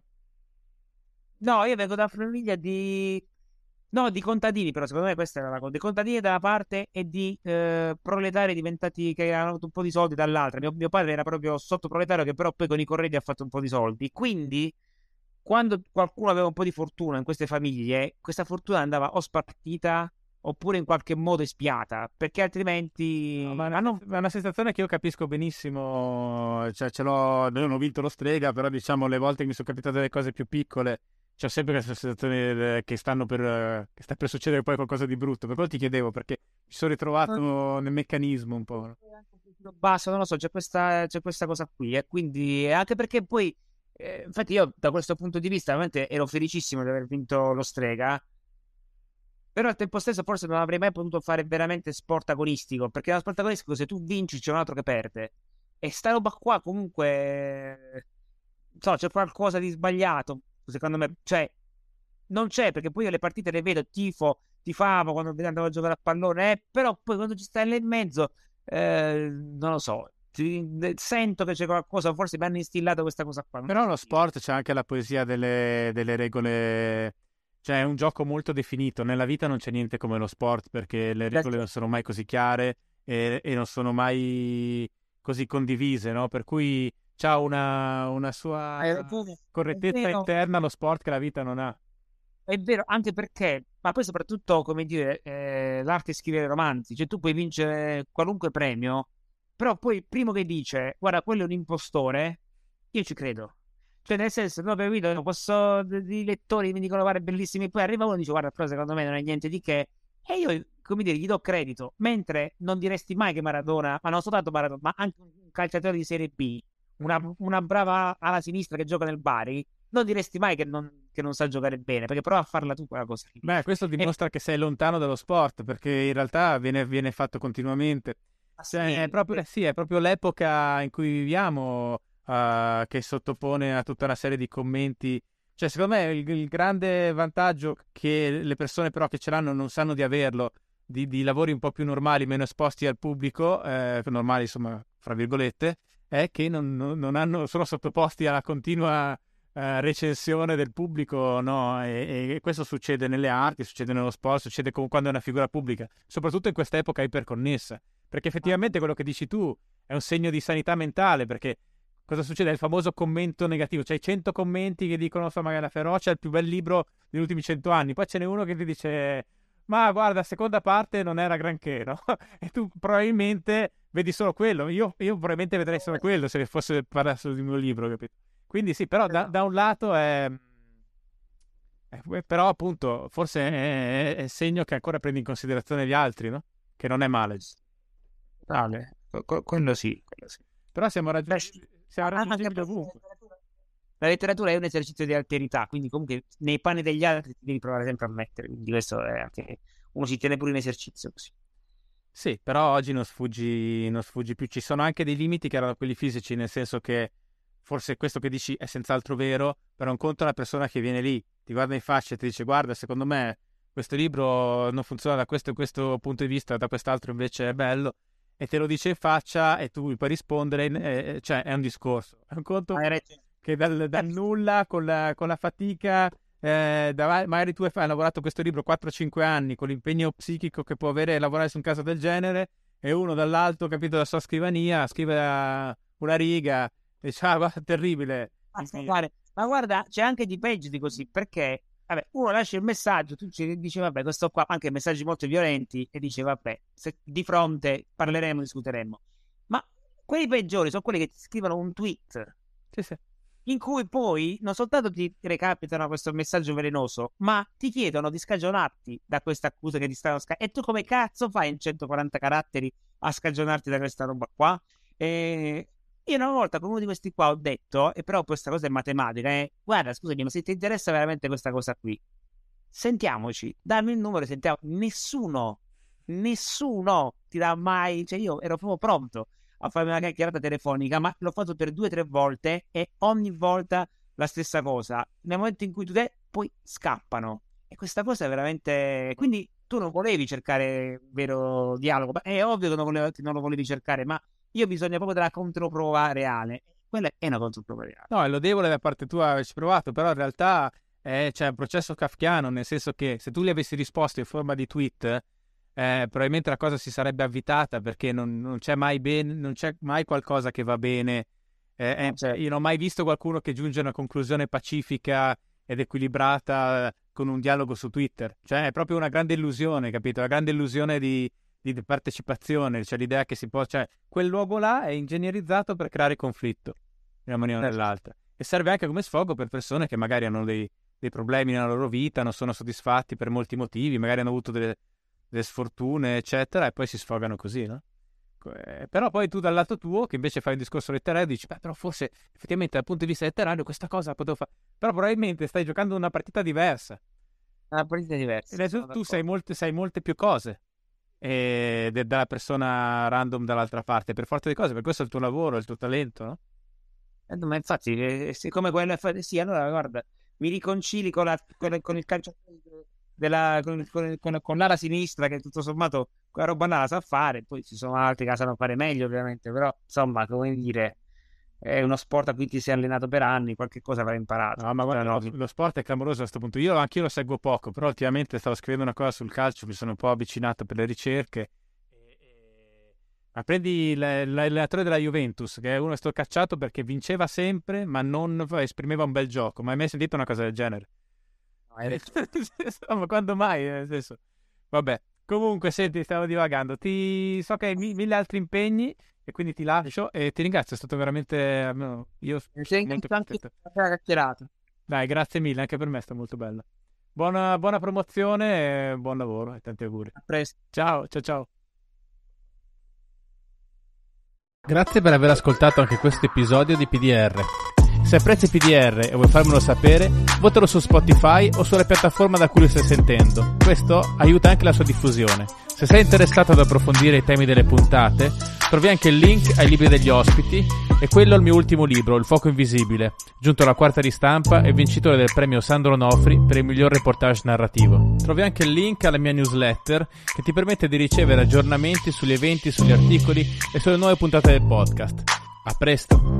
No, io vengo da una famiglia di... No, di contadini, però secondo me questa era la cosa. Di contadini da una parte e di proletari diventati che hanno avuto un po' di soldi dall'altra. Mio padre era proprio sottoproletario che però poi con i corredi ha fatto un po' di soldi. Quindi, quando qualcuno aveva un po' di fortuna in queste famiglie, questa fortuna andava o spartita oppure in qualche modo espiata, perché altrimenti... No, ma è una sensazione che io capisco benissimo, cioè ce l'ho, non ho vinto lo strega, però diciamo le volte che mi sono capitate delle cose più piccole, c'ho sempre questa sensazione che che sta per succedere poi qualcosa di brutto, per quello ti chiedevo, perché mi sono ritrovato nel meccanismo un po'. Basta, non lo so, c'è questa cosa qui, e quindi anche perché poi, infatti io da questo punto di vista veramente ero felicissimo di aver vinto lo strega, però al tempo stesso forse non avrei mai potuto fare veramente sport agonistico, perché nello sport agonistico se tu vinci c'è un altro che perde, e sta roba qua comunque, non so, c'è qualcosa di sbagliato, secondo me, cioè, non c'è, perché poi io le partite le vedo, tifavo quando andavo a giocare a pallone, però poi quando ci stai lì in mezzo, non lo so, sento che c'è qualcosa, forse mi hanno instillato questa cosa qua. Però lo sport c'è anche la poesia delle regole, cioè è un gioco molto definito, nella vita non c'è niente come lo sport, perché le regole non sono mai così chiare e non sono mai così condivise, no? Per cui c'ha una sua Hai ragione, è correttezza vero. interna lo sport che la vita non ha. È vero, anche perché, ma poi soprattutto, come dire, l'arte di scrivere romanzi, cioè tu puoi vincere qualunque premio, però poi il primo che dice, guarda, quello è un impostore, io ci credo. Cioè, nel senso, no, capito, i lettori mi dicono, guarda, è bellissimo, e poi arriva uno e dice, guarda, però secondo me non è niente di che, e io, come dire, gli do credito, mentre non diresti mai che Maradona, ma non soltanto Maradona, ma anche un calciatore di Serie B, una brava ala sinistra che gioca nel Bari, non diresti mai che non sa giocare bene, perché prova a farla tu quella cosa lì. Beh, questo dimostra che sei lontano dallo sport, perché in realtà viene fatto continuamente. Cioè, sì, è proprio l'epoca in cui viviamo, che sottopone a tutta una serie di commenti. Cioè, secondo me il grande vantaggio che le persone però che ce l'hanno non sanno di averlo, di lavori un po' più normali, meno esposti al pubblico, normali insomma, fra virgolette, è che sono sottoposti alla continua recensione del pubblico, no? E questo succede nelle arti, succede nello sport, succede quando è una figura pubblica, soprattutto in questa epoca iperconnessa, perché effettivamente quello che dici tu è un segno di sanità mentale, perché cosa succede? È il famoso commento negativo, c'hai 100 commenti che dicono insomma che la ferocia è il più bel libro degli ultimi 100 anni, poi ce n'è uno che ti dice ma guarda, la seconda parte non era granché, no? E tu probabilmente vedi solo quello, io probabilmente vedrei solo quello se fosse parlare di un mio libro, capito? Quindi sì, però da un lato però appunto forse è segno che ancora prendi in considerazione gli altri, no? Che non è male. Tale. Quello sì, quello sì. Però Beh, siamo anche raggiungibili perché ovunque. la letteratura è un esercizio di alterità, quindi comunque nei panni degli altri ti devi provare sempre a mettere, quindi questo è anche... uno si tiene pure in esercizio così. Sì, però oggi non sfuggi più. Ci sono anche dei limiti che erano quelli fisici, nel senso che forse questo che dici è senz'altro vero, però un conto è una persona che viene lì, ti guarda in faccia e ti dice guarda, secondo me questo libro non funziona da questo e questo punto di vista, da quest'altro invece è bello, e te lo dice in faccia e tu puoi rispondere, cioè è un discorso. È un conto Hai ragione. che dal nulla, con la fatica, magari tu hai lavorato questo libro 4-5 anni, con l'impegno psichico che può avere lavorare su un caso del genere, e uno dall'alto, capito, dalla sua scrivania, scrive una riga e dice, ah, guarda, terribile. Ma guarda, c'è anche di peggio di così, perché vabbè, uno lascia il messaggio, tu ci dici vabbè, questo qua, anche messaggi molto violenti, e dice vabbè, se di fronte parleremo, discuteremo. Ma quelli peggiori sono quelli che ti scrivono un tweet Sì, sì. in cui poi non soltanto ti recapitano questo messaggio velenoso, ma ti chiedono di scagionarti da questa accusa che ti stanno e tu come cazzo fai in 140 caratteri a scagionarti da questa roba qua? E io una volta con uno di questi qua ho detto, e però questa cosa è matematica, guarda, scusami, ma se ti interessa veramente questa cosa qui, sentiamoci, dammi il numero e sentiamo. Nessuno nessuno ti dà mai, cioè io ero proprio pronto a farmi una chiacchierata telefonica, ma l'ho fatto per 2 o 3 volte e ogni volta la stessa cosa. Nel momento in cui tu poi scappano, e questa cosa è veramente, quindi tu non volevi cercare vero dialogo, ma è ovvio che non lo volevi cercare, ma io ho bisogno proprio della controprova reale. Quella è una controprova reale. No, è lodevole da parte tua averci provato, però in realtà c'è un processo kafkiano, nel senso che se tu gli avessi risposto in forma di tweet, probabilmente la cosa si sarebbe avvitata, perché non c'è mai bene, non c'è mai qualcosa che va bene. Certo. Io non ho mai visto qualcuno che giunge a una conclusione pacifica ed equilibrata con un dialogo su Twitter. Cioè è proprio una grande illusione, capito? Una grande illusione di partecipazione, cioè l'idea che si può, cioè quel luogo là è ingegnerizzato per creare conflitto in una maniera o nell'altra, e serve anche come sfogo per persone che magari hanno dei problemi nella loro vita, non sono soddisfatti per molti motivi, magari hanno avuto delle sfortune eccetera, e poi si sfogano così, no? Però poi tu dal lato tuo, che invece fai un discorso letterario, dici beh, però forse effettivamente dal punto di vista letterario questa cosa la potevo fare, però probabilmente stai giocando una partita diversa, Una partita diversa. e tu sai molte più cose dalla persona random dall'altra parte, per forza di cose, per questo è il tuo lavoro, è il tuo talento, no? Ma infatti, siccome quello è sì, allora guarda, mi riconcili con il calciatore con l'ala sinistra, che tutto sommato quella roba là la sa fare, poi ci sono altri che la sanno fare meglio ovviamente, però insomma, come dire, è uno sport a cui ti sei allenato per anni, qualche cosa avrai imparato. No, ma guarda, lo sport è clamoroso a questo punto. Anch'io lo seguo poco, però ultimamente stavo scrivendo una cosa sul calcio, mi sono un po' avvicinato per le ricerche. Ma prendi l'allenatore della Juventus, che è uno sto cacciato perché vinceva sempre, ma non esprimeva un bel gioco. Ma hai mai sentito una cosa del genere? Ma quando mai? Nel senso, vabbè. Comunque, senti, stavo divagando. So che hai 1000 altri impegni e quindi ti lascio e ti ringrazio. È stato veramente, io Sei molto anche contento. una chiacchierata. Dai, grazie mille, anche per me è stato molto bello. Buona promozione e buon lavoro e tanti auguri. A presto. Ciao, ciao, ciao. Grazie per aver ascoltato anche questo episodio di PDR. Se apprezzi PDR e vuoi farmelo sapere, votalo su Spotify o sulla piattaforma da cui lo stai sentendo. Questo aiuta anche la sua diffusione. Se sei interessato ad approfondire i temi delle puntate, trovi anche il link ai libri degli ospiti e quello al mio ultimo libro, Il fuoco invisibile, giunto alla 4ª ristampa e vincitore del premio Sandro Onofri per il miglior reportage narrativo. Trovi anche il link alla mia newsletter che ti permette di ricevere aggiornamenti sugli eventi, sugli articoli e sulle nuove puntate del podcast. A presto!